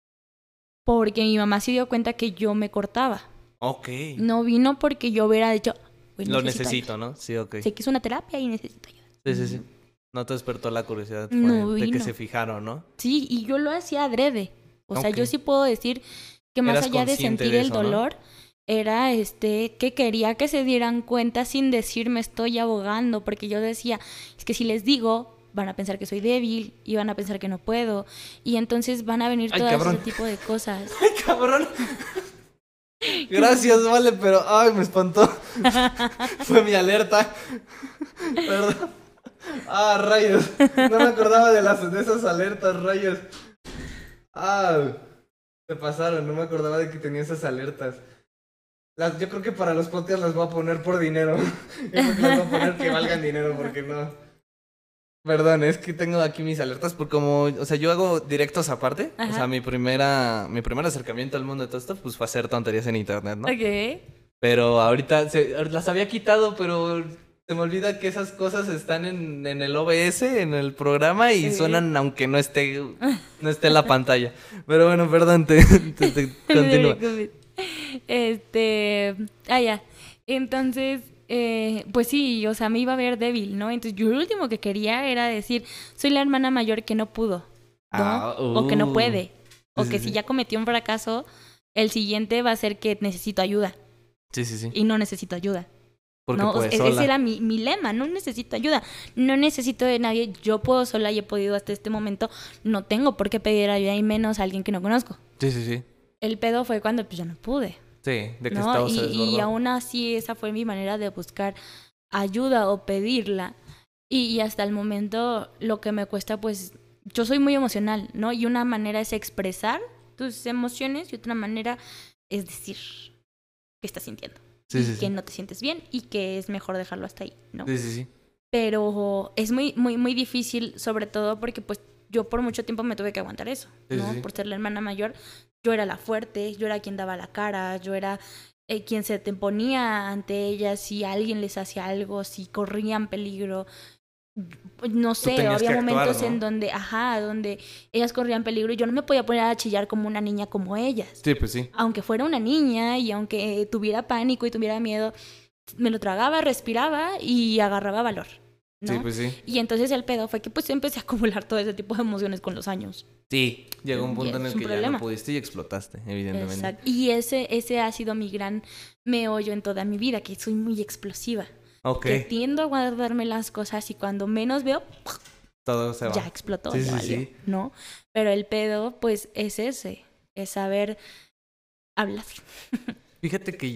porque mi mamá se dio cuenta que yo me cortaba. Ok. No vino porque yo hubiera dicho, pues lo necesito, ¿no? Sí, ok. Sé que es una terapia y necesito ayuda. Sí, sí, sí. No te despertó la curiosidad No de que vino. se fijaron, ¿no? Sí, y yo lo hacía adrede. O sea, Ok. yo sí puedo decir que más Eras allá de consciente sentir de el eso, ¿no? dolor, era que quería que se dieran cuenta sin decirme estoy abogando, porque yo decía, es que si les digo, van a pensar que soy débil y van a pensar que no puedo, y entonces van a venir Ay, todo cabrón. ese tipo de cosas. ¡Ay, cabrón! Gracias, vale, pero... ¡Ay, me espantó! Fue mi alerta. Perdón. ¡Ah, rayos! No me acordaba de esas alertas, rayos. ¡Ah! Se pasaron, no me acordaba de que tenía esas alertas. Yo creo que para los podcasts las voy a poner por dinero. Yo creo que las voy a poner que valgan dinero, porque no... Perdón, es que tengo aquí mis alertas porque como, o sea, yo hago directos aparte. Ajá. O sea, mi primer acercamiento al mundo de todo esto, pues fue hacer tonterías en internet, ¿no? Ok. Pero ahorita las había quitado, pero se me olvida que esas cosas están en el OBS, en el programa, y suenan aunque no esté en la pantalla. Pero bueno, perdón, te continúa. Ya. Entonces, pues sí, o sea, me iba a ver débil, ¿no? Entonces yo lo último que quería era decir, soy la hermana mayor que no pudo, ¿no? O que no puede. O que si ya cometió un fracaso, el siguiente va a ser que necesito ayuda. Sí, sí, sí. Y no necesito ayuda. Porque ¿no? puedes Ese sola. era mi lema, no necesito ayuda, no necesito de nadie, yo puedo sola y he podido hasta este momento, no tengo por qué pedir ayuda y menos a alguien que no conozco. Sí, sí, sí. El pedo fue cuando pues ya no pude. Sí, de que ¿no? estaba se desbordó. Y aún así esa fue mi manera de buscar ayuda o pedirla. Y hasta el momento lo que me cuesta, pues yo soy muy emocional, ¿no? Y una manera es expresar tus emociones y otra manera es decir qué estás sintiendo. Sí, sí, que sí. no te sientes bien y que es mejor dejarlo hasta ahí, ¿no? Sí, sí, sí. Pero es muy, muy, muy difícil, sobre todo porque pues yo por mucho tiempo me tuve que aguantar eso, ¿no? Sí, sí. Por ser la hermana mayor, yo era la fuerte, yo era quien daba la cara, yo era quien se te ponía ante ellas si alguien les hacía algo, si corrían peligro. No sé, tenías había que actuar, momentos ¿no? en donde, donde ellas corrían peligro y yo no me podía poner a chillar como una niña como ellas. Sí, pues sí. Aunque fuera una niña y aunque tuviera pánico y tuviera miedo, me lo tragaba, respiraba y agarraba valor, Sí, ¿no? pues sí. Y entonces el pedo fue que pues empecé a acumular todo ese tipo de emociones con los años. Sí, llegó un Y punto en es el un que ya problema. no pudiste y explotaste, evidentemente. Exacto. Y ese ha sido mi gran meollo en toda mi vida, que soy muy explosiva. Ok, Que tiendo a guardarme las cosas y cuando menos veo, todo se va. ya explotó, Sí, ya sí, valió, sí. ¿no? Pero el pedo, pues, es ese, es saber hablar. Fíjate que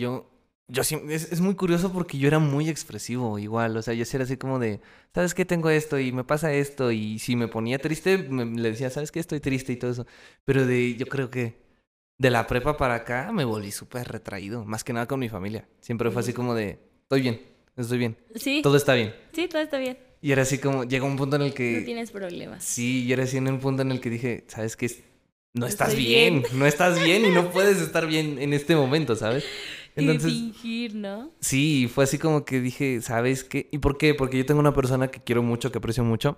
es muy curioso porque yo era muy expresivo igual, o sea, yo sí era así como de, ¿sabes qué? Tengo esto y me pasa esto y si me ponía triste, le decía, ¿sabes qué? Estoy triste y todo eso. Pero yo creo que de la prepa para acá me volví súper retraído, más que nada con mi familia. Siempre fue así como de, estoy bien, Sí, todo está bien. sí, todo está bien. Y era así como, llega un punto en el No que, tienes problemas. sí, y era así en un punto en el que dije, ¿sabes qué? No estás Estoy bien, bien. no estás bien y no puedes estar bien en este momento, ¿sabes? Y Entonces, fingir, ¿no? sí, fue así como que dije, ¿sabes qué? ¿Y por qué? Porque yo tengo una persona que quiero mucho, que aprecio mucho,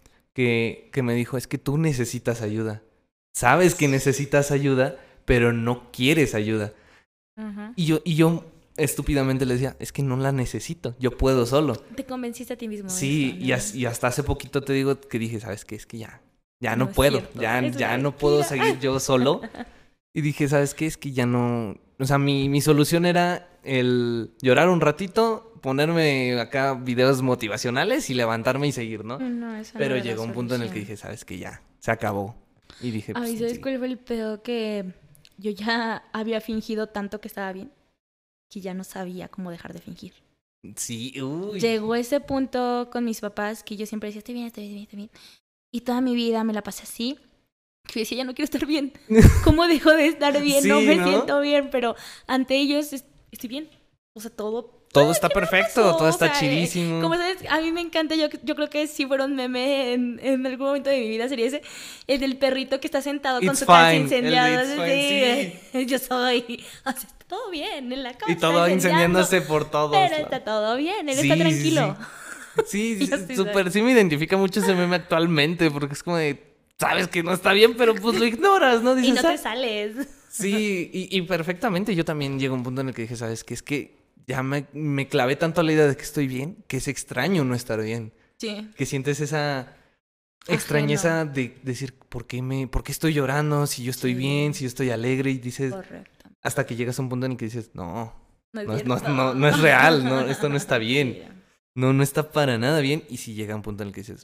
que me dijo, es que tú necesitas ayuda. Sabes que necesitas ayuda, pero no quieres ayuda. Ajá. Y yo estúpidamente le decía, es que no la necesito, yo puedo solo. Te convenciste a ti mismo de Sí, eso, ¿no? y hasta hace poquito te digo que dije, ¿sabes qué? Es que ya No no es puedo, cierto, ya, es ya una no puedo mentira. seguir yo solo. Y dije, ¿sabes qué? Es que ya no... O sea, mi solución era el llorar un ratito, ponerme acá videos motivacionales y levantarme y seguir, ¿no? No, esa no Pero era la llegó un punto en el que solución. dije, ¿sabes qué? Ya, se acabó. Y dije, pues Ay, ¿sabes sí. cuál fue el pedo? Que yo ya había fingido tanto que estaba bien, que ya no sabía cómo dejar de fingir. Sí, uy. Llegó ese punto con mis papás que yo siempre decía, estoy bien, estoy bien, estoy bien. Y toda mi vida me la pasé así. Que yo decía, ya no quiero estar bien. ¿Cómo dejo de estar bien? No Sí, me ¿no? siento bien, pero ante ellos estoy bien. O sea, todo Todo está perfecto, todo o está sea, chidísimo. como sabes, a mí me encanta, yo creo que si fuera un meme en algún momento de mi vida sería ese, el del perrito que está sentado con It's su casa fine, el de incendiada. It's fine, sí. Sí, yo soy, o sea, está todo bien, en la cama Y se está todo incendiando, incendiándose por todos pero lados. está todo bien, él está Sí, sí, tranquilo. sí. Sí, Yo sí, sí soy. súper, sí me identifica mucho ese meme actualmente, porque es como de, sabes que no está bien, pero pues lo ignoras, ¿no? Y Dices, no te ah, sales. sí, y perfectamente, yo también llego a un punto en el que dije, ¿sabes qué? Es que ya me clavé tanto a la idea de que estoy bien, que es extraño no estar bien. Sí. Que sientes esa Ajeno. extrañeza de decir, ¿por qué estoy llorando? Si yo estoy bien, Sí, si yo estoy alegre, y dices, correcto. hasta que llegas a un punto en el que dices, no, No es no es, no, cierto. no, no es real, no, esto no está bien. Sí. No, no está para nada bien. Y si llega un punto en el que dices,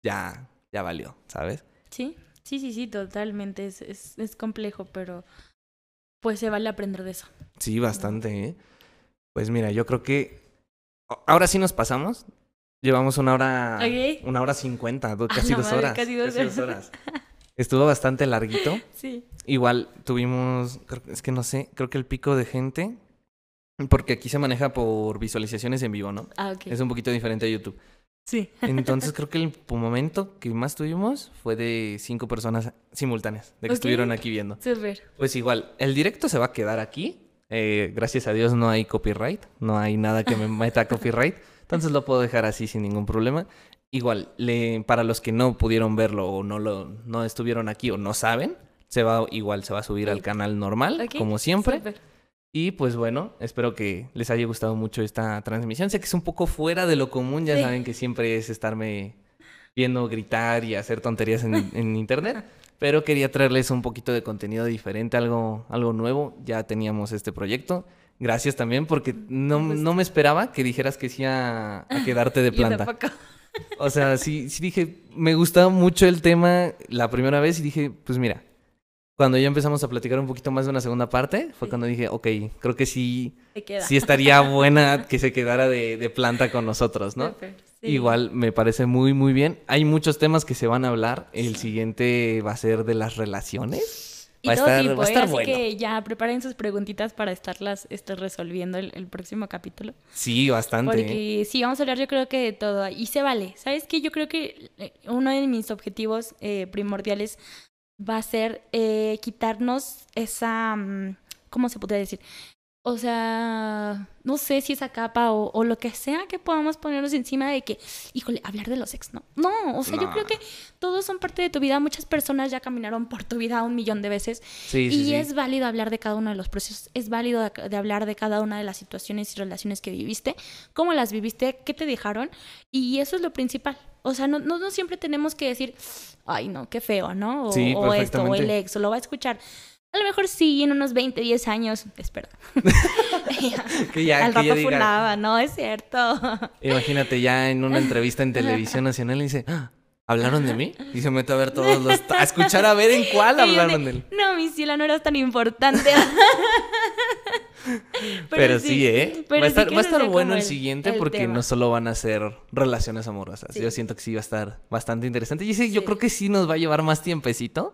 ya valió, ¿sabes? Sí, sí, sí, sí, totalmente. Es complejo, pero pues se vale aprender de eso. Sí, bastante, ¿eh? Pues mira, yo creo que ahora sí nos pasamos. Llevamos Ok. 1 hora 50, A casi la dos madre, horas. casi dos Casi horas. 2 horas. Estuvo bastante larguito. Sí. Igual tuvimos, es que no sé, creo que el pico de gente, porque aquí se maneja por visualizaciones en vivo, ¿no? Ah, ok. Es un poquito diferente a YouTube. Sí. Entonces creo que el momento que más tuvimos fue de 5 personas simultáneas, de que Ok. estuvieron aquí viendo. Súper. Pues igual, el directo se va a quedar aquí. Gracias a Dios no hay copyright, no hay nada que me meta copyright. Entonces lo puedo dejar así sin ningún problema. Igual, para los que no pudieron verlo o no estuvieron aquí o no saben, se va a subir al canal normal, Ok. como siempre. Súper. Y pues bueno, espero que les haya gustado mucho esta transmisión. Sé que es un poco fuera de lo común, ya Sí. saben que siempre es estarme viendo gritar y hacer tonterías en internet, pero quería traerles un poquito de contenido diferente, algo nuevo. Ya teníamos este proyecto. Gracias también porque no me esperaba que dijeras que sí a quedarte de Yo planta. tampoco. O sea, sí dije, me gustaba mucho el tema la primera vez y dije, pues mira, cuando ya empezamos a platicar un poquito más de una segunda parte, fue Sí. cuando dije, ok, creo que sí, Te queda. sí estaría buena que se quedara de planta con nosotros, ¿no? Súper. Sí. Igual me parece muy, muy bien. Hay muchos temas que se van a hablar. El Sí. siguiente va a ser de las relaciones. Y Va a todo estar, tipo, va a estar así bueno. que ya preparen sus preguntitas para estarlas resolviendo el próximo capítulo. Sí, bastante. Porque sí, vamos a hablar yo creo que de todo. Y se vale. ¿Sabes qué? Yo creo que uno de mis objetivos primordiales va a ser quitarnos esa... ¿cómo se podría decir? O sea, no sé si esa capa o lo que sea que podamos ponernos encima de que, híjole, hablar de los ex, no. No, o sea, yo No. creo que todos son parte de tu vida. Muchas personas ya caminaron por tu vida 1 millón de veces. Sí, sí, Y es sí. válido hablar de cada uno de los procesos. Es válido de hablar de cada una de las situaciones y relaciones que viviste, cómo las viviste, qué te dejaron. Y eso es lo principal. O sea, no siempre tenemos que decir, ay, no, qué feo, ¿no? Sí, O esto, o el perfectamente. ex, o lo va a escuchar. A lo mejor sí, en unos 20, 10 años. Espera. Al Que ya rato diga, funaba, no es cierto. imagínate ya en una entrevista en televisión nacional y dice, "Ah, ¿hablaron de Ajá. mí?" Y se mete a ver todos los, a escuchar a ver en cuál Y yo hablaron de de, él. no, mi ciela, no eras tan importante. Pero sí, ¿eh? Pero sí que Va a ese estar sea bueno como el siguiente el porque no tema. solo van a ser relaciones amorosas. Yo Sí, siento que sí va a estar bastante interesante. Y sí, yo creo sí. que sí nos va a llevar más tiempecito.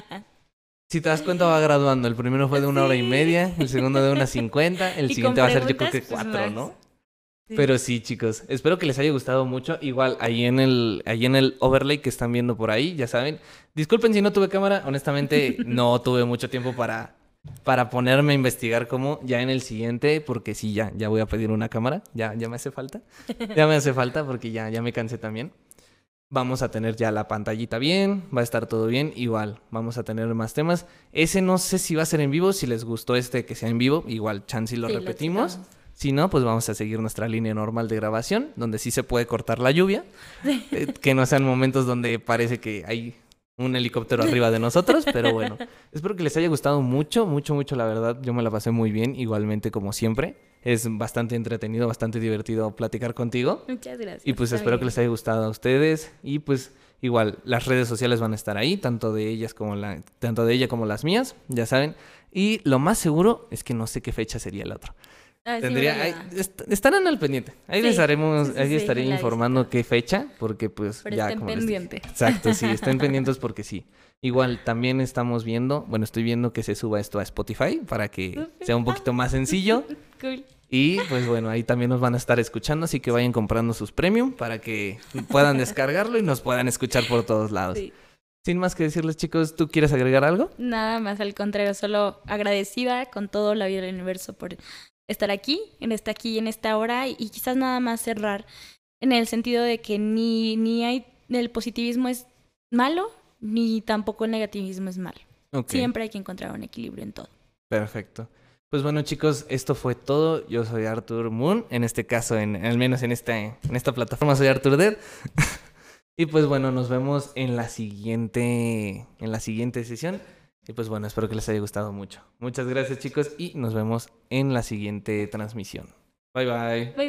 Si te das cuenta, va graduando. El primero fue de 1 hora y media, el segundo de 1:50, el Y con siguiente va a ser yo creo preguntas, que pues 4, más. ¿no? Sí. Pero sí, chicos, espero que les haya gustado mucho. Igual, ahí en el overlay que están viendo por ahí, ya saben. Disculpen si no tuve cámara, honestamente no tuve mucho tiempo para ponerme a investigar cómo ya en el siguiente, porque sí, ya voy a pedir una cámara, ya me hace falta. Ya me hace falta porque ya me cansé también. Vamos a tener ya la pantallita bien, va a estar todo bien, igual, vamos a tener más temas. Ese no sé si va a ser en vivo, si les gustó este que sea en vivo, igual chance y lo Sí, lo repetimos. checamos. Si no, pues vamos a seguir nuestra línea normal de grabación, donde sí se puede cortar la lluvia, que no sean momentos donde parece que hay un helicóptero arriba de nosotros, pero bueno, espero que les haya gustado mucho, mucho, mucho, la verdad, yo me la pasé muy bien, igualmente como siempre. Es bastante entretenido, bastante divertido platicar contigo. Muchas gracias. Y pues Está espero que bien. les haya gustado a ustedes. Y pues igual, las redes sociales van a estar ahí, tanto de ella como las mías, ya saben. Y lo más seguro es que no sé qué fecha sería el otro. Ah, sí me lo Estarán al pendiente. Ahí les Sí, haremos, sí, sí, ahí sí, estaré me la informando avisas. qué fecha, porque pues Pero ya estén como les dije. pendientes. Exacto, sí, estén pendientes porque sí. Igual también estamos viendo, bueno, estoy viendo que se suba esto a Spotify para que sea un poquito más sencillo. Cool. Y pues bueno, ahí también nos van a estar escuchando, así que vayan comprando sus premium para que puedan descargarlo y nos puedan escuchar por todos lados. Sí. Sin más que decirles, chicos, ¿tú quieres agregar algo? Nada más, al contrario, solo agradecida con todo la vida del universo por estar aquí, en esta hora, y quizás nada más cerrar en el sentido de que ni hay, el positivismo es malo, ni tampoco el negativismo es malo. Ok, Siempre hay que encontrar un equilibrio en todo. perfecto. Pues bueno, chicos, esto fue todo. Yo soy Arthur Moon, en este caso, al menos en esta plataforma soy Arthur Dead. Y pues bueno, nos vemos en la siguiente sesión. Y pues bueno, espero que les haya gustado mucho. Muchas gracias, chicos, y nos vemos en la siguiente transmisión. Bye bye. Bye.